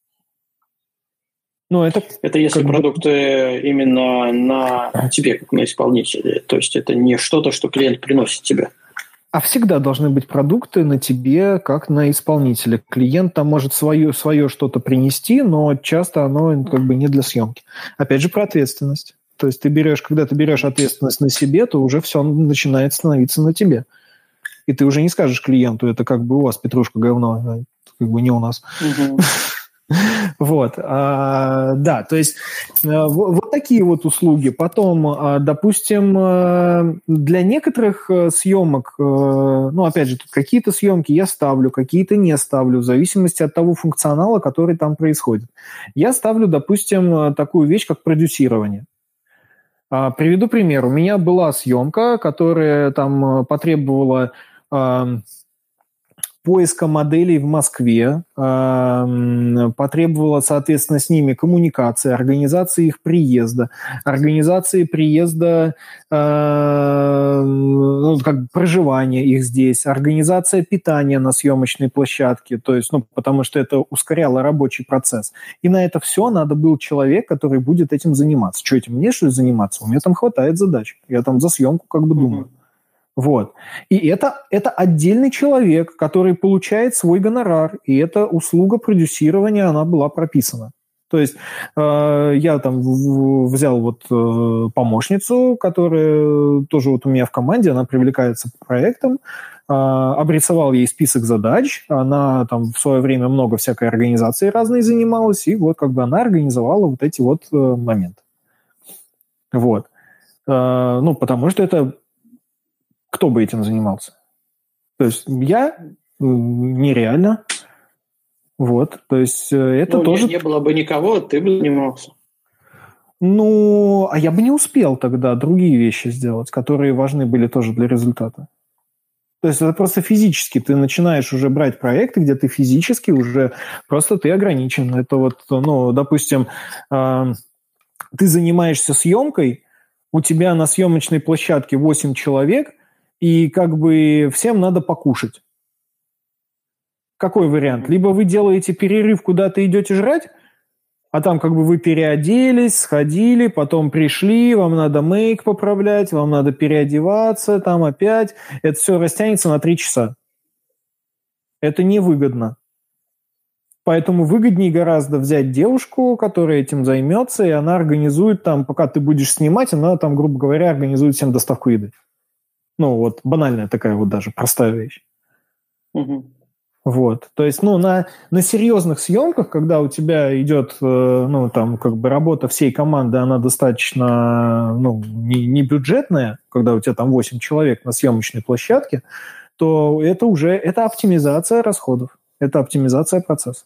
Ну, это, это если продукты бы... именно на тебе, как на исполнителе. То есть это не что-то, что клиент приносит тебе. А всегда должны быть продукты на тебе, как на исполнителе. Клиент там может свое, свое что-то принести, но часто оно как бы не для съемки. Опять же, про ответственность. То есть ты берешь, когда ты берешь ответственность на себе, то уже все начинает становиться на тебе. И ты уже не скажешь клиенту, это как бы у вас петрушка говно, а как бы не у нас. Угу. Вот, а, да, то есть а, вот, вот такие вот услуги. Потом, а, допустим, а, для некоторых съемок, а, ну, опять же, тут какие-то съемки я ставлю, какие-то не ставлю, в зависимости от того функционала, который там происходит. Я ставлю, допустим, такую вещь, как продюсирование. А, приведу пример. У меня была съемка, которая там потребовала... А, поиска моделей в Москве, э, потребовала, соответственно, с ними коммуникации, организации их приезда, организации приезда, э, ну, как бы проживания их здесь, организация питания на съемочной площадке, то есть, ну, потому что это ускоряло рабочий процесс. И на это все надо был человек, который будет этим заниматься. Что, этим мне, что ли, заниматься? У меня там хватает задач. Я там за съемку как бы думаю. Вот. И это, это отдельный человек, который получает свой гонорар, и эта услуга продюсирования, она была прописана. То есть э, я там в, взял вот э, помощницу, которая тоже вот у меня в команде, она привлекается по проектам, э, обрисовал ей список задач, она там в свое время много всякой организации разной занималась, и вот как бы она организовала вот эти вот э, моменты. Вот. Э, ну, потому что это... Кто бы этим занимался? То есть я э, нереально... Вот, то есть это ну, тоже... Не, не было бы никого, ты бы занимался. Ну, а я бы не успел тогда другие вещи сделать, которые важны были тоже для результата. То есть это просто физически. Ты начинаешь уже брать проекты, где ты физически уже просто ты ограничен. Это вот, ну, допустим, э, ты занимаешься съемкой, у тебя на съемочной площадке восемь человек, и как бы всем надо покушать. Какой вариант? Либо вы делаете перерыв, куда-то идете жрать, а там как бы вы переоделись, сходили, потом пришли, вам надо мейк поправлять, вам надо переодеваться, там опять. Это все растянется на три часа. Это невыгодно. Поэтому выгоднее гораздо взять девушку, которая этим займется, и она организует там, пока ты будешь снимать, она там, грубо говоря, организует всем доставку еды. Ну вот, банальная такая вот даже простая вещь. Угу. Вот, то есть, ну, на, на серьезных съемках, когда у тебя идет, э, ну, там, как бы работа всей команды, она достаточно, ну, не, не бюджетная, когда у тебя там восемь человек на съемочной площадке, то это уже, это оптимизация расходов, это оптимизация процесса.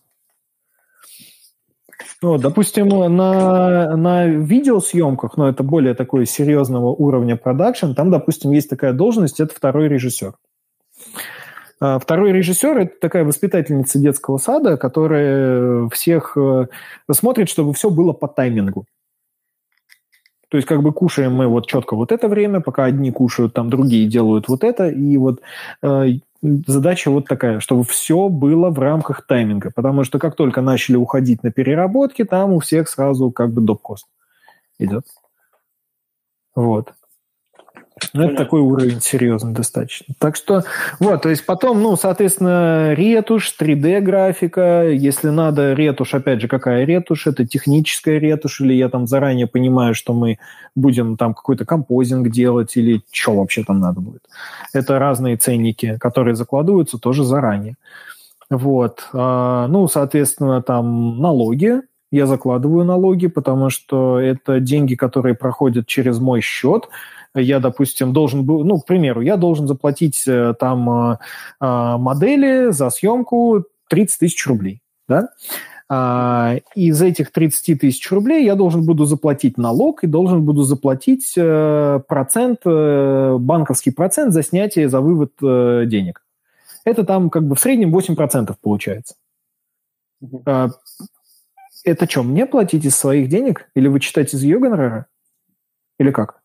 Вот, допустим, на, на видеосъемках, но это более такой серьезного уровня продакшн, там, допустим, есть такая должность, это второй режиссер. Второй режиссер – это такая воспитательница детского сада, которая всех смотрит, чтобы все было по таймингу. То есть как бы кушаем мы вот четко вот это время, пока одни кушают, там другие делают вот это. И вот э, задача вот такая, чтобы все было в рамках тайминга. Потому что как только начали уходить на переработки, там у всех сразу как бы доп-кост идет. Вот. Ну, это такой уровень серьезный достаточно. Так что, вот, то есть потом, ну, соответственно, ретушь, три дэ-графика, если надо ретушь, опять же, какая ретушь, это техническая ретушь, или я там заранее понимаю, что мы будем там какой-то композинг делать, или что вообще там надо будет. Это разные ценники, которые закладываются тоже заранее. Вот, ну, соответственно, там налоги, я закладываю налоги, потому что это деньги, которые проходят через мой счет. Я, допустим, должен был, ну, к примеру, я должен заплатить там модели за съемку тридцать тысяч рублей, да? Из этих тридцать тысяч рублей я должен буду заплатить налог и должен буду заплатить процент, банковский процент за снятие, за вывод денег. Это там как бы в среднем восемь процентов получается. Mm-hmm. Это что, мне платить из своих денег? Или вы читаете из ее гонорара? Или как?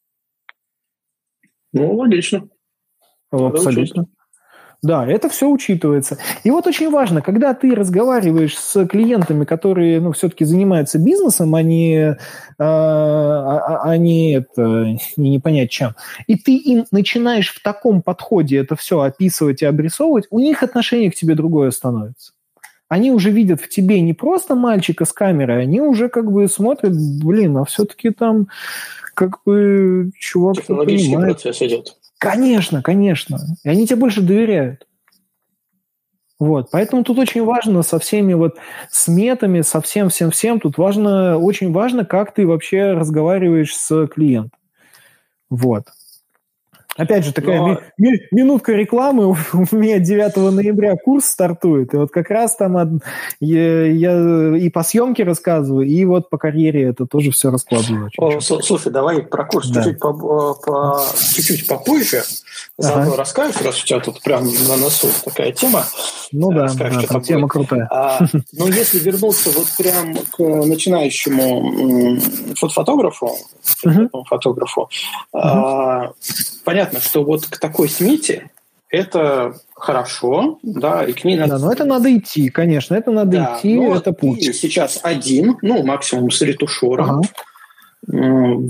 Ну, логично. Абсолютно. Да, это все учитывается. И вот очень важно, когда ты разговариваешь с клиентами, которые, ну, все-таки занимаются бизнесом, а не, а, а не, это, не понять чем, и ты им начинаешь в таком подходе это все описывать и обрисовывать, у них отношение к тебе другое становится. Они уже видят в тебе не просто мальчика с камерой, они уже как бы смотрят, блин, а все-таки там как бы чувак технологический процесс идет. Конечно, конечно. И они тебе больше доверяют. Вот. Поэтому тут очень важно со всеми вот сметами, со всем-всем-всем, тут важно, очень важно, как ты вообще разговариваешь с клиентом. Вот. Опять же, такая Но... ми- ми- минутка рекламы. У меня девятого ноября курс стартует. И вот как раз там од... я, я и по съемке рассказываю, и вот по карьере это тоже все раскладываю. О, слушай, давай про курс да. чуть-чуть, по, по, чуть-чуть попозже. Заодно ага. расскажешь, раз у тебя тут прям на носу такая тема. Ну да, да там тема крутая. А, но если вернуться вот прям к начинающему фотофотографу, uh-huh. фотографу, uh-huh. а, понятно, что вот к такой смете это хорошо, да, и к ней надо... Да, но это надо идти, конечно, это надо да, идти, это путь. Сейчас один, ну, максимум с ретушером. Ага. Вот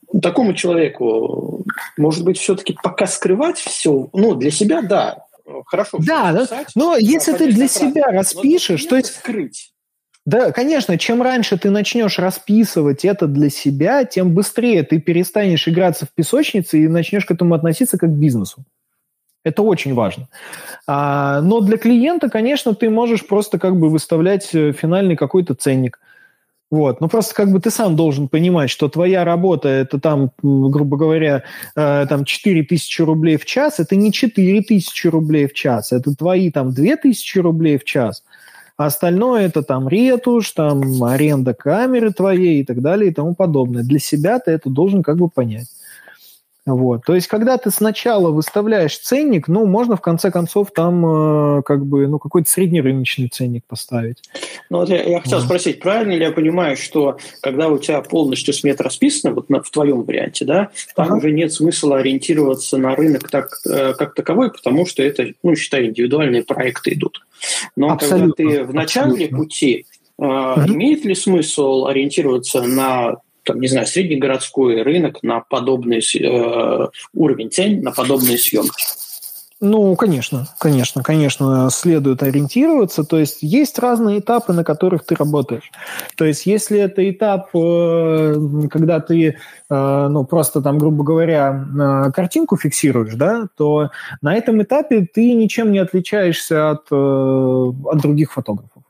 такому человеку, может быть, все-таки пока скрывать все, ну, для себя, да, хорошо. Да, да. Писать, но если да, ты для правда, себя распишешь, то есть... скрыть. Да, конечно, чем раньше ты начнешь расписывать это для себя, тем быстрее ты перестанешь играться в песочнице и начнешь к этому относиться как к бизнесу. Это очень важно. А, но для клиента, конечно, ты можешь просто как бы выставлять финальный какой-то ценник. Вот. Ну, просто как бы ты сам должен понимать, что твоя работа – это там, грубо говоря, там четыре тысячи рублей в час, это не четыре тысячи рублей в час, это твои там две тысячи рублей в час. А остальное это там ретушь, там аренда камеры твоей и так далее и тому подобное. Для себя ты это должен как бы понять. Вот. То есть, когда ты сначала выставляешь ценник, ну, можно в конце концов там э, как бы, ну, какой-то среднерыночный ценник поставить. Ну, вот я, я хотел да. спросить, правильно ли я понимаю, что когда у тебя полностью смета расписана, вот на, в твоем варианте, да, там ага. уже нет смысла ориентироваться на рынок так, э, как таковой, потому что это, ну, считай, индивидуальные проекты идут. Но абсолютно, когда ты в начале абсолютно. пути, э, ага. имеет ли смысл ориентироваться на там, не знаю, среднегородской рынок на подобный э, уровень цен, на подобные съемки? Ну, конечно, конечно, конечно, следует ориентироваться. То есть есть разные этапы, на которых ты работаешь. То есть если это этап, э, когда ты, э, ну, просто там, грубо говоря, э, картинку фиксируешь, да, то на этом этапе ты ничем не отличаешься от, э, от других фотографов.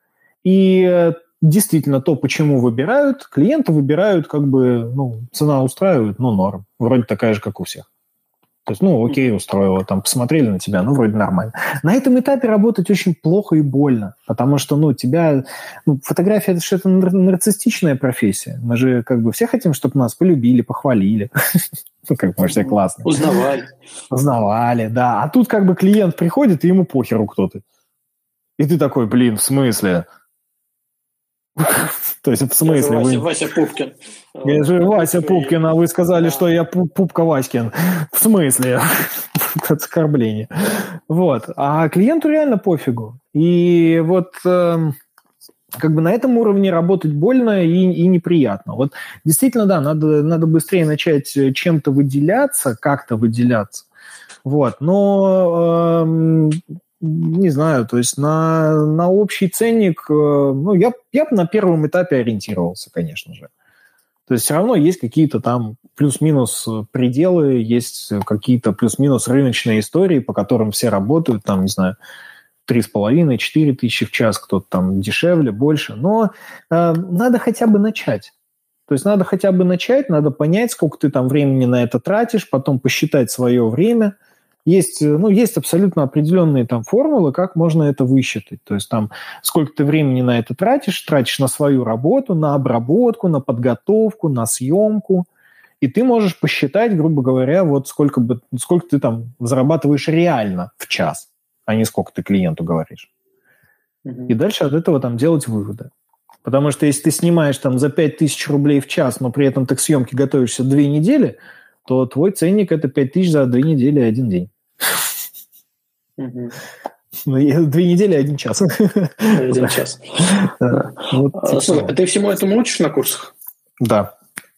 И действительно, то, почему выбирают, клиенты выбирают, как бы, ну, цена устраивает, ну, норм. Вроде такая же, как у всех. То есть, ну, окей, устроило, там, посмотрели на тебя, ну, вроде нормально. На этом этапе работать очень плохо и больно, потому что, ну, тебя... Ну, фотография – это же это нарциссичная профессия. Мы же, как бы, все хотим, чтобы нас полюбили, похвалили. Ну, как бы, все классно. Узнавали. Узнавали, да. А тут, как бы, клиент приходит, и ему похеру, кто ты. И ты такой, блин, в смысле? То есть, в смысле? Вася, вы... Вася Пупкин. Я же Вася Пупкин, а вы сказали, да. что я Пупка Васькин. В смысле? Это оскорбление. Вот. А клиенту реально пофигу. И вот э, как бы на этом уровне работать больно и, и неприятно. Вот действительно, да, надо, надо быстрее начать чем-то выделяться, как-то выделяться. Вот. Но... Э, не знаю, то есть на, на общий ценник, ну, я, я бы на первом этапе ориентировался, конечно же. То есть все равно есть какие-то там плюс-минус пределы, есть какие-то плюс-минус рыночные истории, по которым все работают, там, не знаю, три с половиной, четыре тысячи в час, кто-то там дешевле, больше. Но э, надо хотя бы начать. То есть надо хотя бы начать, надо понять, сколько ты там времени на это тратишь, потом посчитать свое время. Есть, ну, есть абсолютно определенные там формулы, как можно это высчитать. То есть там сколько ты времени на это тратишь, тратишь на свою работу, на обработку, на подготовку, на съемку. И ты можешь посчитать, грубо говоря, вот сколько, бы, сколько ты там зарабатываешь реально в час, а не сколько ты клиенту говоришь. Mm-hmm. И дальше от этого там делать выводы. Потому что если ты снимаешь там за пять тысяч рублей в час, но при этом ты к съемке готовишься две недели, то твой ценник – это пять тысяч за две недели и один день. Угу. Две недели и один час. Один час. Слушай, а ты всему этому учишь на курсах? Да.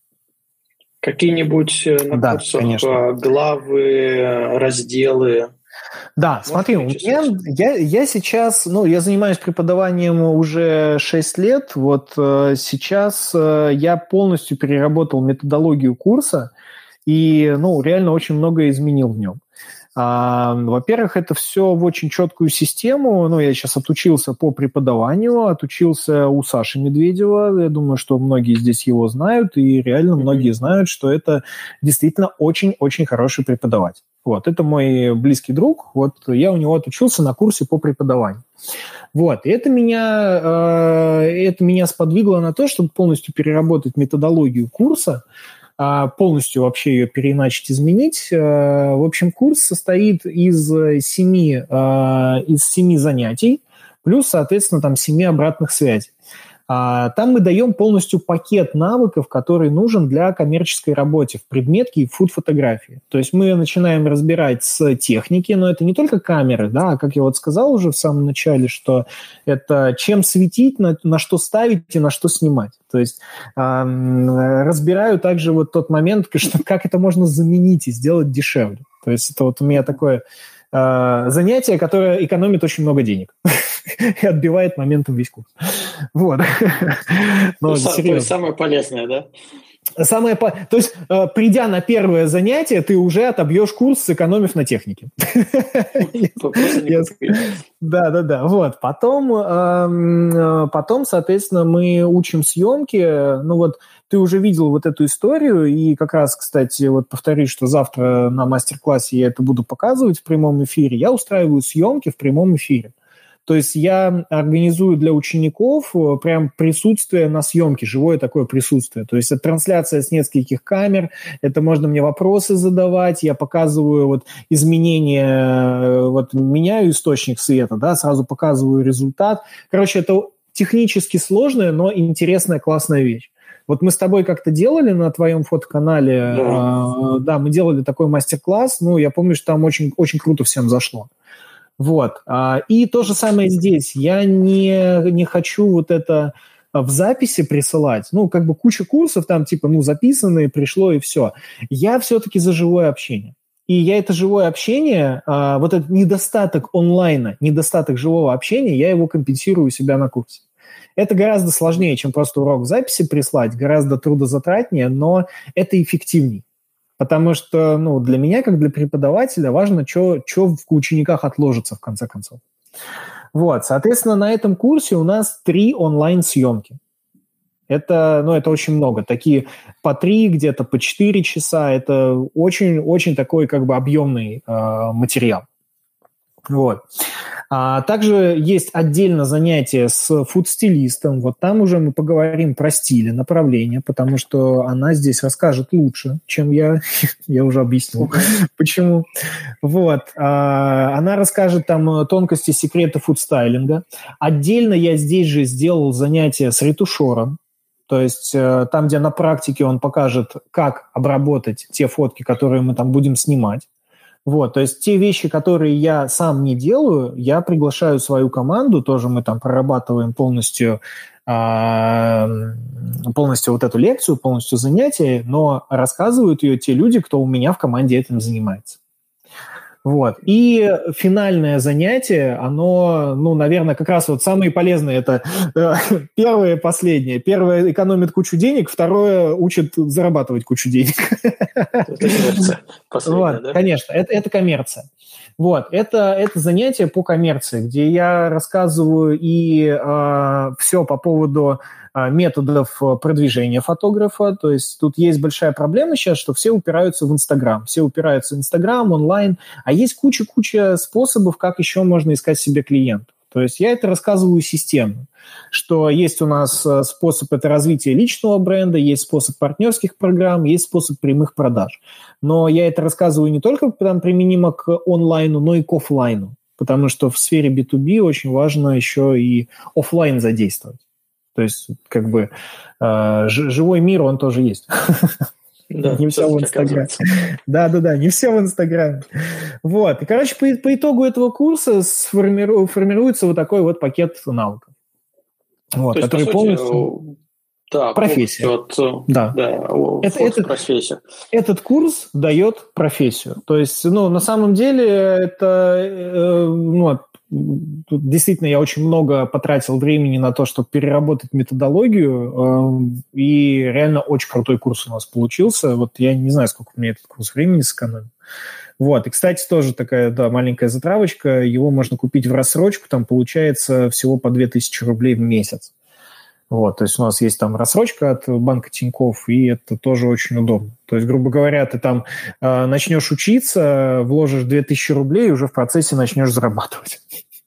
Какие-нибудь на курсах главы, разделы? Да, смотри, у меня, я, я сейчас, ну, я занимаюсь преподаванием уже шесть лет, вот сейчас я полностью переработал методологию курса, и, ну, реально очень многое изменил в нем. А, во-первых, это все в очень четкую систему. Ну, я сейчас отучился по преподаванию, отучился у Саши Медведева. Я думаю, что многие здесь его знают, и реально многие знают, что это действительно очень-очень хороший преподаватель. Вот, это мой близкий друг. Вот я у него отучился на курсе по преподаванию. Вот, и это меня, э, это меня сподвигло на то, чтобы полностью переработать методологию курса, полностью вообще ее переиначить, изменить. В общем, курс состоит из семи, из семи занятий, плюс, соответственно, там семи обратных связей. Там мы даем полностью пакет навыков, который нужен для коммерческой работы в предметке и фуд-фотографии. То есть мы начинаем разбирать с техники, но это не только камеры, да, а как я вот сказал уже в самом начале, что это чем светить, на, на что ставить и на что снимать. То есть э, разбираю также вот тот момент, что, как это можно заменить и сделать дешевле. То есть это вот у меня такое э, занятие, которое экономит очень много денег и отбивает моментом весь курс. Вот. Но, то есть самое полезное, да? Самое, то есть, э, придя на первое занятие, ты уже отобьешь курс, сэкономив на технике. Да, да, да. Вот. Потом, потом, соответственно, мы учим съемки. Ну вот, ты уже видел вот эту историю, и как раз, кстати, вот повторюсь, что завтра на мастер-классе я это буду показывать в прямом эфире. Я устраиваю съемки в прямом эфире. То есть я организую для учеников прям присутствие на съемке, живое такое присутствие. То есть это трансляция с нескольких камер, это можно мне вопросы задавать, я показываю вот изменения, вот меняю источник света, да, сразу показываю результат. Короче, это технически сложная, но интересная, классная вещь. Вот мы с тобой как-то делали на твоем фотоканале, да, э, да мы делали такой мастер-класс, ну, я помню, что там очень, очень круто всем зашло. Вот. И то же самое здесь. Я не, не хочу вот это в записи присылать. Ну, как бы куча курсов там типа, ну, записанные, пришло и все. Я все-таки за живое общение. И я это живое общение, вот этот недостаток онлайна, недостаток живого общения, я его компенсирую у себя на курсе. Это гораздо сложнее, чем просто урок в записи прислать, гораздо трудозатратнее, но это эффективнее. Потому что, ну, для меня, как для преподавателя, важно, что в учениках отложится, в конце концов. Вот, соответственно, на этом курсе у нас три онлайн-съемки. Это, ну, это очень много. Такие по три, где-то по четыре часа. Это очень-очень такой, как бы, объемный э, материал. Вот. А также есть отдельно занятие с фуд-стилистом. Вот там уже мы поговорим про стиль, направление, потому что она здесь расскажет лучше, чем я. Я уже объяснил, почему. Вот. А она расскажет там тонкости, секреты фуд-стайлинга. Отдельно я здесь же сделал занятие с ретушером. То есть там, где на практике он покажет, как обработать те фотки, которые мы там будем снимать. Вот, то есть те вещи, которые я сам не делаю, я приглашаю свою команду, тоже мы там прорабатываем полностью, полностью вот эту лекцию, полностью занятие, но рассказывают ее те люди, кто у меня в команде этим занимается. Вот. И финальное занятие, оно, ну, наверное, как раз вот самые полезные, это э, первое и последнее. Первое экономит кучу денег, второе учит зарабатывать кучу денег. Это коммерция. Вот, да? Конечно, это, это коммерция. Вот, это, это занятие по коммерции, где я рассказываю и э, все по поводу э, методов продвижения фотографа. То есть тут есть большая проблема сейчас, что все упираются в Инстаграм. Все упираются в Инстаграм, онлайн. А есть куча-куча способов, как еще можно искать себе клиентов. То есть я это рассказываю системно, что есть у нас способ это развития личного бренда, есть способ партнерских программ, есть способ прямых продаж. Но я это рассказываю не только там, применимо к онлайну, но и к офлайну, потому что в сфере би ту би очень важно еще и офлайн задействовать. То есть как бы э, живой мир, он тоже есть. Да, не все в Инстаграме. Да, да, да, не все в Инстаграме. Вот. И, короче, по, по итогу этого курса сформиру, формируется вот такой вот пакет навыков. Вот, есть, который сути, полностью... Да, профессия. Вот, да. Да, это, этот, профессия. Этот курс дает профессию. То есть, ну, на самом деле, это... Э, ну, тут действительно я очень много потратил времени на то, чтобы переработать методологию, э, и реально очень крутой курс у нас получился. Вот я не знаю, сколько у меня этот курс времени сэкономил. Вот, и, кстати, тоже такая, да, маленькая затравочка, его можно купить в рассрочку, там получается всего по две тысячи рублей в месяц. Вот, то есть у нас есть там рассрочка от банка Тинькофф, и это тоже очень удобно. То есть, грубо говоря, ты там э, начнешь учиться, вложишь две тысячи рублей, и уже в процессе начнешь зарабатывать.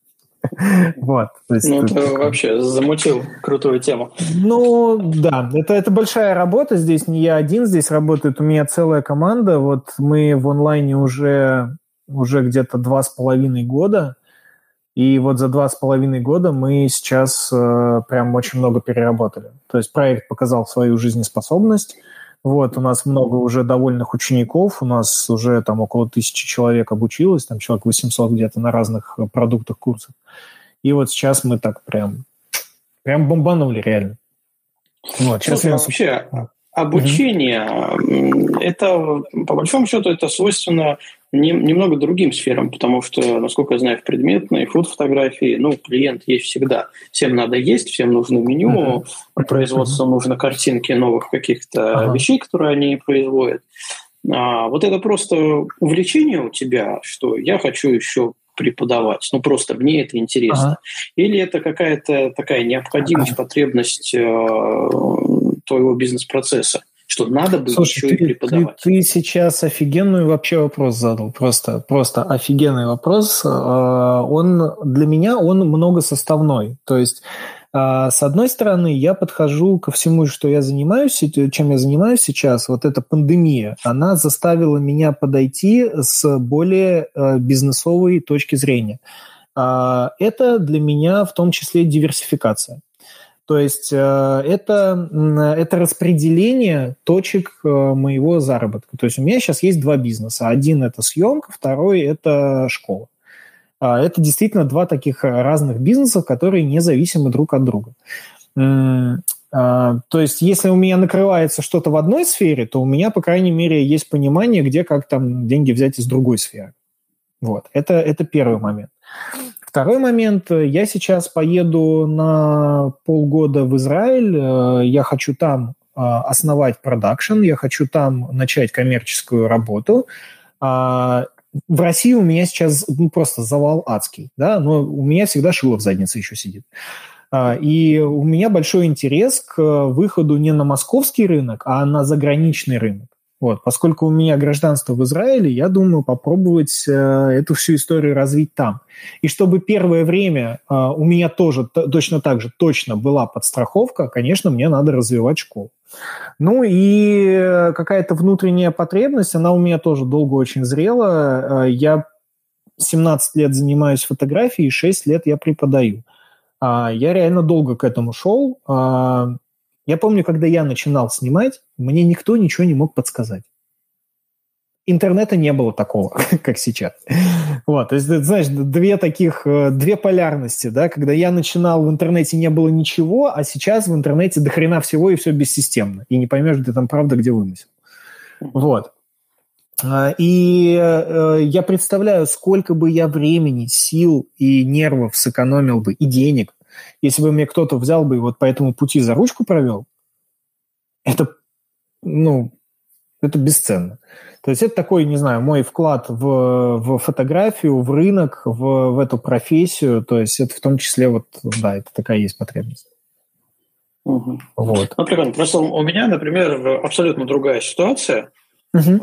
Вот. Ну, ты вообще замутил крутую тему. Ну, да, это, это большая работа здесь, не я один здесь работает, у меня целая команда, вот мы в онлайне уже, уже где-то два с половиной года, И вот за два с половиной года мы сейчас э, прям очень много переработали. То есть проект показал свою жизнеспособность. Вот, у нас много уже довольных учеников, у нас уже там около тысячи человек обучилось, там человек восемьсот где-то на разных продуктах, курсах. И вот сейчас мы так прям, прям бомбанули реально. Вот, сейчас Слушай, я... вообще обучение, mm-hmm. это, по большому счету, это свойственно не, немного другим сферам, потому что, насколько я знаю, в предметной фуд-фотографии, ну, клиент есть всегда. Всем надо есть, всем нужно меню, uh-huh. производству uh-huh. нужно картинки новых каких-то uh-huh. вещей, которые они производят. А, вот это просто увлечение у тебя, что я хочу еще преподавать. Ну, просто мне это интересно. Uh-huh. Или это какая-то такая необходимость, uh-huh. потребность э, твоего бизнес-процесса, что надо бы Слушай, еще ты, и преподавать. Ты, ты сейчас офигенный вообще вопрос задал. Просто, просто офигенный вопрос. Он для меня он многосоставной. То есть, с одной стороны, я подхожу ко всему, что я занимаюсь, чем я занимаюсь сейчас. Вот эта пандемия, она заставила меня подойти с более бизнесовой точки зрения. Это для меня в том числе диверсификация. То есть это, это распределение точек моего заработка. То есть у меня сейчас есть два бизнеса. Один – это съемка, второй – это школа. Это действительно два таких разных бизнеса, которые независимы друг от друга. То есть если у меня накрывается что-то в одной сфере, то у меня, по крайней мере, есть понимание, где как там деньги взять из другой сферы. Вот. Это, это первый момент. Второй момент. Я сейчас поеду на полгода в Израиль. Я хочу там основать продакшн, я хочу там начать коммерческую работу. В России у меня сейчас ну, просто завал адский, да, но у меня всегда шило в заднице еще сидит. И у меня большой интерес к выходу не на московский рынок, а на заграничный рынок. Вот, поскольку у меня гражданство в Израиле, я думаю попробовать э, эту всю историю развить там. И чтобы первое время э, у меня тоже т- точно так же точно была подстраховка, конечно, мне надо развивать школу. Ну и какая-то внутренняя потребность, она у меня тоже долго очень зрела. Э, я семнадцать лет занимаюсь фотографией, шесть лет я преподаю. Э, я реально долго к этому шел. Э, Я помню, когда я начинал снимать, мне никто ничего не мог подсказать. Интернета не было такого, как сейчас. Вот, то есть, ты знаешь, две таких, две полярности, да, когда я начинал, в интернете не было ничего, а сейчас в интернете до хрена всего и все бессистемно. И не поймешь, где там правда, где вымысел. Вот. И я представляю, сколько бы я времени, сил и нервов сэкономил бы, и денег, если бы мне кто-то взял бы и вот по этому пути за ручку провел, это, ну, это бесценно. То есть это такой, не знаю, мой вклад в, в фотографию, в рынок, в, в эту профессию. То есть это в том числе, вот, да, это такая есть потребность. Угу. Вот. Ну, прикольно. Просто у меня, например, абсолютно другая ситуация. Угу.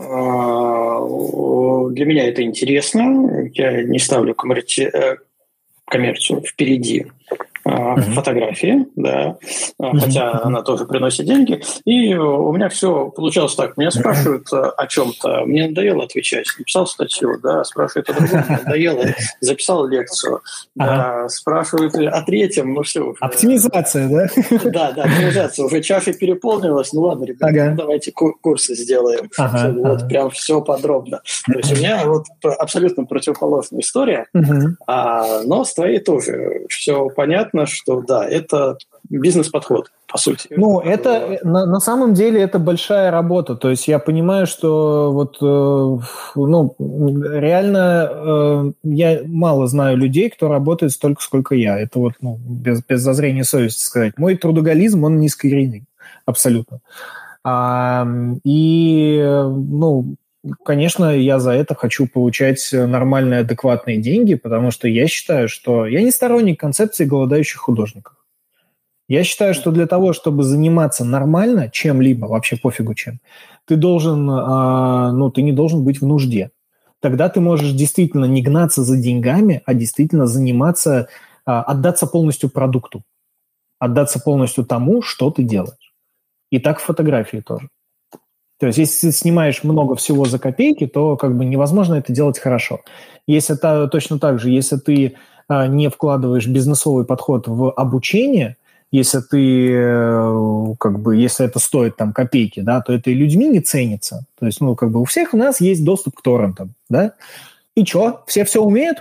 Для меня это интересно. Я не ставлю коммерци... коммерцию впереди uh-huh. фотографии, да, uh-huh. хотя uh-huh. она тоже приносит деньги. И у меня все получалось так. Меня спрашивают uh-huh. о чем-то, мне надоело отвечать. Написал статью, да, спрашивают о другом, мне надоело, записал лекцию. Uh-huh. Да, спрашивают о третьем, ну все. Уже... Оптимизация, да? Да, да, оптимизация. Уже чаша переполнилась. Ну ладно, ребята, uh-huh. ну, давайте курсы сделаем. Uh-huh. Вот uh-huh. прям все подробно. Uh-huh. То есть у меня вот абсолютно противоположная история, uh-huh. а, но с твоей тоже все понятно, что да, это бизнес-подход, по сути. Ну, это на, на самом деле это большая работа. То есть я понимаю, что вот э, ну, реально э, я мало знаю людей, кто работает столько, сколько я. Это вот ну, без, без зазрения совести сказать. Мой трудоголизм, он низкоренный, абсолютно. А, и, ну, конечно, я за это хочу получать нормальные, адекватные деньги, потому что я считаю, что... Я не сторонник концепции голодающих художников. Я считаю, что для того, чтобы заниматься нормально чем-либо, вообще пофигу чем, ты должен, ну, ты не должен быть в нужде. Тогда ты можешь действительно не гнаться за деньгами, а действительно заниматься, отдаться полностью продукту, отдаться полностью тому, что ты делаешь. И так в фотографии тоже. То есть, если ты снимаешь много всего за копейки, то как бы невозможно это делать хорошо. Если это точно так же, если ты не вкладываешь бизнесовый подход в обучение, если ты, как бы, если это стоит там копейки, да, то это и людьми не ценится. То есть, ну, как бы у всех у нас есть доступ к торрентам, да? И что, все все умеют?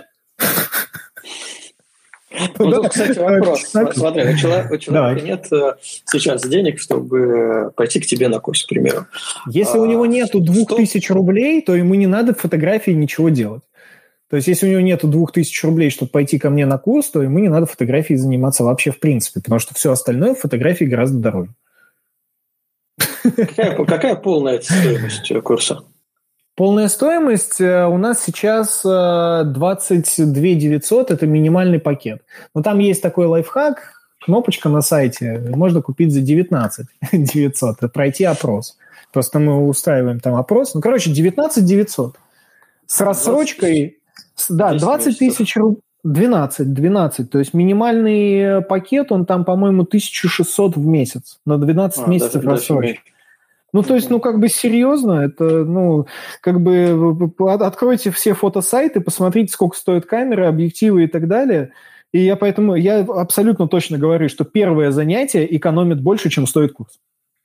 Ну, тут, кстати, вопрос. Смотри, у человека нет сейчас денег, чтобы пойти к тебе на курс, к примеру. Если у него нету двух тысяч рублей, то ему не надо фотографии ничего делать. То есть, если у него нету двух тысяч рублей, чтобы пойти ко мне на курс, то ему не надо фотографией заниматься вообще в принципе, потому что все остальное в фотографии гораздо дороже. Какая, какая полная стоимость курса? Полная стоимость у нас сейчас двадцать две тысячи девятьсот, это минимальный пакет. Но там есть такой лайфхак, кнопочка на сайте, можно купить за девятнадцать тысяч девятьсот, пройти опрос. Просто мы устраиваем там опрос. Ну, короче, девятнадцать тысяч девятьсот. С рассрочкой... Да, двадцать тысяч рублей. двенадцать, двенадцать. То есть минимальный пакет, он там, по-моему, тысяча шестьсот в месяц. На двенадцать а, месяцев рассрочки. Ну, то есть, ну, как бы серьезно, это, ну, как бы откройте все фотосайты, посмотрите, сколько стоят камеры, объективы и так далее. И я поэтому, я абсолютно точно говорю, что первое занятие экономит больше, чем стоит курс.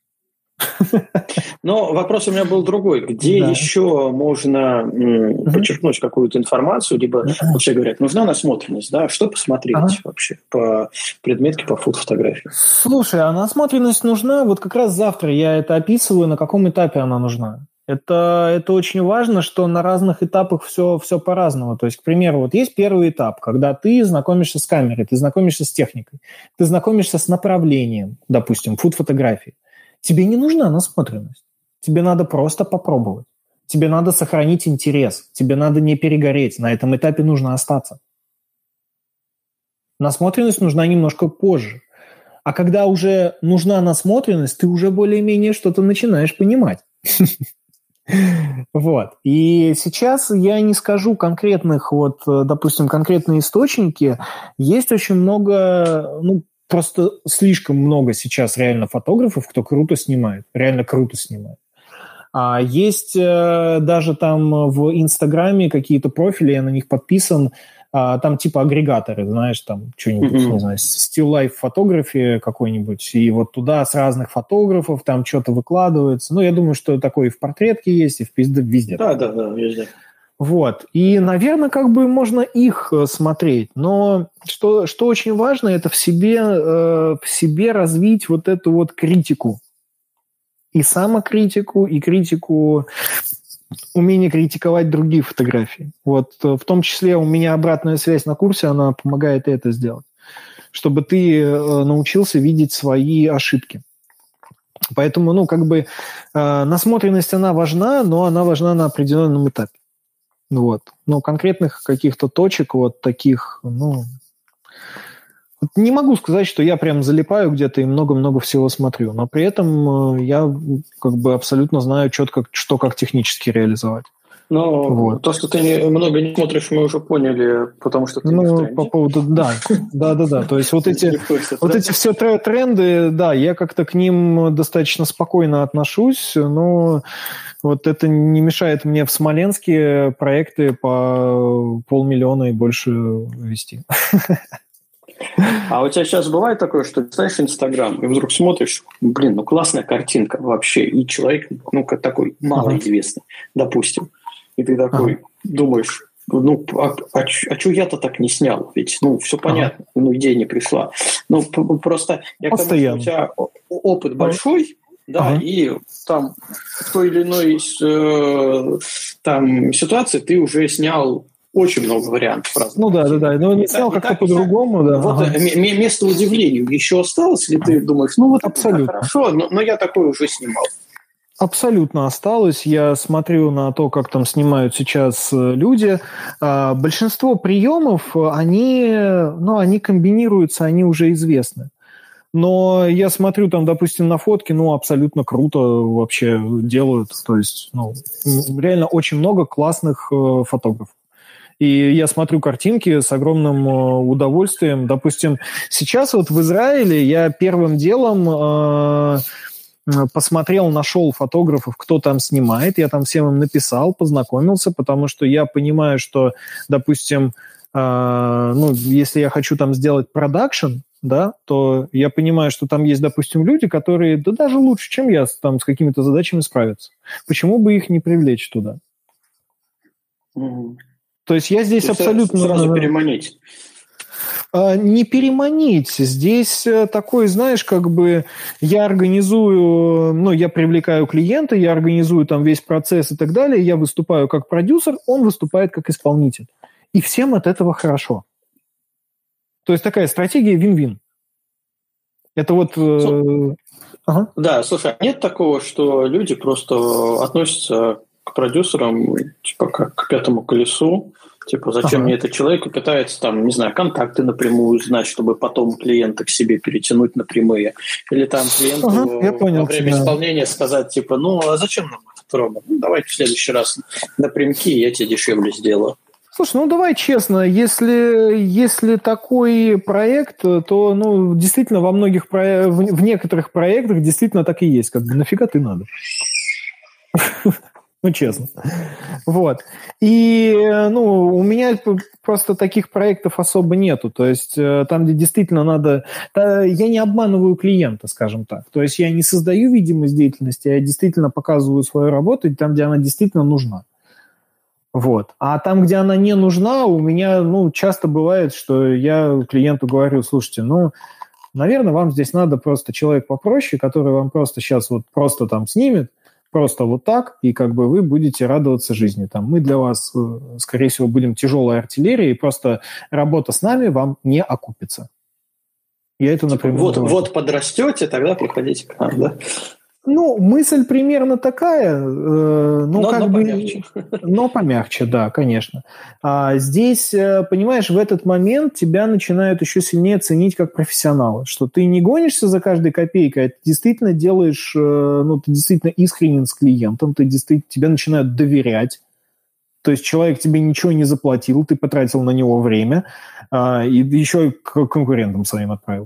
Но вопрос у меня был другой. Где да. еще можно м, подчеркнуть mm-hmm. какую-то информацию, либо mm-hmm. вообще говорят, нужна насмотренность, да? Что посмотреть ага. вообще по предметке, по фотофотографии? Слушай, а насмотренность нужна? Вот как раз завтра я это описываю, на каком этапе она нужна. Это, это очень важно, что на разных этапах все, все по-разному. То есть, к примеру, вот есть первый этап, когда ты знакомишься с камерой, ты знакомишься с техникой, ты знакомишься с направлением, допустим, фуд-фотографии. Тебе не нужна насмотренность. Тебе надо просто попробовать. Тебе надо сохранить интерес. Тебе надо не перегореть. На этом этапе нужно остаться. Насмотренность нужна немножко позже. А когда уже нужна насмотренность, ты уже более-менее что-то начинаешь понимать. Вот. И сейчас я не скажу конкретных, вот, допустим, конкретные источники. Есть очень много, ну, просто слишком много сейчас реально фотографов, кто круто снимает, реально круто снимает. А есть э, даже там в Инстаграме какие-то профили, я на них подписан, а, там типа агрегаторы, знаешь, там что-нибудь, mm-hmm. не знаю, Still Life фотографии какой-нибудь, и вот туда с разных фотографов там что-то выкладывается. Ну, я думаю, что такое и в портретке есть, и в пизде, везде. Да, да, да, везде. Вот. И, наверное, как бы можно их смотреть. Но что, что очень важно, это в себе, э, в себе развить вот эту вот критику. И самокритику, и критику, умение критиковать другие фотографии. Вот в том числе у меня обратная связь на курсе, она помогает это сделать. Чтобы ты научился видеть свои ошибки. Поэтому, ну, как бы э, насмотренность, она важна, но она важна на определенном этапе. Вот. Но конкретных каких-то точек вот таких, ну... Не могу сказать, что я прям залипаю где-то и много-много всего смотрю, но при этом я как бы абсолютно знаю четко, что как технически реализовать. Но вот. То, что ты не, много не смотришь, мы уже поняли, потому что ты ну, не в тренде. По поводу, да, да, да, да. То есть вот эти, вот эти все тренды, да, я как-то к ним достаточно спокойно отношусь, но вот это не мешает мне в Смоленске проекты по полмиллиона и больше вести. А у тебя сейчас бывает такое, что ты знаешь Инстаграм, и вдруг смотришь, блин, ну классная картинка вообще, и человек, ну, как такой малоизвестный, допустим, и ты такой ага. думаешь, ну, а, а, а что я-то так не снял? Ведь, ну, все понятно, ага. ну, идея не пришла. Ну, просто я к тому, что у тебя опыт большой, да, ага. и там в той или иной э, там, ситуации ты уже снял очень много вариантов разных. Ну да, да, да. Но не снял как-то по-другому, да. Вот ага. м- место удивлению еще осталось, или ты думаешь, ну вот абсолютно хорошо, но, но я такое уже снимал. Абсолютно осталось. Я смотрю на то, как там снимают сейчас люди. Большинство приемов, они, ну, они комбинируются, они уже известны. Но я смотрю там, допустим, на фотки, ну, абсолютно круто вообще делают. То есть, ну, реально очень много классных фотографов. И я смотрю картинки с огромным удовольствием. Допустим, сейчас вот в Израиле я первым делом э, посмотрел, нашел фотографов, кто там снимает. Я там всем им написал, познакомился, потому что я понимаю, что, допустим, А, ну, если я хочу там сделать продакшн, да, то я понимаю, что там есть, допустим, люди, которые, да даже лучше, чем я, там с какими-то задачами справятся. Почему бы их не привлечь туда? Mm-hmm. То есть я здесь то абсолютно... Сразу переманить. Не переманить. Здесь такой, знаешь, как бы я организую, ну, я привлекаю клиента, я организую там весь процесс и так далее, я выступаю как продюсер, он выступает как исполнитель. И всем от этого хорошо. То есть такая стратегия вин-вин. Это вот... Э... Ага. Да, слушай, нет такого, что люди просто относятся к продюсерам типа как к пятому колесу, типа зачем ага. мне этот человек, и пытается там, не знаю, контакты напрямую знать, чтобы потом клиента к себе перетянуть напрямую. Или там клиенту ага, я понял, во время тебя. исполнения сказать, типа, ну, а зачем нам этот робот? Ну, давайте в следующий раз напрямки, я тебе дешевле сделаю. Слушай, ну давай честно, если, если такой проект, то ну, действительно во многих про... в некоторых проектах действительно так и есть. Как бы нафига ты надо? Ну, честно. Вот. И, ну, у меня просто таких проектов особо нету. То есть там, где действительно надо... Я не обманываю клиента, скажем так. То есть я не создаю видимость деятельности, я действительно показываю свою работу там, где она действительно нужна. Вот. А там, где она не нужна, у меня, ну, часто бывает, что я клиенту говорю, слушайте, ну, наверное, вам здесь надо просто человек попроще, который вам просто сейчас вот просто там снимет, просто вот так, и как бы вы будете радоваться жизни. Там мы для вас, скорее всего, будем тяжелой артиллерией, и просто работа с нами вам не окупится. Я это, например... Вот, вот подрастете, тогда приходите к нам, да? Ну, мысль примерно такая, э, ну, но, как но бы... помягче. Но помягче, да, конечно. А здесь, понимаешь, в этот момент тебя начинают еще сильнее ценить как профессионала, что ты не гонишься за каждой копейкой, а ты действительно делаешь, ну, ты действительно искренен с клиентом, ты действительно, тебе начинают доверять. То есть человек тебе ничего не заплатил, ты потратил на него время, а, и еще и к конкурентам своим отправил.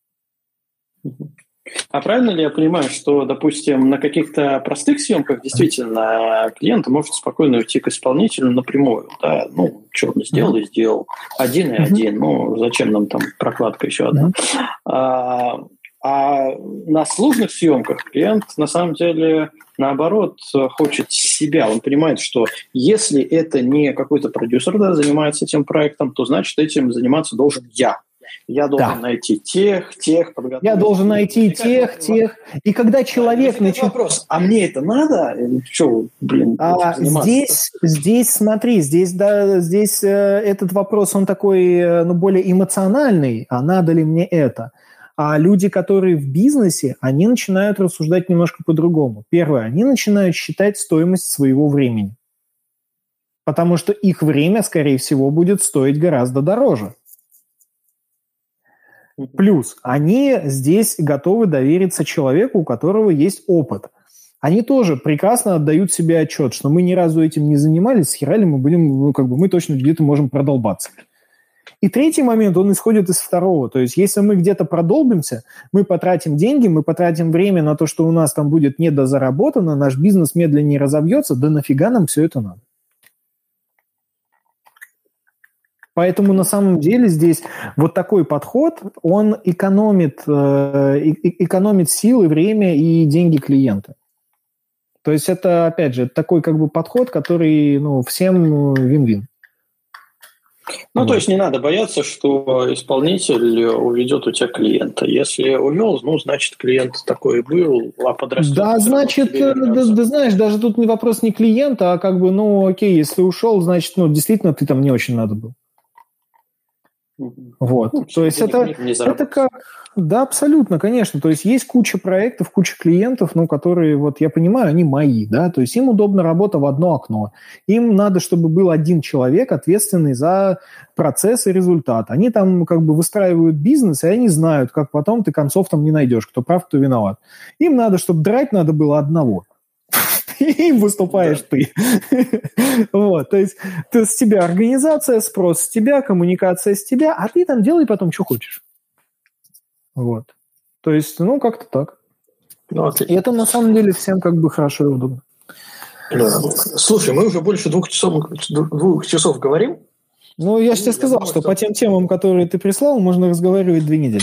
А правильно ли я понимаю, что, допустим, на каких-то простых съемках действительно клиент может спокойно уйти к исполнителю напрямую? Да? Ну, что он сделал и сделал. Один и один. Ну, зачем нам там прокладка еще одна? А, а на сложных съемках клиент, на самом деле, наоборот, хочет себя. Он понимает, что если это не какой-то продюсер, да, занимается этим проектом, то значит этим заниматься должен я. Я должен да. найти тех, тех, подготовить. Я должен найти тех, тех. И когда человек... Да, начинает... вопрос, а мне это надо? Что, блин, а, здесь, здесь, смотри, здесь, да, здесь э, этот вопрос, он такой, э, ну, более эмоциональный. А надо ли мне это? А люди, которые в бизнесе, они начинают рассуждать немножко по-другому. Первое, они начинают считать стоимость своего времени. Потому что их время, скорее всего, будет стоить гораздо дороже. Плюс они здесь готовы довериться человеку, у которого есть опыт. Они тоже прекрасно отдают себе отчет, что мы ни разу этим не занимались, с хера ли мы будем, ну, как бы мы точно где-то можем продолбаться. И третий момент, он исходит из второго. То есть если мы где-то продолбимся, мы потратим деньги, мы потратим время на то, что у нас там будет недозаработано, наш бизнес медленнее разовьется, да нафига нам все это надо? Поэтому на самом деле здесь вот такой подход, он экономит, э, экономит силы, время и деньги клиента. То есть это, опять же, такой как бы подход, который, ну, всем вин-вин. Ну, вот. То есть не надо бояться, что исполнитель уведет у тебя клиента. Если увел, ну, значит, клиент такой был, а подрастет. Да, значит, да, да, знаешь, даже тут не вопрос не клиента, а как бы, ну, окей, если ушел, значит, ну, действительно, ты там не очень надо был. Вот, ну, то есть это, это как, да, абсолютно, конечно, то есть есть куча проектов, куча клиентов, ну, которые, вот я понимаю, они мои, да, то есть им удобна работа в одно окно, им надо, чтобы был один человек, ответственный за процесс и результат, они там как бы выстраивают бизнес, и они знают, как потом ты концов там не найдешь, кто прав, кто виноват, им надо, чтобы драть надо было одного. И выступаешь да. ты. Вот, то есть то с тебя организация, спрос с тебя, коммуникация с тебя, а ты там делай потом, что хочешь. Вот. То есть, ну, как-то так. Ну, и это на самом деле всем как бы хорошо и удобно. Да. Слушай, мы уже больше двух часов, двух часов говорим. Ну, я же тебе сказал, что по тем темам, которые ты прислал, можно разговаривать две недели.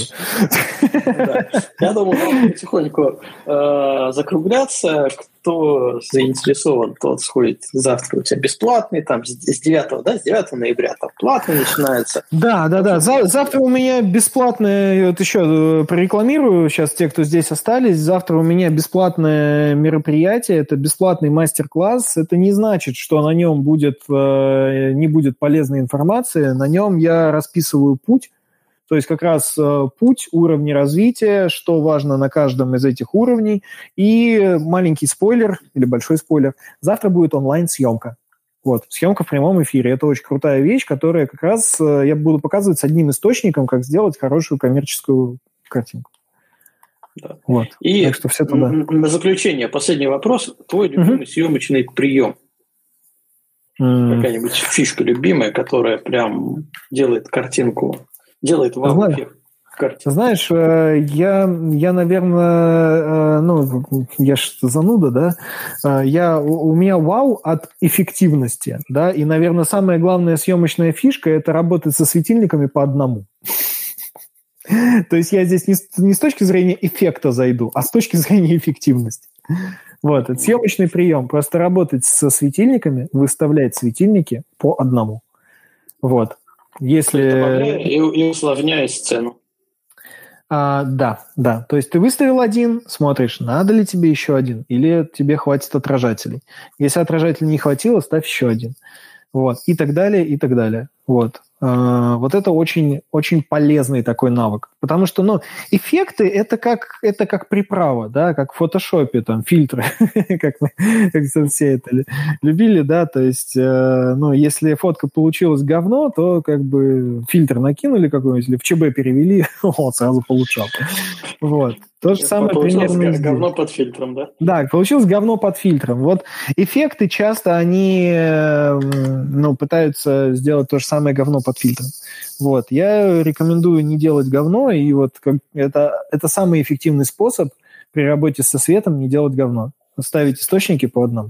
Я думаю, надо потихоньку закругляться. Кто заинтересован, тот сходит завтра у тебя бесплатный, там с девятого, да, с девятого ноября там платный начинается. Да, да, да. Завтра у меня бесплатное, вот еще прорекламирую сейчас те, кто здесь остались, завтра у меня бесплатное мероприятие, это бесплатный мастер-класс. Это не значит, что на нем будет, не будет полезной информации, на нем я расписываю путь. То есть как раз э, путь, уровни развития, что важно на каждом из этих уровней. И маленький спойлер, или большой спойлер, завтра будет онлайн-съемка. Вот, съемка в прямом эфире. Это очень крутая вещь, которая как раз э, я буду показывать с одним источником, как сделать хорошую коммерческую картинку. Да. Вот. И так что все туда. На заключение, последний вопрос. Твой любимый uh-huh. съемочный прием? Mm. Какая-нибудь фишка любимая, которая прям делает картинку... Делает вам эффект. Знаешь, я, я, наверное, ну, я ж зануда, да, я, у меня вау от эффективности, да, и, наверное, самая главная съемочная фишка – это работать со светильниками по одному. То есть я здесь не, не с точки зрения эффекта зайду, а с точки зрения эффективности. Вот, это съемочный прием, просто работать со светильниками, выставлять светильники по одному. Вот. Если... И, и усложняя сцену. А, да, да. То есть ты выставил один, смотришь, надо ли тебе еще один, или тебе хватит отражателей. Если отражателей не хватило, ставь еще один. Вот. И так далее, и так далее. Вот. А, вот это очень, очень полезный такой навык. Потому что, ну, эффекты это как, это как приправа, да, как в фотошопе, там, фильтры, как мы как все это любили, да, то есть, э, ну, если фотка получилась говно, то как бы фильтр накинули какой-нибудь, или в ЧБ перевели, о, сразу получал. Вот. То же самое примерно здесь. Говно под фильтром, да? Да, получилось говно под фильтром. Вот эффекты часто они, ну, пытаются сделать то же самое говно под фильтром. Вот. Я рекомендую не делать говно, и вот как, это, это самый эффективный способ при работе со светом не делать говно. Ставить источники по одному.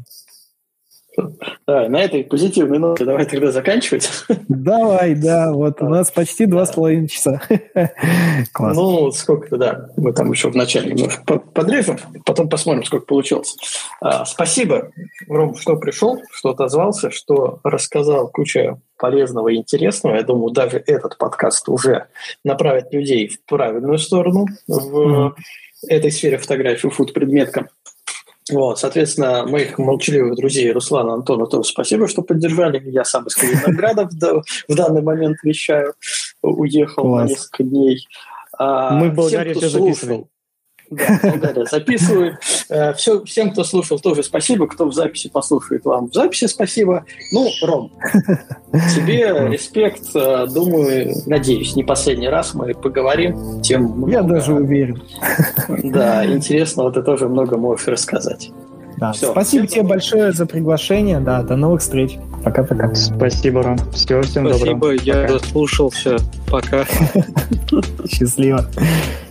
Да, на этой позитивной ноте давай тогда заканчивать. Давай, да, вот у нас почти два с половиной часа. Класс. Ну, сколько-то, да, мы там еще вначале немножко подрежем, потом посмотрим, сколько получилось. А, спасибо, Ром, что пришел, что отозвался, что рассказал кучу полезного и интересного. Я думаю, даже этот подкаст уже направит людей в правильную сторону в mm-hmm. этой сфере фотографии, фуд-предметкам. Вот, соответственно, моих молчаливых друзей Руслана, Антона тоже спасибо, что поддержали. Я сам из Калининграда в данный момент вещаю, уехал Класс. на несколько дней. Мы в Болгарии все записываем. Да, Болгария записывает. Все, всем, кто слушал, тоже спасибо. Кто в записи послушает, вам в записи спасибо. Ну, Ром, тебе респект. Думаю, надеюсь, не последний раз мы поговорим. Тем много, Я даже уверен. Да, интересного ты тоже много можешь рассказать. Да. Все, спасибо тебе большое за приглашение. Да, до новых встреч. Пока-пока. Спасибо, Ром. Все, всем спасибо, доброго. Я дослушался. Пока. Счастливо.